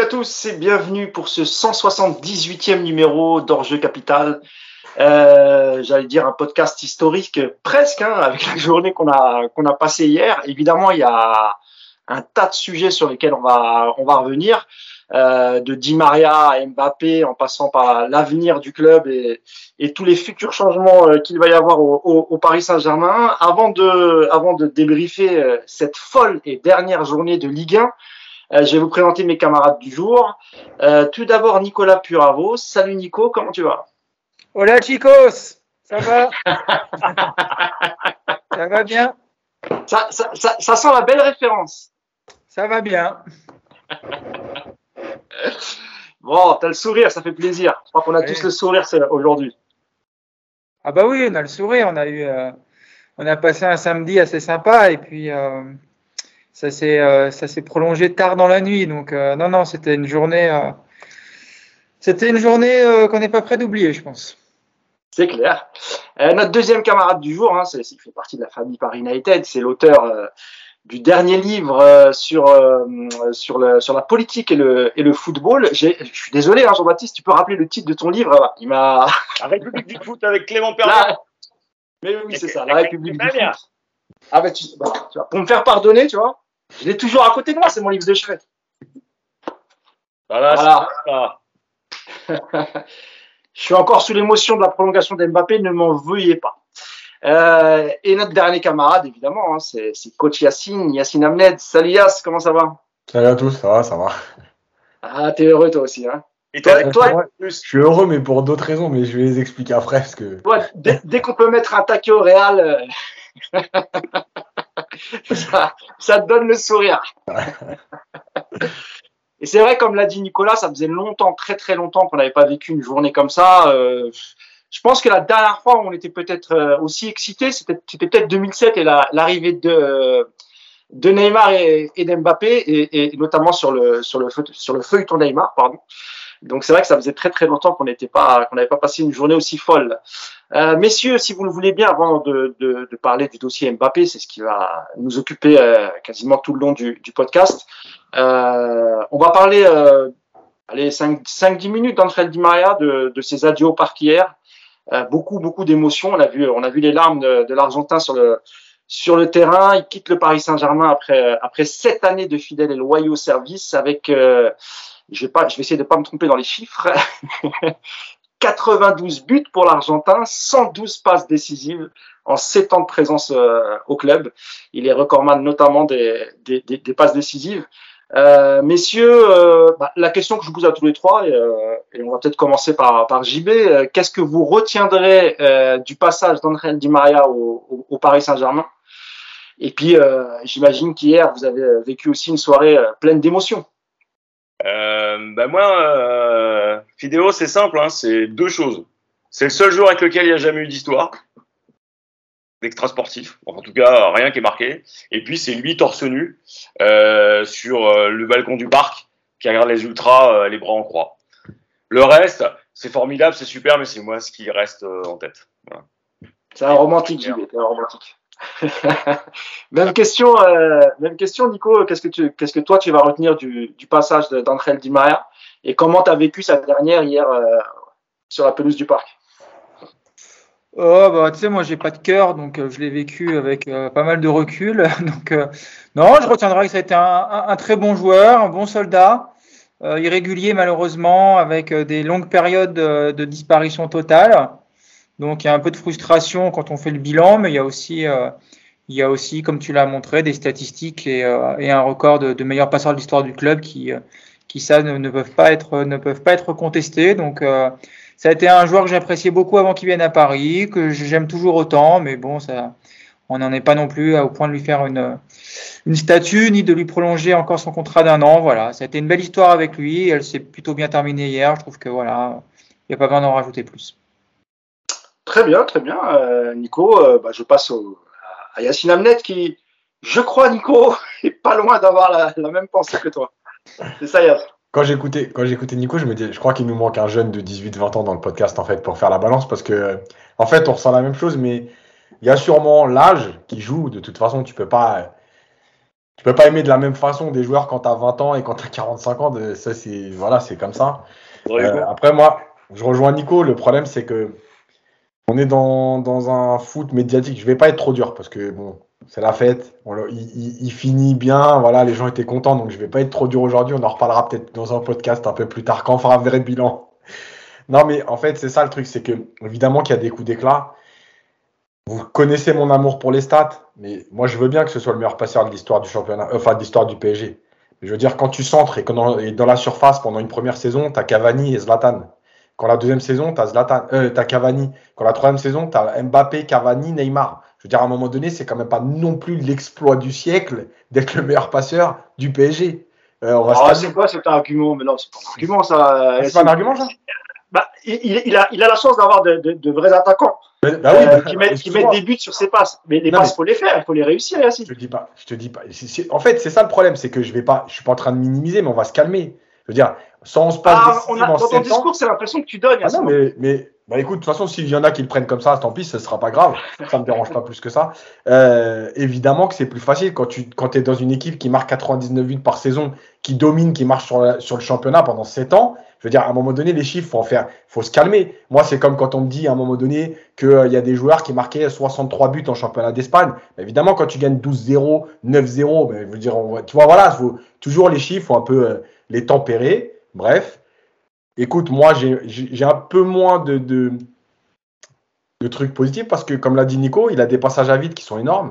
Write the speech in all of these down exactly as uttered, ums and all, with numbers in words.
tous et bienvenue pour ce cent soixante-dix-huitième numéro d'Hors-Jeu Capital. Euh, j'allais dire un podcast historique presque, hein, avec la journée qu'on a qu'on a passée hier. Évidemment, il y a un tas de sujets sur lesquels on va on va revenir, euh, de Di Maria à Mbappé, en passant par l'avenir du club et et tous les futurs changements qu'il va y avoir au, au, au Paris Saint-Germain. Avant de avant de débriefer cette folle et dernière journée de Ligue un, euh, je vais vous présenter mes camarades du jour. Euh, tout d'abord, Nicolas Puravo. Salut Nico, comment tu vas? Hola chicos, ça va? Ça va bien? Ça, ça, ça, ça sent la belle référence. Ça va bien. Bon, t'as le sourire, ça fait plaisir. Je crois qu'on a Oui. tous le sourire aujourd'hui. Ah bah oui, on a le sourire, on a eu, euh, on a passé un samedi assez sympa et puis euh, ça s'est, euh, ça s'est prolongé tard dans la nuit. Donc euh, non non, c'était une journée, euh, c'était une journée euh, qu'on n'est pas prêt d'oublier, je pense. C'est clair. Euh, notre deuxième camarade du jour, hein, c'est, il fait partie de la famille Paris United, c'est l'auteur euh, du dernier livre euh, sur euh, sur, le, sur la politique et le, et le football. J'ai, je suis désolé, hein, Jean-Baptiste, tu peux rappeler le titre de ton livre? Il m'a. La République du foot avec Clément Perrin. Là, mais oui, c'est ça, la République du foot. Ah bah, tu, bah, tu vois, pour me faire pardonner, tu vois, je l'ai toujours à côté de moi, c'est mon livre de chevet. Voilà, Voilà. c'est ça. Je suis encore sous l'émotion de la prolongation d'Mbappé, ne m'en veuillez pas. Euh, et notre dernier camarade, évidemment, hein, c'est, c'est coach Yacine, Yacine Amned. Salut Yass, comment ça va? Salut à tous, ça va, ça va. Ah, t'es heureux toi aussi, hein? Et Toi, toi, toi, Je suis heureux, mais pour d'autres raisons, mais je vais les expliquer après, parce que... toi dès, dès qu'on peut mettre un taquet au Real, euh, ça, ça te donne le sourire. Et c'est vrai, comme l'a dit Nicolas, ça faisait longtemps, très très longtemps qu'on n'avait pas vécu une journée comme ça. Euh, je pense que la dernière fois où on était peut-être aussi excités, c'était, c'était peut-être deux mille sept et la, l'arrivée de, de Neymar et, et d'Mbappé, et, et notamment sur le, sur le, sur le feuilleton Neymar, pardon. Donc c'est vrai que ça faisait très très longtemps qu'on n'était pas, qu'on n'avait pas passé une journée aussi folle. Euh, messieurs, si vous le voulez bien, avant de, de, de parler du dossier Mbappé, c'est ce qui va nous occuper euh, quasiment tout le long du, du podcast. Euh, on va parler, euh, allez, cinq dix minutes d'Angel Di Maria, de, de ses adieux au parc hier. Euh, beaucoup beaucoup d'émotions. On a vu, on a vu les larmes de, de l'Argentin sur le sur le terrain. Il quitte le Paris Saint-Germain après après sept années de fidèles et loyaux services avec. Euh, Je vais pas, je vais essayer de pas me tromper dans les chiffres. quatre-vingt-douze buts pour l'Argentin, cent douze passes décisives en sept ans de présence euh, au club. Il est recordman notamment des, des, des, des passes décisives. Euh, messieurs, euh, bah, la question que je vous pose à tous les trois, et, euh, et on va peut-être commencer par, par J B, euh, qu'est-ce que vous retiendrez euh, du passage d'Angel Di Maria au, au, au Paris Saint-Germain? Et puis, euh, j'imagine qu'hier, vous avez vécu aussi une soirée euh, pleine d'émotions. Euh, bah moi, euh, Fidéo, c'est simple, hein, c'est deux choses. C'est le seul joueur avec lequel il n'y a jamais eu d'histoire, d'extra sportif, en tout cas rien qui est marqué. Et puis c'est lui torse nu euh, sur euh, le balcon du parc qui regarde les ultras, euh, les bras en croix. Le reste, c'est formidable, c'est super, mais c'est moi ce qui reste euh, en tête. Voilà. C'est un romantique, J B, c'est un romantique. même question, euh, même question, Nico. Qu'est-ce que tu, qu'est-ce que toi tu vas retenir du, du passage d'Angel Di Maria et comment tu as vécu sa dernière hier euh, sur la pelouse du parc? Oh bah tu sais, moi j'ai pas de cœur, donc euh, je l'ai vécu avec euh, pas mal de recul. donc euh, non, je retiendrai que ça a été un, un, un très bon joueur, un bon soldat, euh, irrégulier malheureusement, avec euh, des longues périodes de, de disparition totale. Donc il y a un peu de frustration quand on fait le bilan, mais il y a aussi, euh, il y a aussi, comme tu l'as montré, des statistiques et, euh, et un record de, de meilleur passeur de l'histoire du club qui, euh, qui ça ne, ne peuvent pas être, ne peuvent pas être contestés. Donc euh, ça a été un joueur que j'appréciais beaucoup avant qu'il vienne à Paris, que j'aime toujours autant, mais bon, ça, on n'en est pas non plus au point de lui faire une, une statue, ni de lui prolonger encore son contrat d'un an. Voilà, ça a été une belle histoire avec lui. Elle s'est plutôt bien terminée hier. Je trouve que voilà, il n'y a pas besoin d'en rajouter plus. Très bien, très bien. Euh, Nico, euh, bah, je passe au, à Yacine Amned qui, je crois, Nico, est pas loin d'avoir la, la même pensée que toi. C'est ça, Yass. Quand j'écoutais, quand j'écoutais Nico, je me disais, je crois qu'il nous manque un jeune de dix-huit vingt ans dans le podcast, en fait, pour faire la balance, parce que, en fait, on ressent la même chose, mais il y a sûrement l'âge qui joue. De toute façon, tu peux pas, tu peux pas aimer de la même façon des joueurs quand tu as vingt ans et quand tu as quarante-cinq ans. De, ça, c'est, voilà, c'est comme ça. Euh, après, moi, je rejoins Nico. Le problème, c'est que on est dans, dans un foot médiatique. Je vais pas être trop dur parce que bon, c'est la fête. On, il, il, il finit bien. Voilà, les gens étaient contents. Donc, je vais pas être trop dur aujourd'hui. On en reparlera peut-être dans un podcast un peu plus tard quand on fera un vrai bilan. Non, mais en fait, c'est ça le truc. C'est que, évidemment, qu'il y a des coups d'éclat. Vous connaissez mon amour pour les stats, mais moi je veux bien que ce soit le meilleur passeur de l'histoire du championnat, enfin de l'histoire du P S G. Je veux dire, quand tu centres et que dans, et dans la surface pendant une première saison, tu as Cavani et Zlatan. Quand la deuxième saison, tu as Zlatan, euh, t'as Cavani. Quand la troisième saison, tu as Mbappé, Cavani, Neymar. Je veux dire, à un moment donné, c'est quand même pas non plus l'exploit du siècle d'être le meilleur passeur du P S G. Euh, on va oh, c'est quoi cet argument? Mais non, c'est pas un argument ça. C'est pas un argument ça. Bah, il, il, a, il a la chance d'avoir de, de, de vrais attaquants bah, bah oui, euh, bah, qui, mettent, qui mettent des buts sur ses passes. Mais les non, passes, il faut les faire, il faut les réussir. Yacine. Je te dis pas, je te dis pas. C'est, c'est, en fait, c'est ça le problème, c'est que je vais pas, je suis pas en train de minimiser, mais on va se calmer. Je veux dire, sans on se passe ah, on a, dans ton discours, ans, c'est l'impression que tu donnes. Ah non, mais, mais bah écoute, de toute façon, s'il y en a qui le prennent comme ça, tant pis, ce sera pas grave. Ça me dérange pas plus que ça. Euh, évidemment que c'est plus facile quand tu quand es dans une équipe qui marque quatre-vingt-dix-neuf buts par saison, qui domine, qui marche sur, la, sur le championnat pendant sept ans. Je veux dire, à un moment donné, les chiffres, faut en faire, faut se calmer. Moi, c'est comme quand on me dit à un moment donné qu'il euh, y a des joueurs qui marquaient soixante-trois buts en championnat d'Espagne. Bah, évidemment, quand tu gagnes douze zéro, neuf zéro, bah, je veux dire, on, tu vois, voilà, faut, toujours les chiffres, faut un peu euh, les tempérer. Bref. Écoute, moi, j'ai, j'ai un peu moins de, de, de trucs positifs parce que, comme l'a dit Nico, il a des passages à vide qui sont énormes.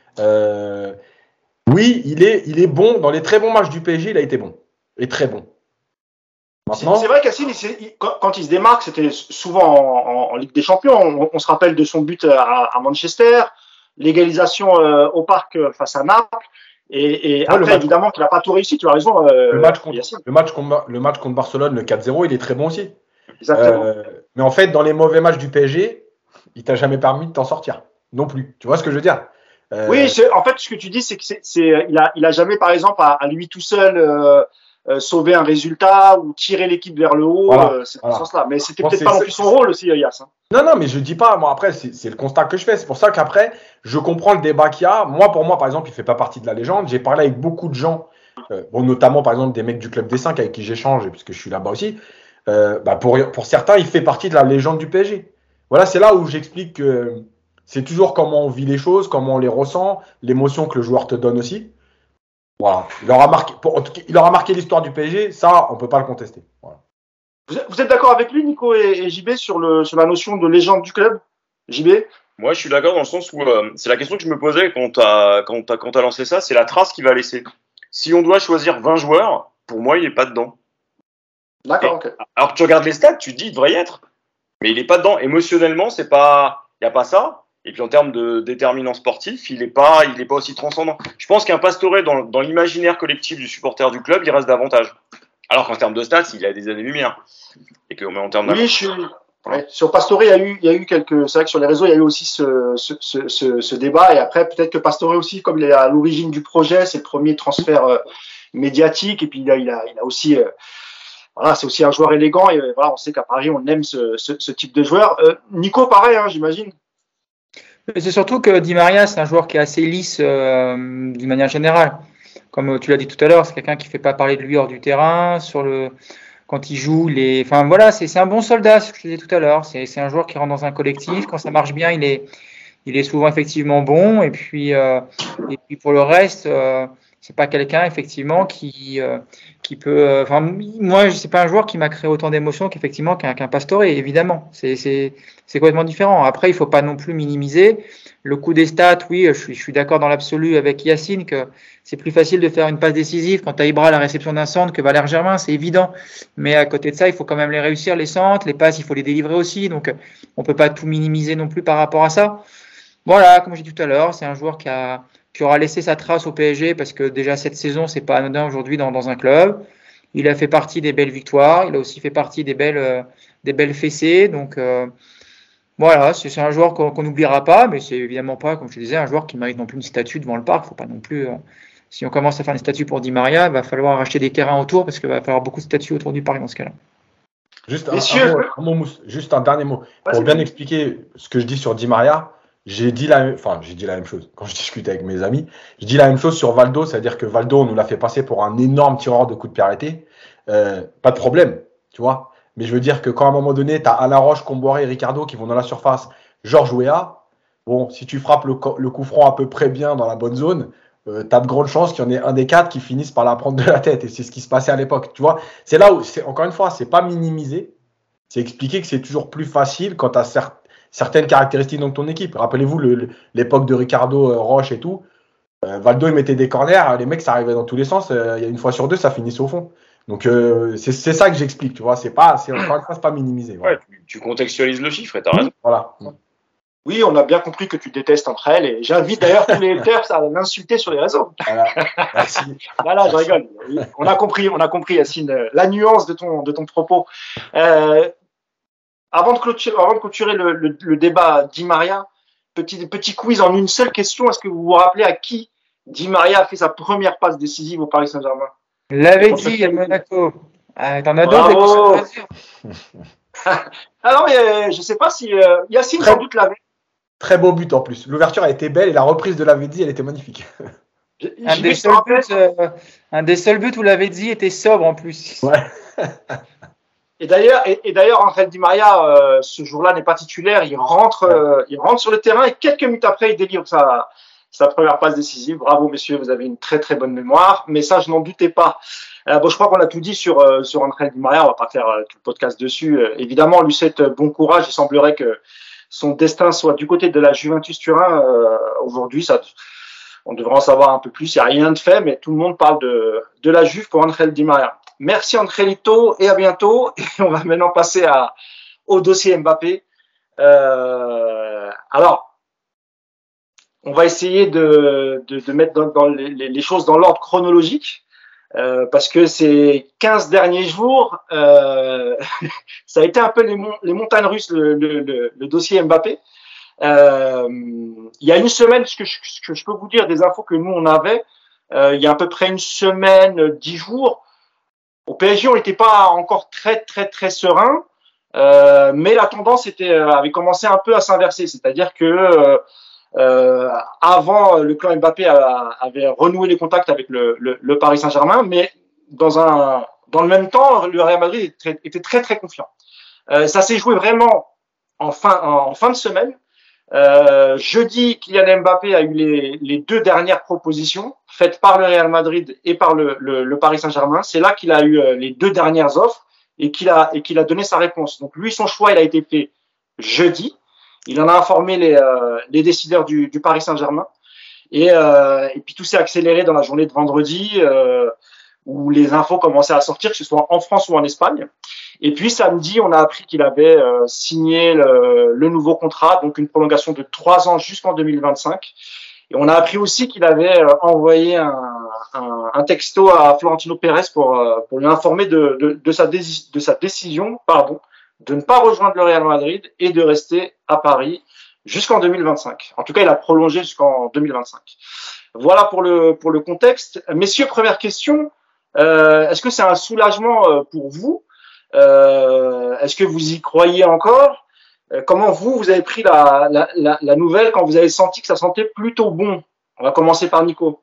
Euh, oui, il est, il est bon. Dans les très bons matchs du P S G, il a été bon. Et très bon. Maintenant, c'est, c'est vrai qu'Yacine, quand, quand il se démarque, c'était souvent en, en, en Ligue des Champions. On, on se rappelle de son but à, à Manchester, l'égalisation euh, au Parc face à Naples. Et, et ouais, après, évidemment, qu'il n'a pas tout réussi, tu as raison. Euh, le, match contre, le, match contre, le match contre Barcelone, le quatre zéro, il est très bon aussi. Exactement. Euh, mais en fait, dans les mauvais matchs du P S G, il t'a jamais permis de t'en sortir. Non plus. Tu vois ce que je veux dire? euh... Oui, c'est, en fait, ce que tu dis, c'est que c'est, c'est, il, a, il a jamais, par exemple, à, à lui tout seul, euh, euh, sauver un résultat ou tirer l'équipe vers le haut. Voilà, euh, c'est voilà. Dans ce sens-là. Mais c'était bon, peut-être pas non plus son rôle aussi, Yass. Hein. Non, non, mais je dis pas. Moi, après, c'est, c'est le constat que je fais. C'est pour ça qu'après, je comprends le débat qu'il y a. Moi, pour moi, par exemple, il fait pas partie de la légende. J'ai parlé avec beaucoup de gens, euh, bon, notamment, par exemple, des mecs du Club des cinq avec qui j'échange, puisque je suis là-bas aussi. Euh, bah pour, pour certains, il fait partie de la légende du P S G. Voilà, c'est là où j'explique que c'est toujours comment on vit les choses, comment on les ressent, l'émotion que le joueur te donne aussi. Voilà. Il aura marqué, pour, en tout cas, il aura marqué l'histoire du P S G, ça, on ne peut pas le contester. Voilà. Vous, êtes, vous êtes d'accord avec lui, Nico et, et J B, sur, le, sur la notion de légende du club? J B? Moi, je suis d'accord dans le sens où euh, c'est la question que je me posais quand tu as quand t'as, quand t'as lancé ça, c'est la trace qu'il va laisser. Si on doit choisir vingt joueurs, pour moi, il n'est pas dedans. D'accord. Okay. Alors que tu regardes les stats, tu te dis, il devrait y être. Mais il n'est pas dedans. Émotionnellement, c'est pas, il n'y a pas ça. Et puis en termes de déterminant sportif, il n'est pas, il est pas aussi transcendant. Je pense qu'un Pastore, dans, dans l'imaginaire collectif du supporter du club, il reste davantage. Alors qu'en termes de stats, il a des années-lumière. Et que, en termes oui, je suis... ouais. Sur Pastore, il y a eu, il y a eu quelques, c'est vrai que sur les réseaux, il y a eu aussi ce, ce, ce, ce, ce débat. Et après, peut-être que Pastore aussi, comme il est à l'origine du projet, c'est le premier transfert euh, médiatique. Et puis il a, il a, il a aussi, euh, voilà, c'est aussi un joueur élégant. Et euh, voilà, on sait qu'à Paris, on aime ce, ce, ce type de joueur. Euh, Nico, pareil, hein, j'imagine. C'est surtout que Di Maria, c'est un joueur qui est assez lisse euh, d'une manière générale. Comme tu l'as dit tout à l'heure, c'est quelqu'un qui ne fait pas parler de lui hors du terrain. Sur le, quand il joue, les, enfin voilà, c'est, c'est un bon soldat, ce que je disais tout à l'heure. C'est, c'est un joueur qui rentre dans un collectif. Quand ça marche bien, il est, il est souvent effectivement bon. Et puis, euh, et puis pour le reste, euh, c'est pas quelqu'un effectivement qui, euh, qui peut. Euh, enfin, moi, c'est pas un joueur qui m'a créé autant d'émotions qu'effectivement qu'un, qu'un Pastore. Évidemment, c'est, c'est, c'est complètement différent. Après, il faut pas non plus minimiser le coup des stats. Oui, je suis, je suis d'accord dans l'absolu avec Yacine que c'est plus facile de faire une passe décisive quand tu as Ibra à la réception d'un centre que Valère Germain, c'est évident. Mais à côté de ça, il faut quand même les réussir, les centres, les passes, il faut les délivrer aussi. Donc, on peut pas tout minimiser non plus par rapport à ça. Voilà, comme j'ai dit tout à l'heure, c'est un joueur qui a qui aura laissé sa trace au P S G parce que déjà cette saison, c'est pas anodin aujourd'hui dans, dans un club. Il a fait partie des belles victoires, il a aussi fait partie des belles, euh, des belles fessées. Donc euh, voilà, c'est, c'est un joueur qu'on n'oubliera pas, mais c'est évidemment pas, comme je te disais, un joueur qui mérite non plus une statue devant le parc. Faut pas non plus. Euh, si on commence à faire une statue pour Di Maria, il va falloir racheter des terrains autour parce qu'il va falloir beaucoup de statues autour du parc dans ce cas-là. Juste un, un, mot, un, mot, juste un dernier mot. Pour bien expliquer ce que je dis sur Di Maria, j'ai dit la même, enfin, j'ai dit la même chose quand je discute avec mes amis. Je dis la même chose sur Valdo, c'est-à-dire que Valdo, on nous l'a fait passer pour un énorme tireur de coups de pied arrêtés. Euh, pas de problème, tu vois. Mais je veux dire que quand à un moment donné, tu as Alain Roche, Comboiré et Ricardo qui vont dans la surface, Georges Weah, bon, si tu frappes le, le coup franc à peu près bien dans la bonne zone, euh, tu as de grandes chances qu'il y en ait un des quatre qui finisse par la prendre de la tête. Et c'est ce qui se passait à l'époque, tu vois. C'est là où, c'est, encore une fois, c'est pas minimisé. C'est expliquer que c'est toujours plus facile quand tu as cer- certaines caractéristiques dans ton équipe. Rappelez-vous le, le, l'époque de Ricardo, euh, Roche et tout. Euh, Valdo, il mettait des corners, les mecs, ça arrivait dans tous les sens. Euh, il y a une fois sur deux, ça finissait au fond. Donc, euh, c'est, c'est ça que j'explique, tu vois. C'est pas, c'est, encore une fois, c'est pas minimisé. Voilà. Ouais, tu, tu contextualises le chiffre et t'as raison. Voilà. Oui, on a bien compris que tu détestes entre elles et j'invite d'ailleurs tous les haters à l'insulter sur les réseaux. Voilà. Merci. Voilà, je rigole. On a compris, on a compris, Yacine, la nuance de ton, de ton propos. Euh, avant de clôturer, avant de clôturer le, le, le débat Di Maria, petit, petit quiz en une seule question. Est-ce que vous vous rappelez à qui Di Maria a fait sa première passe décisive au Paris Saint-Germain? L'avait dit à Monaco. Ah, t'en as d'autres. Ah non, mais je sais pas si euh, Yacine Très, sans doute l'avait. Très beau but en plus. L'ouverture a été belle et la reprise de Lavezzi, elle était magnifique. Un des, seuls buts, euh, un des seuls buts où Lavezzi était sobre en plus. Ouais. Et d'ailleurs, et, et d'ailleurs, Angel Di Maria, euh, ce jour-là n'est pas titulaire. Il rentre, euh, il rentre sur le terrain et quelques minutes après, il délivre sa, sa première passe décisive. Bravo, messieurs, vous avez une très très bonne mémoire. Mais ça, je n'en doutais pas. Euh, bon, je crois qu'on a tout dit sur euh, sur Angel Di Maria. On va pas faire euh, tout le podcast dessus. Euh, évidemment, on lui souhaite bon courage. Il semblerait que son destin soit du côté de la Juventus Turin. Euh, aujourd'hui, ça, on devrait en savoir un peu plus. Il n'y a rien de fait, mais tout le monde parle de de la Juve pour Angel Di Maria. Merci Angelito et à bientôt. Et on va maintenant passer à, au dossier Mbappé. Euh, alors, on va essayer de, de, de mettre dans, dans les, les choses dans l'ordre chronologique euh, parce que ces quinze derniers jours, euh, ça a été un peu les, mon, les montagnes russes, le, le, le, le dossier Mbappé. Euh, il y a une semaine, ce que je, ce que je peux vous dire des infos que nous on avait, euh, il y a à peu près une semaine, dix jours, au P S G, on n'était pas encore très, très, très serein, euh, mais la tendance était, avait commencé un peu à s'inverser. C'est-à-dire que euh, euh, avant, le clan Mbappé a, avait renoué les contacts avec le, le, le Paris Saint-Germain, mais dans, un, dans le même temps, le Real Madrid était très, était très, très confiant. Euh, ça s'est joué vraiment en fin, en, en fin de semaine. Euh, jeudi, Kylian Mbappé a eu les, les deux dernières propositions faites par le Real Madrid et par le, le, le Paris Saint-Germain. C'est là qu'il a eu les deux dernières offres et qu'il a, et qu'il a donné sa réponse. Donc lui, son choix, il a été fait jeudi. Il en a informé les, euh, les décideurs du, du Paris Saint-Germain. Et, euh, et puis tout s'est accéléré dans la journée de vendredi euh, où les infos commençaient à sortir, que ce soit en France ou en Espagne. Et puis samedi, on a appris qu'il avait euh, signé le, le nouveau contrat, donc une prolongation de trois ans jusqu'en deux mille vingt-cinq. Et on a appris aussi qu'il avait euh, envoyé un, un, un texto à Florentino Pérez pour, euh, pour lui informer de, de, de, sa, dé, de sa décision pardon, de ne pas rejoindre le Real Madrid et de rester à Paris jusqu'en deux mille vingt-cinq. En tout cas, il a prolongé jusqu'en deux mille vingt-cinq. Voilà pour le, pour le contexte. Messieurs, première question. Euh, est-ce que c'est un soulagement pour vous? Euh, est-ce que vous y croyez encore? euh, Comment vous, vous avez pris la, la, la, la nouvelle quand vous avez senti que ça sentait plutôt bon? On va commencer par Nico.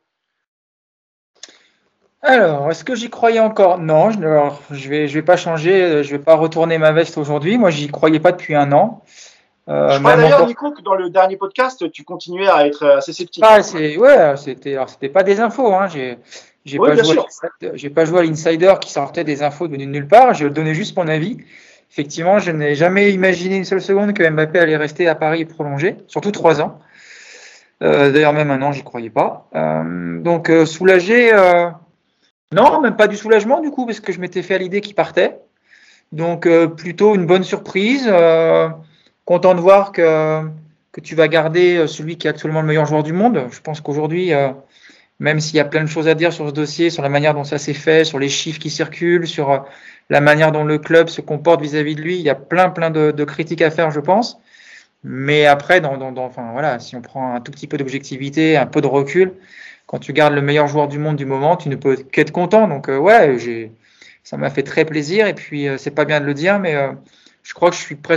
Alors, est-ce que j'y croyais encore? Non, je, alors, je vais, je vais pas changer, je vais pas retourner ma veste aujourd'hui. Moi, j'y croyais pas depuis un an. Euh, je crois d'ailleurs, encore... Nico, que dans le dernier podcast, tu continuais à être assez sceptique. Ah, c'est, ouais, c'était, alors c'était pas des infos. Hein. J'ai, j'ai oui, pas joué, j'ai pas joué à l'insider qui sortait des infos venues de nulle part. Je donnais juste mon avis. Effectivement, je n'ai jamais imaginé une seule seconde que Mbappé allait rester à Paris et prolonger, surtout trois ans. Euh, d'ailleurs, même un an, j'y croyais pas. Euh, donc, euh, soulagé. Euh... Non, même pas du soulagement du coup, parce que je m'étais fait à l'idée qu'il partait. Donc, euh, plutôt une bonne surprise. Euh... Content de voir que, que tu vas garder celui qui est actuellement le meilleur joueur du monde. Je pense qu'aujourd'hui, euh, même s'il y a plein de choses à dire sur ce dossier, sur la manière dont ça s'est fait, sur les chiffres qui circulent, sur euh, la manière dont le club se comporte vis-à-vis de lui, il y a plein, plein de, de critiques à faire, je pense. Mais après, dans, dans, dans, enfin, voilà, si on prend un tout petit peu d'objectivité, un peu de recul, quand tu gardes le meilleur joueur du monde du moment, tu ne peux qu'être content. Donc, euh, ouais, j'ai, ça m'a fait très plaisir. Et puis, euh, c'est pas bien de le dire, mais euh, je crois que je suis presque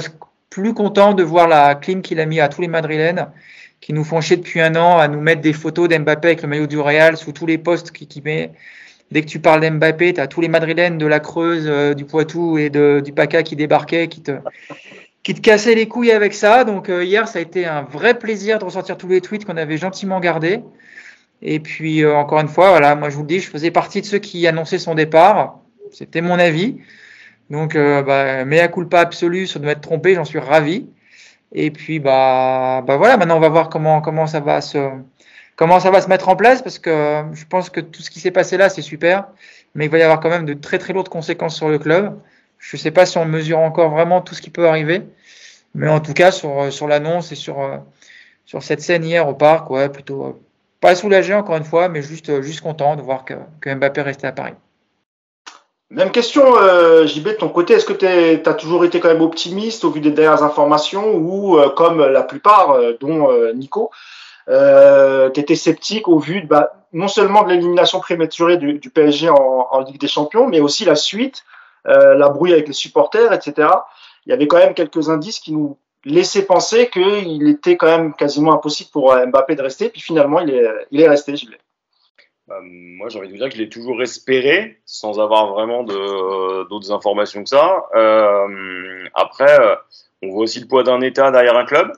plus content de voir la clim qu'il a mis à tous les Madrilènes qui nous font chier depuis un an à nous mettre des photos d'Mbappé avec le maillot du Real sous tous les posts qu'il qui met. Dès que tu parles d'Mbappé, tu as tous les Madrilènes de la Creuse, euh, du Poitou et de, du PACA qui débarquaient, qui te, qui te cassaient les couilles avec ça. Donc euh, hier, ça a été un vrai plaisir de ressortir tous les tweets qu'on avait gentiment gardés. Et puis, euh, encore une fois, voilà, moi je vous le dis, je faisais partie de ceux qui annonçaient son départ. C'était mon avis. Donc, euh, bah, mea culpa absolue sur de m'être trompé, j'en suis ravi. Et puis, bah, bah voilà, maintenant on va voir comment, comment, ça va se, comment ça va se mettre en place parce que je pense que tout ce qui s'est passé là, c'est super. Mais il va y avoir quand même de très très lourdes conséquences sur le club. Je ne sais pas si on mesure encore vraiment tout ce qui peut arriver. Mais en tout cas, sur, sur l'annonce et sur, sur cette scène hier au parc, ouais, plutôt pas soulagé encore une fois, mais juste, juste content de voir que, que Mbappé restait à Paris. Même question, euh, J B, de ton côté, est-ce que tu as toujours été quand même optimiste au vu des dernières informations ou, euh, comme la plupart, euh, dont euh, Nico, euh, tu étais sceptique au vu de, bah, non seulement de l'élimination prématurée du, du P S G en, en Ligue des Champions, mais aussi la suite, euh, la brouille avec les supporters, et cetera. Il y avait quand même quelques indices qui nous laissaient penser qu'il était quand même quasiment impossible pour Mbappé de rester, puis finalement, il est, il est resté, J B. Euh, moi, j'ai envie de vous dire que je l'ai toujours espéré, sans avoir vraiment de, d'autres informations que ça. Euh, après, euh, on voit aussi le poids d'un État derrière un club.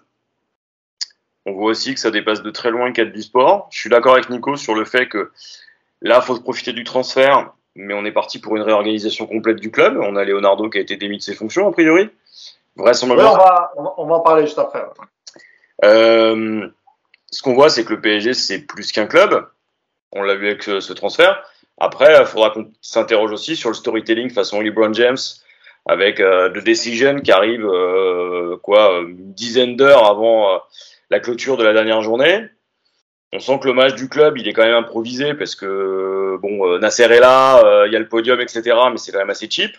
On voit aussi que ça dépasse de très loin le cadre du sport. Je suis d'accord avec Nico sur le fait que là, il faut profiter du transfert, mais on est parti pour une réorganisation complète du club. On a Leonardo qui a été démis de ses fonctions, a priori. Vraisemblablement. Ouais, on va, on va, on va en parler juste après. Euh, ce qu'on voit, c'est que le P S G, c'est plus qu'un club. On l'a vu avec ce, ce transfert. Après, il faudra qu'on s'interroge aussi sur le storytelling façon LeBron James, avec euh, The Decision qui arrive euh, quoi, une dizaine d'heures avant euh, la clôture de la dernière journée. On sent que le match du club, il est quand même improvisé parce que bon, euh, Nasser est là, il euh, y a le podium, et cetera. Mais c'est quand même assez cheap.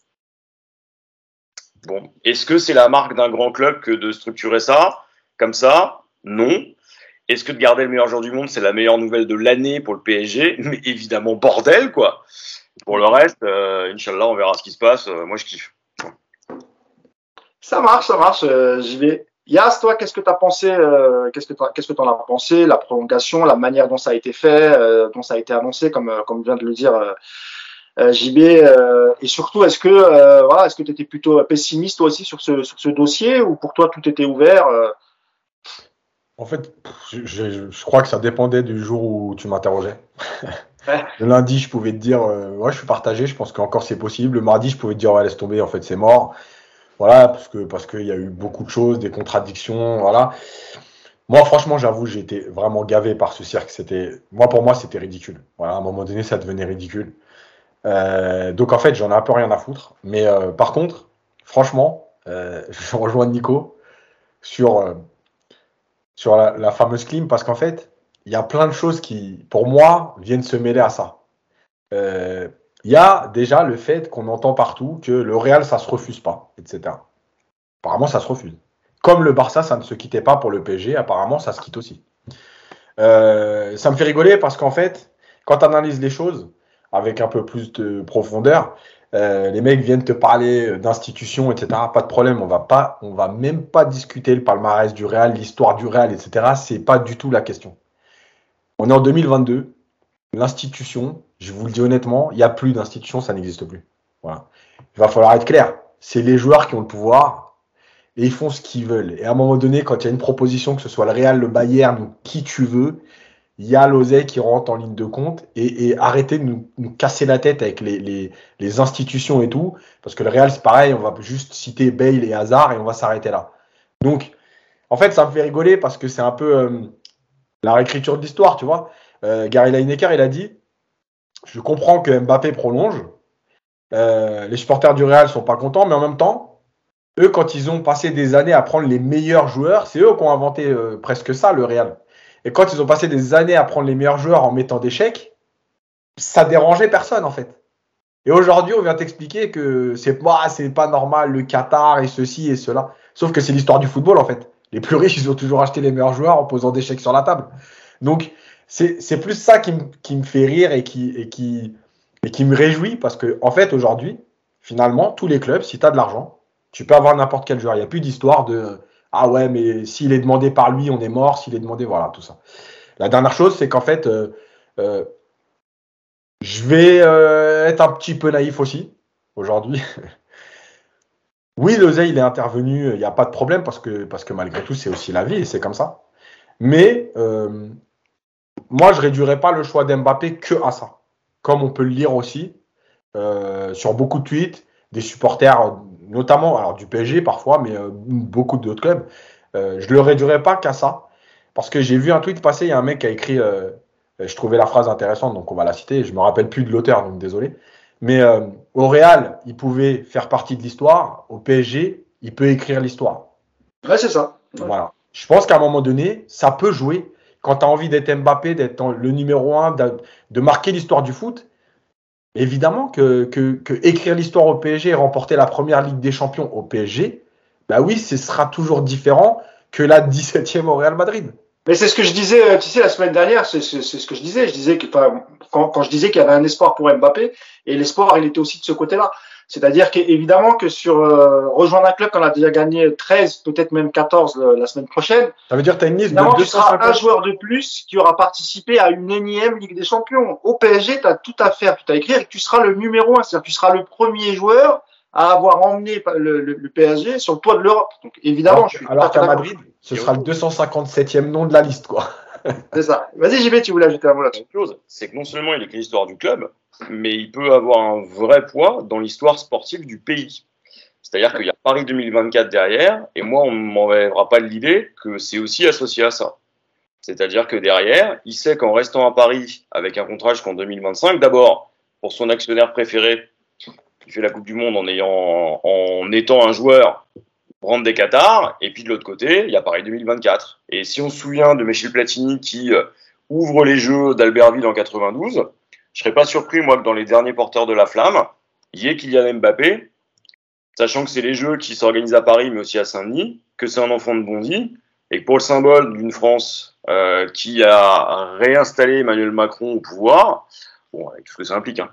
Bon, est-ce que c'est la marque d'un grand club que de structurer ça comme ça? Non. Est-ce que de garder le meilleur joueur du monde, c'est la meilleure nouvelle de l'année pour le P S G? Mais évidemment, bordel, quoi. Pour le reste, euh, Inch'Allah, on verra ce qui se passe. Euh, moi, je kiffe. Ça marche, ça marche. Euh, j'y vais. Yas, toi, qu'est-ce que tu as pensé euh, Qu'est-ce que qu'est-ce que tu en as pensé? La prolongation, la manière dont ça a été fait, euh, dont ça a été annoncé, comme comme vient de le dire euh, euh, J B. Euh, et surtout, est-ce que euh, voilà, est-ce que tu étais plutôt pessimiste toi aussi sur ce sur ce dossier ou pour toi tout était ouvert euh... En fait, je, je, je crois que ça dépendait du jour où tu m'interrogeais. Ouais. Le lundi, je pouvais te dire, euh, ouais, je suis partagé, je pense qu'encore c'est possible. Le mardi, je pouvais te dire, ouais, laisse tomber, en fait, c'est mort. Voilà, parce que parce qu'il y a eu beaucoup de choses, des contradictions, voilà. Moi, franchement, j'avoue, j'ai été vraiment gavé par ce cirque. C'était, moi, pour moi, c'était ridicule. Voilà, à un moment donné, ça devenait ridicule. Euh, donc, en fait, j'en ai un peu rien à foutre. Mais euh, par contre, franchement, euh, je rejoins Nico sur. Euh, sur la, la fameuse clim, parce qu'en fait, il y a plein de choses qui, pour moi, viennent se mêler à ça. Il euh, y a déjà le fait qu'on entend partout que le Real, ça se refuse pas, et cetera. Apparemment, ça se refuse. Comme le Barça, ça ne se quittait pas pour le P S G, apparemment, ça se quitte aussi. Euh, ça me fait rigoler parce qu'en fait, quand tu analyses les choses avec un peu plus de profondeur, Euh, les mecs viennent te parler d'institutions, et cetera. Pas de problème, on va pas, on va même pas discuter le palmarès du Real, l'histoire du Real, et cetera. C'est pas du tout la question. On est en deux mille vingt-deux. L'institution, je vous le dis honnêtement, il n'y a plus d'institution, ça n'existe plus. Voilà. Il va falloir être clair. C'est les joueurs qui ont le pouvoir et ils font ce qu'ils veulent. Et à un moment donné, quand il y a une proposition, que ce soit le Real, le Bayern ou qui tu veux, il y a l'oseille qui rentre en ligne de compte et, et arrêtez de nous, nous casser la tête avec les, les, les institutions et tout, parce que le Real, c'est pareil, on va juste citer Bale et Hazard et on va s'arrêter là. Donc, en fait, ça me fait rigoler parce que c'est un peu euh, la réécriture de l'histoire, tu vois. Euh, Gary Lineker, il a dit, je comprends que Mbappé prolonge, euh, les supporters du Real sont pas contents, mais en même temps, eux, quand ils ont passé des années à prendre les meilleurs joueurs, c'est eux qui ont inventé euh, presque ça, le Real. Et quand ils ont passé des années à prendre les meilleurs joueurs en mettant des chèques, ça dérangeait personne en fait. Et aujourd'hui, on vient t'expliquer que c'est pas, c'est pas normal le Qatar et ceci et cela. Sauf que c'est l'histoire du football en fait. Les plus riches, ils ont toujours acheté les meilleurs joueurs en posant des chèques sur la table. Donc, c'est, c'est plus ça qui, m- qui me fait rire et qui, et, qui, et qui me réjouit parce que en fait, aujourd'hui, finalement, tous les clubs, si tu as de l'argent, Tu peux avoir n'importe quel joueur. Il n'y a plus d'histoire de ah ouais, mais s'il est demandé par lui, on est mort. S'il est demandé, voilà, tout ça. La dernière chose, c'est qu'en fait, euh, euh, je vais euh, être un petit peu naïf aussi aujourd'hui. Oui, l'oseille, il est intervenu, il n'y a pas de problème parce que, parce que malgré tout, c'est aussi la vie et c'est comme ça. Mais euh, moi, je ne réduirais pas le choix d'Mbappé que à ça. Comme on peut le lire aussi euh, sur beaucoup de tweets, des supporters, notamment alors, du P S G parfois, mais euh, beaucoup d'autres clubs. Euh, je ne le réduirais pas qu'à ça. Parce que j'ai vu un tweet passer, il y a un mec qui a écrit, euh, je trouvais la phrase intéressante, donc on va la citer, je ne me rappelle plus de l'auteur, donc désolé. Mais euh, au Real, il pouvait faire partie de l'histoire. Au P S G, il peut écrire l'histoire. Ouais, c'est ça. Ouais. Voilà. Je pense qu'à un moment donné, ça peut jouer. Quand tu as envie d'être Mbappé, d'être le numéro un, de, de marquer l'histoire du foot, évidemment que, que, que écrire l'histoire au P S G et remporter la première Ligue des Champions au P S G, bah oui, ce sera toujours différent que la dix-septième au Real Madrid. Mais c'est ce que je disais, tu sais, la semaine dernière, c'est, c'est, c'est ce que je disais. Je disais que, enfin, quand, quand je disais qu'il y avait un espoir pour Mbappé, et l'espoir, il était aussi de ce côté-là. C'est-à-dire qu'évidemment que sur euh, rejoindre un club qu'on a déjà gagné treize, peut-être même quatorze le, la semaine prochaine. Ça veut dire que tu as une liste de deux cent cinquante. Tu seras un joueur de plus qui aura participé à une énième Ligue des Champions. Au P S G, tu as tout à faire, tout à écrire, et que tu seras le numéro un. C'est-à-dire que tu seras le premier joueur à avoir emmené le, le, le P S G sur le toit de l'Europe. Donc évidemment, alors, je suis alors qu'à Madrid, ce sera le deux cent cinquante-septième nom de la liste, quoi. C'est ça. Vas-y, J B, tu voulais ajouter un mot là-dessus. Chose, c'est que non seulement il écrit l'histoire du club, mais il peut avoir un vrai poids dans l'histoire sportive du pays. C'est-à-dire qu'il y a Paris deux mille vingt-quatre derrière, et moi, on ne m'enlèvera pas de l'idée que c'est aussi associé à ça. C'est-à-dire que derrière, il sait qu'en restant à Paris avec un contrat jusqu'en deux mille vingt-cinq, d'abord, pour son actionnaire préféré, qui fait la Coupe du Monde en, ayant, en étant un joueur, prendre des Qatars, et puis de l'autre côté, il y a Paris deux mille vingt-quatre. Et si on se souvient de Michel Platini qui euh, ouvre les Jeux d'Albertville en quatre-vingt-douze, je ne serais pas surpris, moi, que dans les derniers porteurs de la flamme, il y ait Kylian Mbappé, sachant que c'est les Jeux qui s'organisent à Paris, mais aussi à Saint-Denis, que c'est un enfant de Bondy, et que pour le symbole d'une France euh, qui a réinstallé Emmanuel Macron au pouvoir, bon, avec tout ce que ça implique, hein,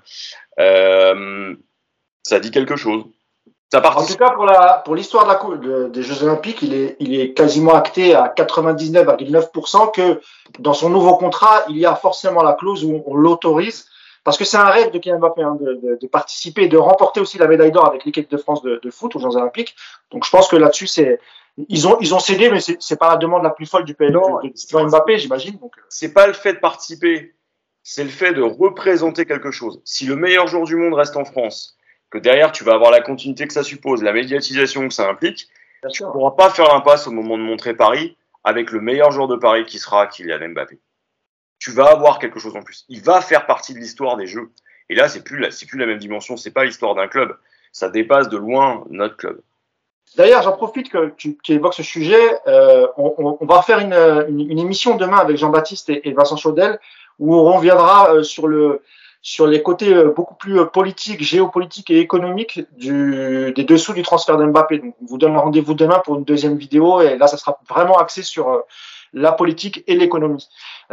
euh, ça dit quelque chose. Ça en tout cas, pour, la, pour l'histoire de la, de, des Jeux Olympiques, il est, il est quasiment acté à quatre-vingt-dix-neuf virgule neuf pour cent que dans son nouveau contrat, il y a forcément la clause où on, on l'autorise. Parce que c'est un rêve de Kylian Mbappé hein, de, de, de participer et de remporter aussi la médaille d'or avec l'équipe de France de, de foot aux Jeux Olympiques. Donc je pense que là-dessus, c'est, ils ont, ils ont cédé, mais c'est, c'est pas la demande la plus folle du P S G de, de, de Mbappé, j'imagine. Donc, c'est pas le fait de participer, c'est le fait de représenter quelque chose. Si le meilleur joueur du monde reste en France, que derrière tu vas avoir la continuité que ça suppose, la médiatisation que ça implique, tu ne pourras pas faire l'impasse au moment de montrer Paris avec le meilleur joueur de Paris qui sera Kylian Mbappé. Tu vas avoir quelque chose en plus. Il va faire partie de l'histoire des Jeux. Et là, c'est plus la, c'est plus la même dimension. C'est pas l'histoire d'un club. Ça dépasse de loin notre club. D'ailleurs, j'en profite que tu, tu évoques ce sujet. Euh, on, on va faire une, une, une émission demain avec Jean-Baptiste et, et Vincent Chaudel où on reviendra euh, sur le sur les côtés euh, beaucoup plus euh, politiques, géopolitiques et économiques du, des dessous du transfert d'Mbappé. Donc, on vous donne rendez-vous demain pour une deuxième vidéo et là, ça sera vraiment axé sur euh, la politique et l'économie.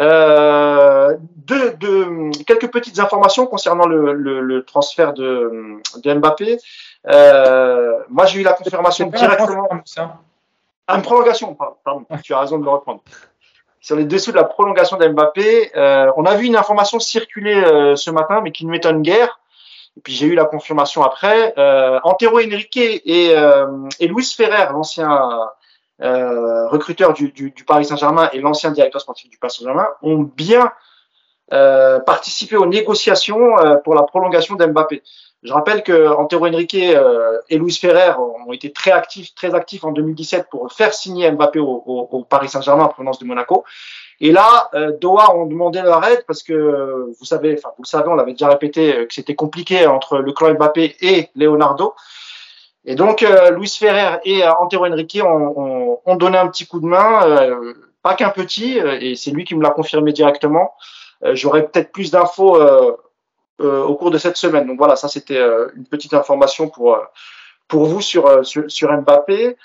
Euh, de, de, quelques petites informations concernant le, le, le transfert de, de Mbappé. Euh, moi, j'ai eu la confirmation directement. Ah, une prolongation, pardon, tu as raison de le reprendre. Sur les dessous de la prolongation d'Mbappé, euh, on a vu une information circuler euh, ce matin, mais qui ne m'étonne guère. Et puis j'ai eu la confirmation après. Euh, Antero Henrique et, euh, et Luis Ferrer, l'ancien euh, recruteur du, du, du Paris Saint-Germain et l'ancien directeur sportif du Paris Saint-Germain, ont bien euh, participé aux négociations euh, pour la prolongation d'Mbappé. Je rappelle que Antero Henrique euh, et Luis Ferrer ont été très actifs, très actifs en deux mille dix-sept pour faire signer Mbappé au, au, au Paris Saint-Germain en provenance de Monaco. Et là, euh, Doha ont demandé leur aide parce que vous savez, enfin vous le savez, on l'avait déjà répété, que c'était compliqué entre le clan Mbappé et Leonardo. Et donc euh, Luis Ferrer et euh, Antero Henrique ont, ont, ont donné un petit coup de main, euh, pas qu'un petit, et c'est lui qui me l'a confirmé directement. Euh, j'aurai peut-être plus d'infos. Euh, Euh, au cours de cette semaine. Donc voilà, ça c'était euh, une petite information pour euh, pour vous sur euh, sur, sur Mbappé.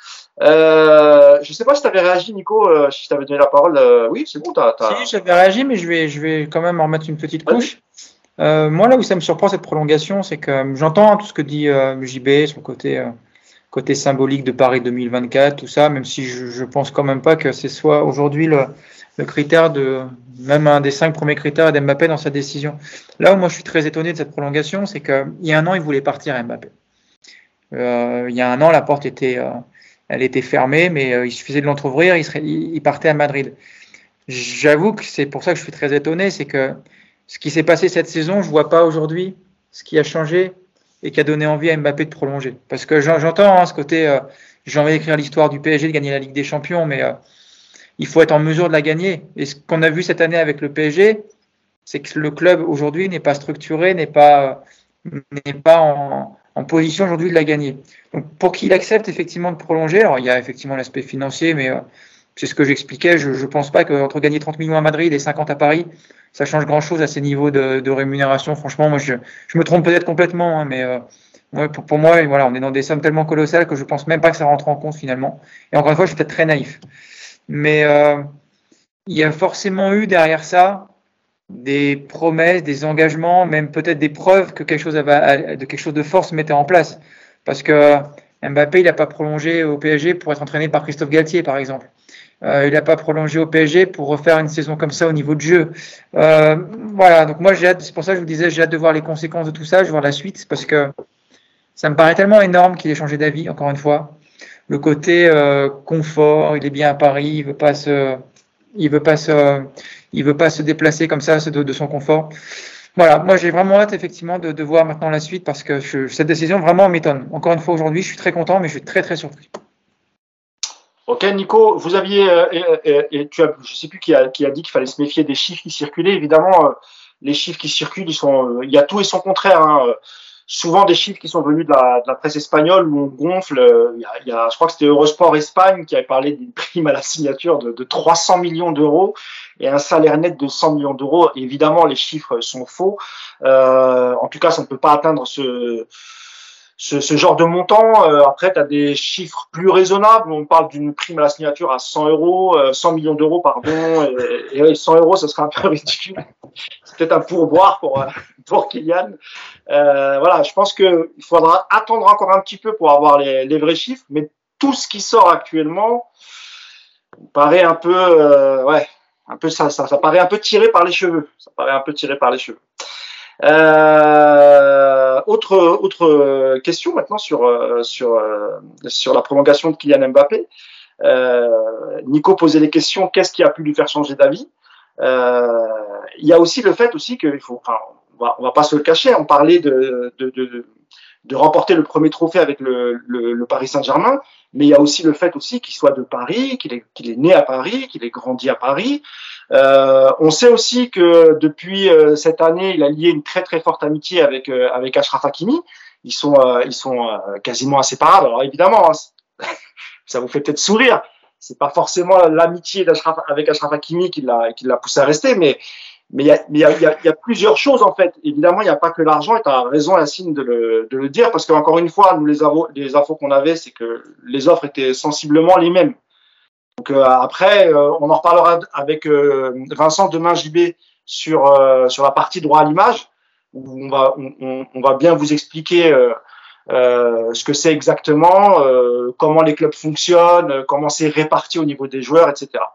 Euh, je sais pas si tu avais réagi, Nico, euh, si je t'avais donné la parole. Euh, oui, c'est bon. T'as, t'as... Si, j'avais réagi, mais je vais je vais quand même en remettre une petite couche. Euh, moi, là où ça me surprend cette prolongation, c'est que euh, j'entends tout ce que dit euh, J B sur le côté euh, côté symbolique de Paris deux mille vingt-quatre, tout ça, même si je, je pense quand même pas que ce soit aujourd'hui le, le critère de, même un des cinq premiers critères d'Mbappé dans sa décision. Là où moi je suis très étonné de cette prolongation, c'est qu'il y a un an, il voulait partir Mbappé. Euh, il y a un an, la porte était, euh, elle était fermée, mais euh, il suffisait de l'entrouvrir, il, serait, il, il partait à Madrid. J'avoue que c'est pour ça que je suis très étonné, c'est que ce qui s'est passé cette saison, je vois pas aujourd'hui ce qui a changé et qui a donné envie à Mbappé de prolonger. Parce que j'entends hein, ce côté, euh, j'ai envie d'écrire l'histoire du P S G, de gagner la Ligue des Champions, mais euh, il faut être en mesure de la gagner. Et ce qu'on a vu cette année avec le P S G, c'est que le club aujourd'hui n'est pas structuré, n'est pas, n'est pas en, en position aujourd'hui de la gagner. Donc pour qu'il accepte effectivement de prolonger, alors il y a effectivement l'aspect financier, mais euh, c'est ce que j'expliquais, je ne pense pas qu'entre gagner trente millions à Madrid et cinquante à Paris, ça change grand-chose à ces niveaux de, de rémunération. Franchement, moi, je, je me trompe peut-être complètement, hein, mais euh, ouais, pour, pour moi, voilà, on est dans des sommes tellement colossales que je ne pense même pas que ça rentre en compte finalement. Et encore une fois, je suis peut-être très naïf. Mais euh, il y a forcément eu derrière ça des promesses, des engagements, même peut-être des preuves que quelque chose, avait, de, quelque chose de fort se mettait en place. Parce que Mbappé, il n'a pas prolongé au P S G pour être entraîné par Christophe Galtier, par exemple. Euh, il n'a pas prolongé au P S G pour refaire une saison comme ça au niveau de jeu. Euh, voilà, donc moi j'ai hâte, c'est pour ça que je vous disais, j'ai hâte de voir les conséquences de tout ça, je vais voir la suite, parce que ça me paraît tellement énorme qu'il ait changé d'avis, encore une fois. Le côté euh, confort, il est bien à Paris, il veut pas se, il veut pas se, il veut pas se déplacer comme ça de, de son confort. Voilà, moi j'ai vraiment hâte effectivement de, de voir maintenant la suite, parce que je, cette décision vraiment m'étonne. Encore une fois aujourd'hui, je suis très content, mais je suis très très surpris. Ok, Nico, vous aviez, euh, et, et, et tu as, je sais plus qui a, qui a dit qu'il fallait se méfier des chiffres qui circulaient. Évidemment, euh, les chiffres qui circulent, ils sont, euh, il y a tout et son contraire. Hein. Euh, souvent des chiffres qui sont venus de la, de la presse espagnole où on gonfle. Euh, il, y a, il y a, je crois que c'était Eurosport Espagne qui avait parlé d'une prime à la signature de, de trois cents millions d'euros et un salaire net de cent millions d'euros. Évidemment, les chiffres sont faux. Euh, en tout cas, ça ne peut pas atteindre ce Ce, ce genre de montant. Euh, après, tu as des chiffres plus raisonnables. On parle d'une prime à la signature à cent euros, euh, cent millions d'euros, pardon. Et, et cent euros, ce serait un peu ridicule. C'est peut-être un pourboire pour, pour Kylian. Euh, voilà, je pense qu'il faudra attendre encore un petit peu pour avoir les, les vrais chiffres. Mais tout ce qui sort actuellement paraît un peu, euh, ouais, un peu ça, ça, ça paraît un peu tiré par les cheveux. Ça paraît un peu tiré par les cheveux. Euh, autre autre question maintenant sur sur sur la prolongation de Kylian Mbappé. Euh, Nico posait les questions. Qu'est-ce qui a pu lui faire changer d'avis? Euh, il y a aussi le fait aussi qu'il faut. Enfin, on va on va pas se le cacher. On parlait de de de, de remporter le premier trophée avec le, le, le Paris Saint-Germain, mais il y a aussi le fait aussi qu'il soit de Paris, qu'il est qu'il est né à Paris, qu'il ait grandi à Paris. Euh, on sait aussi que depuis euh, cette année, il a lié une très très forte amitié avec euh, avec Achraf Hakimi. Ils sont euh, ils sont euh, quasiment inséparables. Alors évidemment, hein, ça vous fait peut-être sourire. C'est pas forcément l'amitié d'Achraf avec Achraf Hakimi qui l'a qui l'a poussé à rester, mais mais il y a il y a il y a, il y a plusieurs choses en fait. Évidemment, il n'y a pas que l'argent. Et tu as raison, Yacine, de le de le dire, parce qu'encore une fois, nous les infos les infos qu'on avait, c'est que les offres étaient sensiblement les mêmes. Donc euh, après, euh, on en reparlera avec euh, Vincent demain, J B, sur euh, sur la partie droit à l'image, où on va on, on va bien vous expliquer euh, euh, ce que c'est exactement, euh, comment les clubs fonctionnent, comment c'est réparti au niveau des joueurs, et cetera.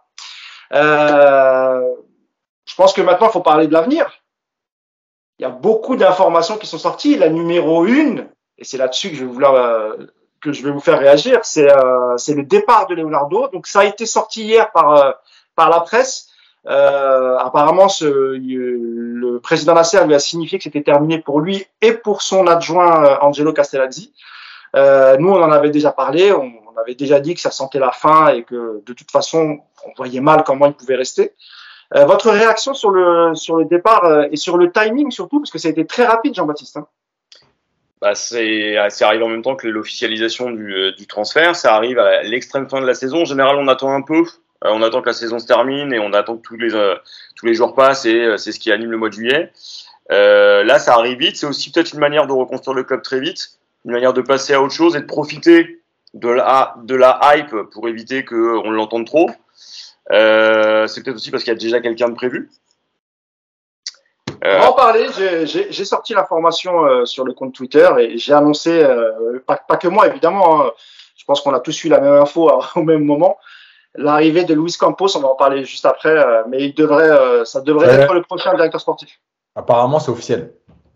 Euh, je pense que maintenant, il faut parler de l'avenir. Il y a beaucoup d'informations qui sont sorties. La numéro une, et c'est là-dessus que je vais vouloir euh, que je vais vous faire réagir, c'est euh, c'est le départ de Leonardo. Donc ça a été sorti hier par euh, par la presse. Euh, apparemment, ce, le président Nasser lui a signifié que c'était terminé pour lui et pour son adjoint euh, Angelo Castellazzi. Euh, nous, on en avait déjà parlé, on, on avait déjà dit que ça sentait la fin et que de toute façon, on voyait mal comment il pouvait rester. Euh, votre réaction sur le sur le départ euh, et sur le timing surtout, parce que ça a été très rapide, Jean-Baptiste. Hein. Bah c'est, c'est arrivé en même temps que l'officialisation du, du transfert. Ça arrive à l'extrême fin de la saison. En général, on attend un peu. Euh, on attend que la saison se termine et on attend que tous les euh, tous les jours passent et euh, c'est ce qui anime le mois de juillet. Euh, là, ça arrive vite. C'est aussi peut-être une manière de reconstruire le club très vite, une manière de passer à autre chose et de profiter de la de la hype pour éviter que on l'entende trop. Euh, c'est peut-être aussi parce qu'il y a déjà quelqu'un de prévu. On va en parler. J'ai sorti l'information euh, sur le compte Twitter et j'ai annoncé, euh, pas, pas que moi évidemment, hein, je pense qu'on a tous eu la même info à, au même moment, l'arrivée de Luis Campos. On va en parler juste après, euh, mais il devrait, euh, ça devrait ouais. être le prochain directeur sportif. Apparemment, c'est officiel.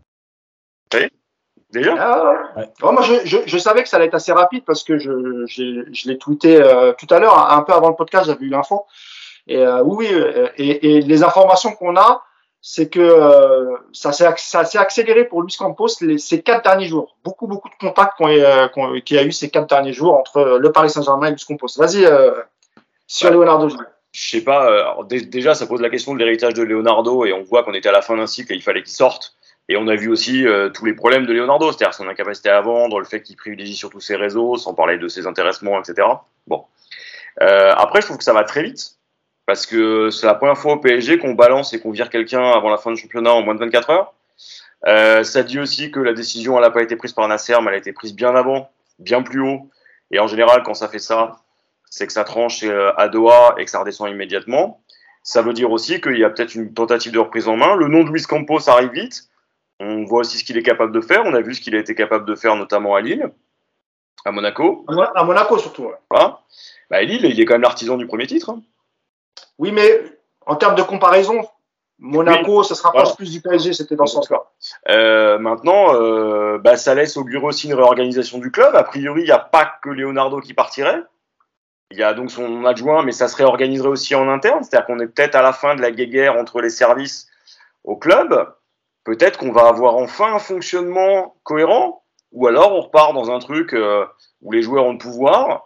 Oui, déjà ah, ouais. oh, Moi, je, je, je savais que ça allait être assez rapide parce que je, je, je l'ai tweeté euh, tout à l'heure, un peu avant le podcast, j'avais eu l'info. Et euh, oui, et, et les informations qu'on a, c'est que euh, ça s'est accéléré pour Luis Campos les, ces quatre derniers jours. Beaucoup, beaucoup de contacts qu'il euh, qu y a eu ces quatre derniers jours entre le Paris Saint-Germain et Luis Campos. Vas-y, euh, sur ouais. Leonardo. Je sais pas, alors, déjà, ça pose la question de l'héritage de Leonardo et on voit qu'on était à la fin d'un cycle et il fallait qu'il sorte. Et on a vu aussi euh, tous les problèmes de Leonardo, c'est-à-dire son incapacité à vendre, le fait qu'il privilégie surtout ses réseaux, sans parler de ses intéressements, et cetera. Bon. Euh, après, je trouve que ça va très vite. Parce que c'est la première fois au P S G qu'on balance et qu'on vire quelqu'un avant la fin du championnat en moins de vingt-quatre heures. Euh, ça dit aussi que la décision, elle n'a pas été prise par Nasser, mais elle a été prise bien avant, bien plus haut. Et en général, quand ça fait ça, c'est que ça tranche à Doha et que ça redescend immédiatement. Ça veut dire aussi qu'il y a peut-être une tentative de reprise en main. Le nom de Luis Campos arrive vite. On voit aussi ce qu'il est capable de faire. On a vu ce qu'il a été capable de faire, notamment à Lille, à Monaco. À Monaco, surtout. Ouais. Voilà. Bah, Lille, il est quand même l'artisan du premier titre. Hein. Oui, mais en termes de comparaison, Monaco, oui. ça se rapproche voilà. plus du P S G, c'était dans ce sens-là. Euh, maintenant, euh, bah, ça laisse augurer aussi une réorganisation du club. A priori, il n'y a pas que Leonardo qui partirait. Il y a donc son adjoint, mais ça se réorganiserait aussi en interne. C'est-à-dire qu'on est peut-être à la fin de la guéguerre entre les services au club. Peut-être qu'on va avoir enfin un fonctionnement cohérent, ou alors on repart dans un truc euh, où les joueurs ont le pouvoir.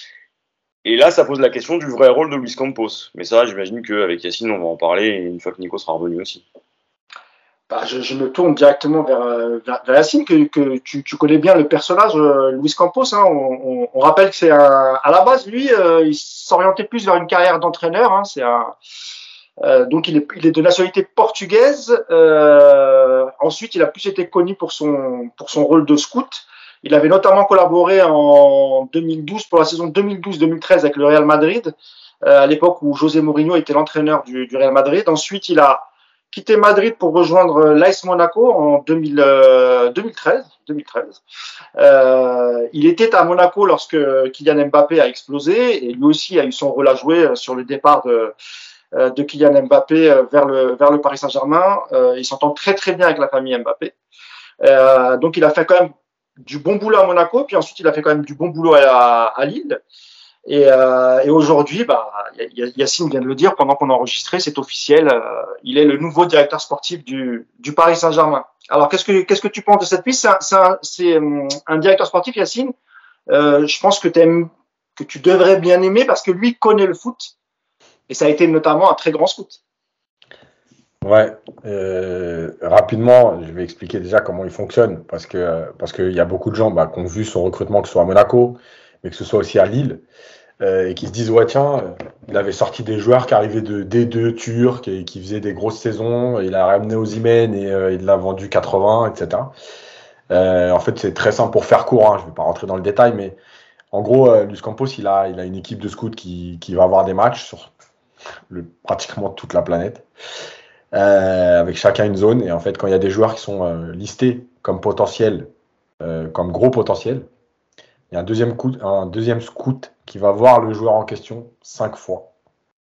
Et là, ça pose la question du vrai rôle de Luis Campos. Mais ça, j'imagine qu'avec Yacine, on va en parler une fois que Nico sera revenu aussi. Bah, je, je me tourne directement vers, vers, vers Yacine, que, que tu, tu connais bien le personnage euh, Luis Campos. Hein. On, on, on rappelle que c'est un, à la base, lui, euh, il s'orientait plus vers une carrière d'entraîneur. Hein. C'est un, euh, donc, il est, il est de nationalité portugaise. Euh, ensuite, il a plus été connu pour son, pour son rôle de scout. Il avait notamment collaboré en deux mille douze pour la saison deux mille douze deux mille treize avec le Real Madrid, euh, à l'époque où José Mourinho était l'entraîneur du, du Real Madrid. Ensuite, il a quitté Madrid pour rejoindre l'A S Monaco en deux mille, euh, deux mille treize. deux mille treize. Euh, il était à Monaco lorsque Kylian Mbappé a explosé et lui aussi a eu son rôle à jouer sur le départ de, de Kylian Mbappé vers le, vers le Paris Saint-Germain. Euh, il s'entend très très bien avec la famille Mbappé. Euh, donc, il a fait quand même du bon boulot à Monaco, puis ensuite il a fait quand même du bon boulot à, à Lille. Et, euh, et aujourd'hui, bah, Yacine vient de le dire, pendant qu'on a enregistré, c'est officiel, euh, il est le nouveau directeur sportif du, du Paris Saint-Germain. Alors qu'est-ce que qu'est-ce que tu penses de cette piste? C'est un, c'est un, un directeur sportif, Yacine. Euh, je pense que t'aimes, que tu devrais bien aimer parce que lui connaît le foot et ça a été notamment un très grand scout. Ouais, euh, rapidement, je vais expliquer déjà comment il fonctionne, parce que parce qu'il y a beaucoup de gens bah, qui ont vu son recrutement, que ce soit à Monaco, mais que ce soit aussi à Lille, euh, et qui se disent ouais tiens, euh, il avait sorti des joueurs qui arrivaient de D deux turcs et qui faisaient des grosses saisons, il a ramené Osimhen et euh, il l'a vendu quatre-vingts, et cetera. Euh, en fait, c'est très simple pour faire court, hein, je ne vais pas rentrer dans le détail, mais en gros, euh, Luis Campos, il a il a une équipe de scouts qui qui va avoir des matchs sur le, pratiquement toute la planète. Euh, avec chacun une zone, et en fait quand il y a des joueurs qui sont euh, listés comme potentiels, euh, comme gros potentiels, il y a un deuxième, coup, un deuxième scout qui va voir le joueur en question cinq fois,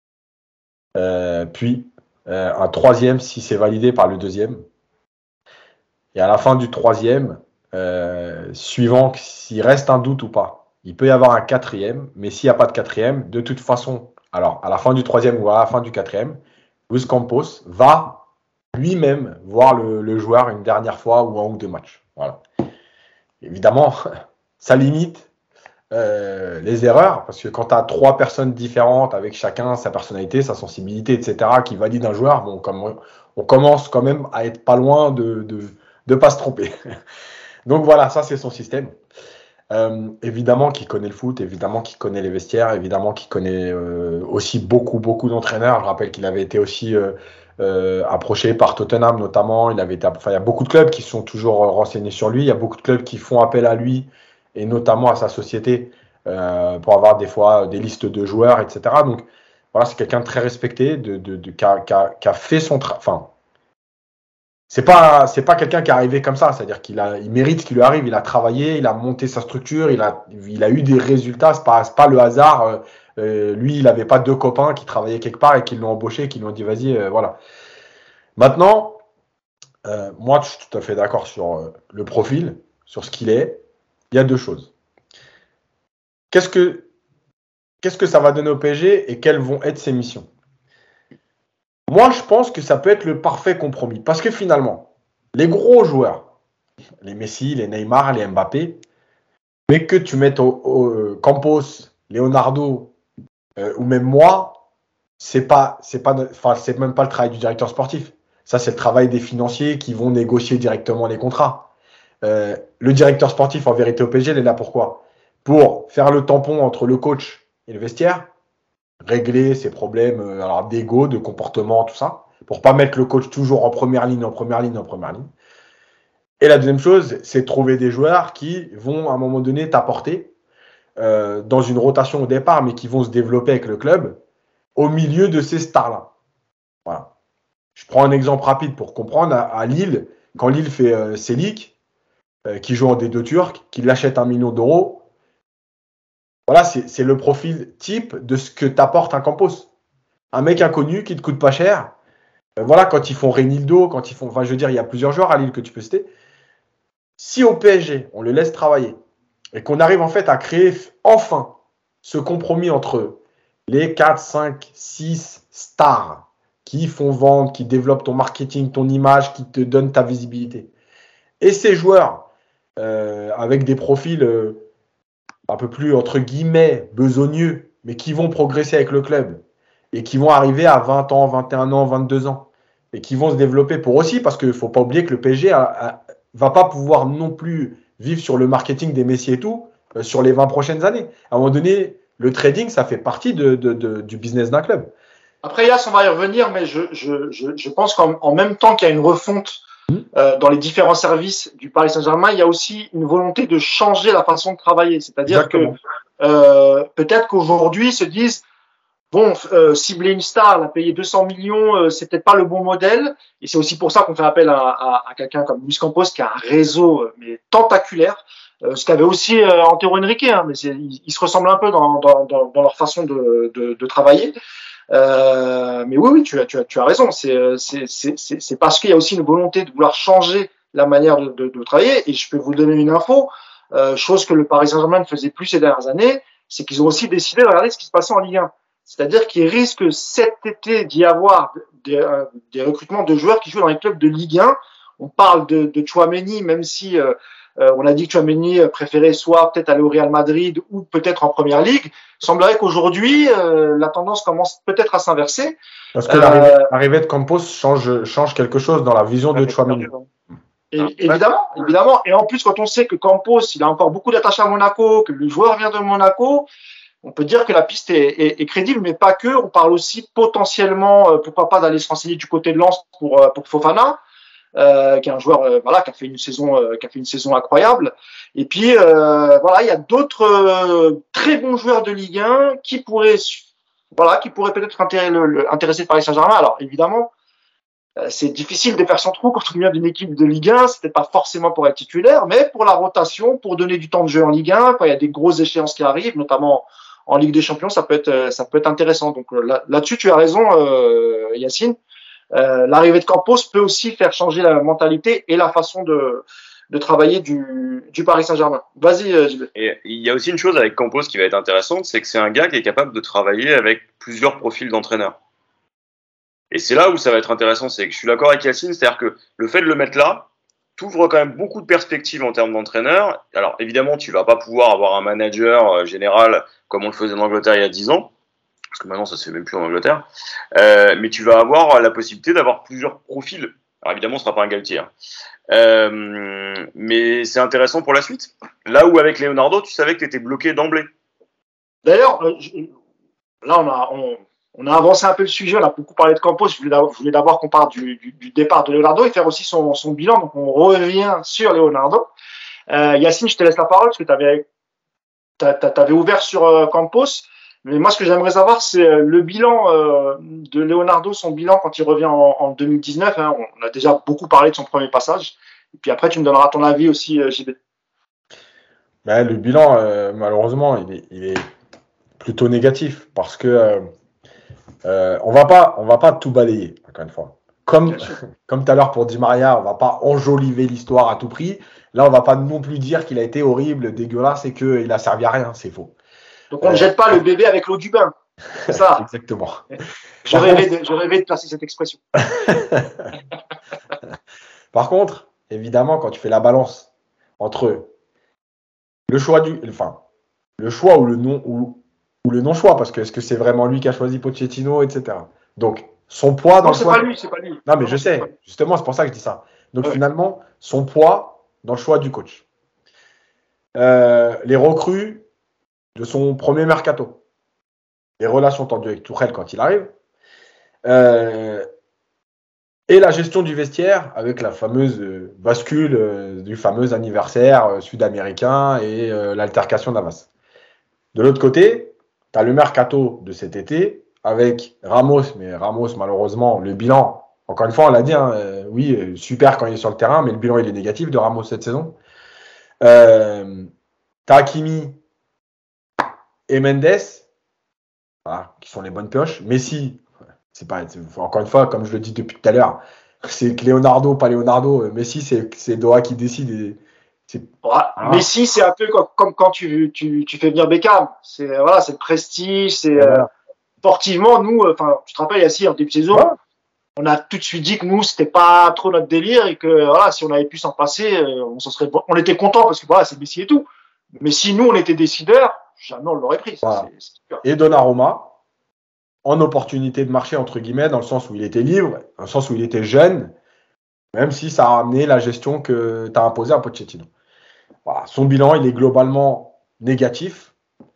euh, puis euh, un troisième si c'est validé par le deuxième, et à la fin du troisième, euh, suivant s'il reste un doute ou pas, il peut y avoir un quatrième, mais s'il n'y a pas de quatrième, de toute façon, alors à la fin du troisième ou à la fin du quatrième, Luis Campos va lui-même voir le, le joueur une dernière fois ou un ou deux matchs. Voilà. Évidemment, ça limite euh, les erreurs, parce que quand tu as trois personnes différentes avec chacun sa personnalité, sa sensibilité, et cetera, qui valident un joueur, bon, comme on, on commence quand même à être pas loin de de, de pas se tromper. Donc voilà, ça c'est son système. Euh, évidemment qu'il connaît le foot, évidemment qu'il connaît les vestiaires, évidemment qu'il connaît euh, aussi beaucoup, beaucoup d'entraîneurs. Je rappelle qu'il avait été aussi euh, euh, approché par Tottenham notamment. Il avait été, enfin, il y a beaucoup de clubs qui sont toujours renseignés sur lui. Il y a beaucoup de clubs qui font appel à lui et notamment à sa société euh, pour avoir des fois des listes de joueurs, et cetera. Donc voilà, c'est quelqu'un de très respecté, de, de, de, qui, a, qui, a, qui a fait son travail. Enfin, c'est pas c'est pas quelqu'un qui est arrivé comme ça, c'est-à-dire qu'il a il mérite ce qui lui arrive, il a travaillé, il a monté sa structure, il a il a eu des résultats, c'est pas c'est pas le hasard. Euh, euh, lui, il avait pas deux copains qui travaillaient quelque part et qui l'ont embauché, qui lui ont dit vas-y, euh, voilà. Maintenant, euh, moi, je suis tout à fait d'accord sur euh, le profil, sur ce qu'il est. Il y a deux choses. Qu'est-ce que qu'est-ce que ça va donner au P S G et quelles vont être ses missions? Moi, je pense que ça peut être le parfait compromis. Parce que finalement, les gros joueurs, les Messi, les Neymar, les Mbappé, mais que tu mettes au, au Campos, Leonardo euh, ou même moi, c'est pas, c'est pas, enfin, c'est même pas le travail du directeur sportif. Ça, c'est le travail des financiers qui vont négocier directement les contrats. Euh, le directeur sportif, en vérité, au P S G, il est là pourquoi? Pour faire le tampon entre le coach et le vestiaire, régler ces problèmes euh, alors d'ego, de comportement, tout ça, pour pas mettre le coach toujours en première ligne, en première ligne, en première ligne. Et la deuxième chose, c'est trouver des joueurs qui vont à un moment donné t'apporter euh, dans une rotation au départ, mais qui vont se développer avec le club au milieu de ces stars-là. Voilà. Je prends un exemple rapide pour comprendre. À, à Lille, quand Lille fait euh, Selik, euh, qui joue en D deux turc, qui l'achète un million d'euros, voilà, c'est, c'est le profil type de ce que t'apporte un Campos. Un mec inconnu qui te coûte pas cher. Euh, voilà, quand ils font Reynildo, quand ils font, enfin, je veux dire, il y a plusieurs joueurs à Lille que tu peux citer. Si au P S G, on le laisse travailler et qu'on arrive en fait à créer enfin ce compromis entre les quatre, cinq, six stars qui font vendre, qui développent ton marketing, ton image, qui te donnent ta visibilité, et ces joueurs euh, avec des profils euh, un peu plus, entre guillemets, besogneux, mais qui vont progresser avec le club et qui vont arriver à vingt ans, vingt et un ans, vingt-deux ans et qui vont se développer pour aussi, parce qu'il ne faut pas oublier que le P S G a, a, va pas pouvoir non plus vivre sur le marketing des Messi et tout euh, sur les vingt prochaines années. À un moment donné, le trading, ça fait partie de, de, de, du business d'un club. Après, Yass, on va y revenir, mais je, je, je, je pense qu'en en même temps qu'il y a une refonte euh, dans les différents services du Paris Saint-Germain, il y a aussi une volonté de changer la façon de travailler. C'est-à-dire Exactement. que euh, peut-être qu'aujourd'hui, ils se disent bon, euh, cibler une star, la payer deux cents millions, euh, c'est peut-être pas le bon modèle. Et c'est aussi pour ça qu'on fait appel à, à, à quelqu'un comme Luis Campos, qui a un réseau euh, mais tentaculaire. Euh, ce qu'avait aussi euh, Antero Henrique, hein, mais c'est, ils, ils se ressemblent un peu dans, dans, dans, dans leur façon de, de, de travailler. Euh, mais oui, oui, tu as, tu as, tu as raison. C'est, c'est, c'est, c'est parce qu'il y a aussi une volonté de vouloir changer la manière de, de, de travailler. Et je peux vous donner une info, euh, chose que le Paris Saint-Germain ne faisait plus ces dernières années, c'est qu'ils ont aussi décidé de regarder ce qui se passait en Ligue un. C'est-à-dire qu'il risque cet été d'y avoir des, euh, des recrutements de joueurs qui jouent dans les clubs de Ligue un. On parle de, de Tchouaméni, même si euh, euh, on a dit que Tchouaméni préférait soit peut-être aller au Real Madrid ou peut-être en Première Ligue. Il semblerait qu'aujourd'hui, euh, la tendance commence peut-être à s'inverser. Parce que euh, l'arrivée, l'arrivée de Campos change, change quelque chose dans la vision de Tchouaméni. Et, évidemment, évidemment. Et en plus, quand on sait que Campos, il a encore beaucoup d'attaches à Monaco, que le joueur vient de Monaco, on peut dire que la piste est, est, est crédible, mais pas que. On parle aussi potentiellement, euh, pourquoi pas, d'aller se renseigner du côté de Lens pour, euh, pour Fofana, euh, qui est un joueur, euh, voilà, qui a fait une saison, euh, qui a fait une saison incroyable. Et puis, euh, voilà, il y a d'autres euh, très bons joueurs de Ligue un qui pourraient, voilà, qui pourraient peut-être intéresser le, le, intéresser le Paris Saint-Germain. Alors, évidemment, euh, c'est difficile de faire son trou quand on vient d'une équipe de Ligue un. C'était pas forcément pour être titulaire, mais pour la rotation, pour donner du temps de jeu en Ligue un, quand il y a des grosses échéances qui arrivent, notamment en Ligue des Champions, ça peut être, ça peut être intéressant. Donc là, là-dessus, tu as raison, euh, Yacine. Euh, l'arrivée de Campos peut aussi faire changer la mentalité et la façon de, de travailler du, du Paris Saint-Germain. Vas-y, euh, J B. Et il y a aussi une chose avec Campos qui va être intéressante, c'est que c'est un gars qui est capable de travailler avec plusieurs profils d'entraîneurs. Et c'est là où ça va être intéressant, c'est que je suis d'accord avec Yacine, c'est-à-dire que le fait de le mettre là, t'ouvre quand même beaucoup de perspectives en termes d'entraîneur. Alors évidemment, tu vas pas pouvoir avoir un manager euh, général comme on le faisait en Angleterre il y a dix ans, parce que maintenant ça se fait même plus en Angleterre, euh, mais tu vas avoir la possibilité d'avoir plusieurs profils. Alors évidemment, ce sera pas un Galtier, hein. euh, mais c'est intéressant pour la suite. Là où avec Leonardo, tu savais que tu étais bloqué d'emblée. D'ailleurs, euh, je, là on a, on, on a avancé un peu le sujet, on a beaucoup parlé de Campos, je voulais d'abord, je voulais d'abord qu'on parle du, du, du départ de Leonardo et faire aussi son, son bilan, donc on revient sur Leonardo. Euh, Yacine, je te laisse la parole parce que tu avais, t'avais ouvert sur euh, Campos. Mais moi, ce que j'aimerais savoir, c'est le bilan euh, de Leonardo, son bilan quand il revient en, en deux mille dix-neuf. Hein. On a déjà beaucoup parlé de son premier passage. Et puis après, tu me donneras ton avis aussi, euh, J B. Ben, le bilan, euh, malheureusement, il est, il est plutôt négatif parce que euh, euh, on va pas, on va pas tout balayer, encore une fois. Comme, comme tout à l'heure pour Di Maria, on va pas enjoliver l'histoire à tout prix. Là, on va pas non plus dire qu'il a été horrible, dégueulasse et qu'il a servi à rien. C'est faux. Donc, on ne euh, jette pas le bébé avec l'eau du bain. C'est ça. Exactement. Je rêvais, de, je rêvais de placer cette expression. Par contre, évidemment, quand tu fais la balance entre le choix du, enfin, le choix ou le non ou, ou le non choix, parce que est-ce que c'est vraiment lui qui a choisi Pochettino, et cetera. Donc, son poids dans non, le c'est choix. pas lui, c'est pas lui. Non, mais non, je sais. Justement, c'est pour ça que je dis ça. Donc, ouais. Finalement, son poids dans le choix du coach. Euh, les recrues de son premier mercato. Les relations tendues avec Tuchel quand il arrive. Euh, et la gestion du vestiaire avec la fameuse bascule euh, du fameux anniversaire euh, sud-américain et euh, l'altercation d'Avas. De l'autre côté, tu as le mercato de cet été avec Ramos, mais Ramos, malheureusement, le bilan, encore une fois, on l'a dit, hein, euh, oui, super quand il est sur le terrain, mais le bilan, il est négatif de Ramos cette saison. Euh, tu as Hakimi et Mendes, voilà, qui sont les bonnes pioches. Messi, c'est pas, c'est, encore une fois, comme je le dis depuis tout à l'heure, c'est que Leonardo, pas Leonardo. Messi, c'est, c'est Doha qui décide. Et c'est, ouais, ah. Messi, c'est un peu comme, comme quand tu, tu, tu fais venir Beckham. C'est, voilà, c'est le prestige. C'est, voilà. euh, sportivement, nous, enfin, tu te rappelles, Yassir, en début de saison, ouais. On a tout de suite dit que nous, c'était pas trop notre délire et que voilà, si on avait pu s'en passer, on s'en serait, on était content parce que voilà, c'est Messi et tout. Mais si nous, on était décideurs, jamais on l'aurait pris. Voilà. C'est, c'est et Donnarumma, en opportunité de marché, entre guillemets, dans le sens où il était libre, dans le sens où il était jeune, même si ça a amené la gestion que tu as imposée à Pochettino. Voilà. Son bilan, il est globalement négatif.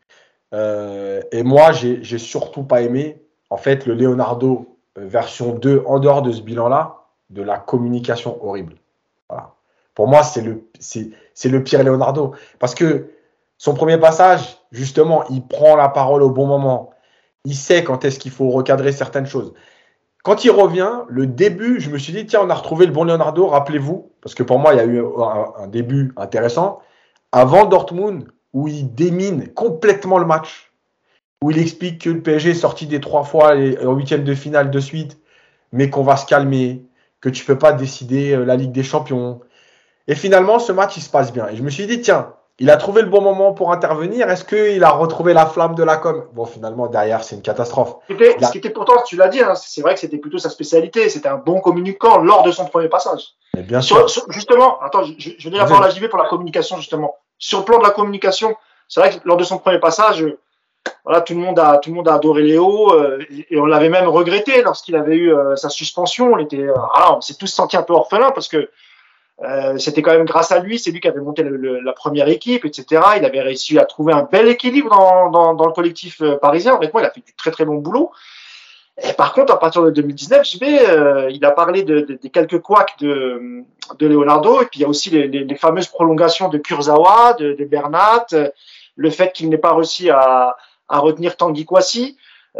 Euh, et moi, j'ai, j'ai surtout pas aimé, en fait, le Leonardo version deux, en dehors de ce bilan-là, de la communication horrible. Voilà. Pour moi, c'est le, c'est, c'est le pire Leonardo. Parce que son premier passage, justement, il prend la parole au bon moment. Il sait quand est-ce qu'il faut recadrer certaines choses. Quand il revient, le début, je me suis dit, tiens, on a retrouvé le bon Leonardo, rappelez-vous, parce que pour moi, il y a eu un, un début intéressant, avant Dortmund, où il démine complètement le match, où il explique que le P S G est sorti des trois fois en huitième de finale de suite, mais qu'on va se calmer, que tu ne peux pas décider la Ligue des Champions. Et finalement, ce match, il se passe bien. Et je me suis dit, tiens, il a trouvé le bon moment pour intervenir. Est-ce qu'il a retrouvé la flamme de la com? Bon, finalement, derrière, c'est une catastrophe. C'était, a... Ce qui était pourtant, tu l'as dit, hein, c'est vrai que c'était plutôt sa spécialité. C'était un bon communicant lors de son premier passage. Mais bien sur, sûr. Sur, justement, attends, je, je venais avoir la J V pour la communication, justement. Sur le plan de la communication, c'est vrai que lors de son premier passage, voilà, tout le monde a, tout le monde a adoré Léo, euh, et, et on l'avait même regretté lorsqu'il avait eu euh, sa suspension. On était, euh, ah, on s'est tous sentis un peu orphelins parce que Euh, c'était quand même grâce à lui, c'est lui qui avait monté le, le, la première équipe, et cetera. Il avait réussi à trouver un bel équilibre dans, dans, dans le collectif euh, parisien. Honnêtement, il a fait du très très bon boulot. Et par contre, à partir de deux mille dix-neuf, je vais, euh, il a parlé de, de, des quelques couacs de, de Leonardo, et puis il y a aussi les, les, les fameuses prolongations de Kurzawa, de, de Bernat, le fait qu'il n'ait pas réussi à, à retenir Tanguy Kouassi,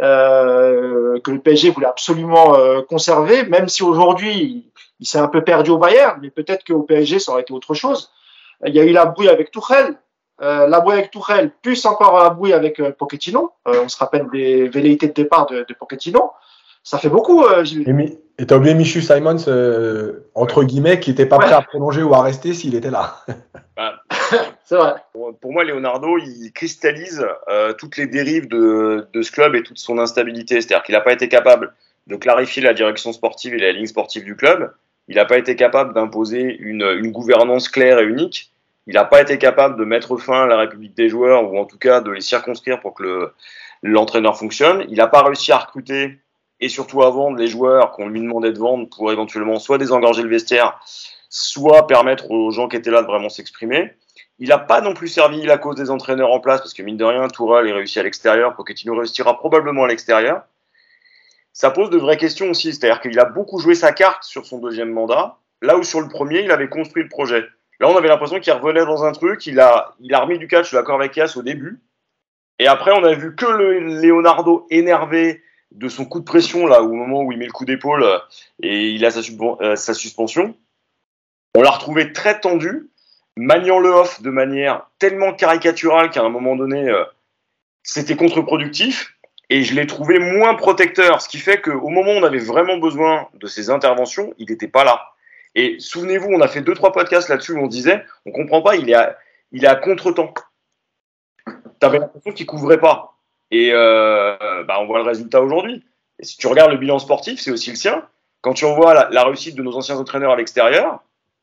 euh, que le P S G voulait absolument euh, conserver, même si aujourd'hui il, il s'est un peu perdu au Bayern, mais peut-être qu'au P S G ça aurait été autre chose. Il y a eu la brouille avec Tuchel, euh, la brouille avec Tuchel, plus encore la brouille avec euh, Pochettino. Euh, on se rappelle des velléités de départ de, de Pochettino. Ça fait beaucoup. Euh, et, et t'as oublié Michu Simons, euh, entre guillemets, qui n'était pas prêt ouais. à prolonger ou à rester s'il était là. Bah, c'est vrai. Pour, pour moi, Leonardo, il cristallise euh, toutes les dérives de, de ce club et toute son instabilité. C'est-à-dire qu'il n'a pas été capable de clarifier la direction sportive et la ligne sportive du club. Il n'a pas été capable d'imposer une, une gouvernance claire et unique. Il n'a pas été capable de mettre fin à la République des joueurs, ou en tout cas de les circonscrire pour que le, l'entraîneur fonctionne. Il n'a pas réussi à recruter et surtout à vendre les joueurs qu'on lui demandait de vendre pour éventuellement soit désengorger le vestiaire, soit permettre aux gens qui étaient là de vraiment s'exprimer. Il n'a pas non plus servi la cause des entraîneurs en place, parce que mine de rien, Tourelle est réussi à l'extérieur, Pochettino réussira probablement à l'extérieur. Ça pose de vraies questions aussi, c'est-à-dire qu'il a beaucoup joué sa carte sur son deuxième mandat, là où sur le premier, il avait construit le projet. Là, on avait l'impression qu'il revenait dans un truc, il a, il a remis du catch, je suis d'accord avec Yass, au début, Et après, on a vu que le Leonardo énervé de son coup de pression, là, au moment où il met le coup d'épaule euh, et il a sa, euh, sa suspension. On l'a retrouvé très tendu, maniant le off de manière tellement caricaturale qu'à un moment donné, euh, c'était contre-productif. Et je l'ai trouvé moins protecteur, ce qui fait qu'au moment où on avait vraiment besoin de ses interventions, il n'était pas là. Et souvenez-vous, on a fait deux, trois podcasts là-dessus où on disait, on comprend pas, il est à, il est à contre-temps. T'avais l'impression qu'il couvrait pas. Et euh, bah on voit le résultat aujourd'hui. Et si tu regardes le bilan sportif, c'est aussi le sien. Quand tu revois la, la réussite de nos anciens entraîneurs à l'extérieur,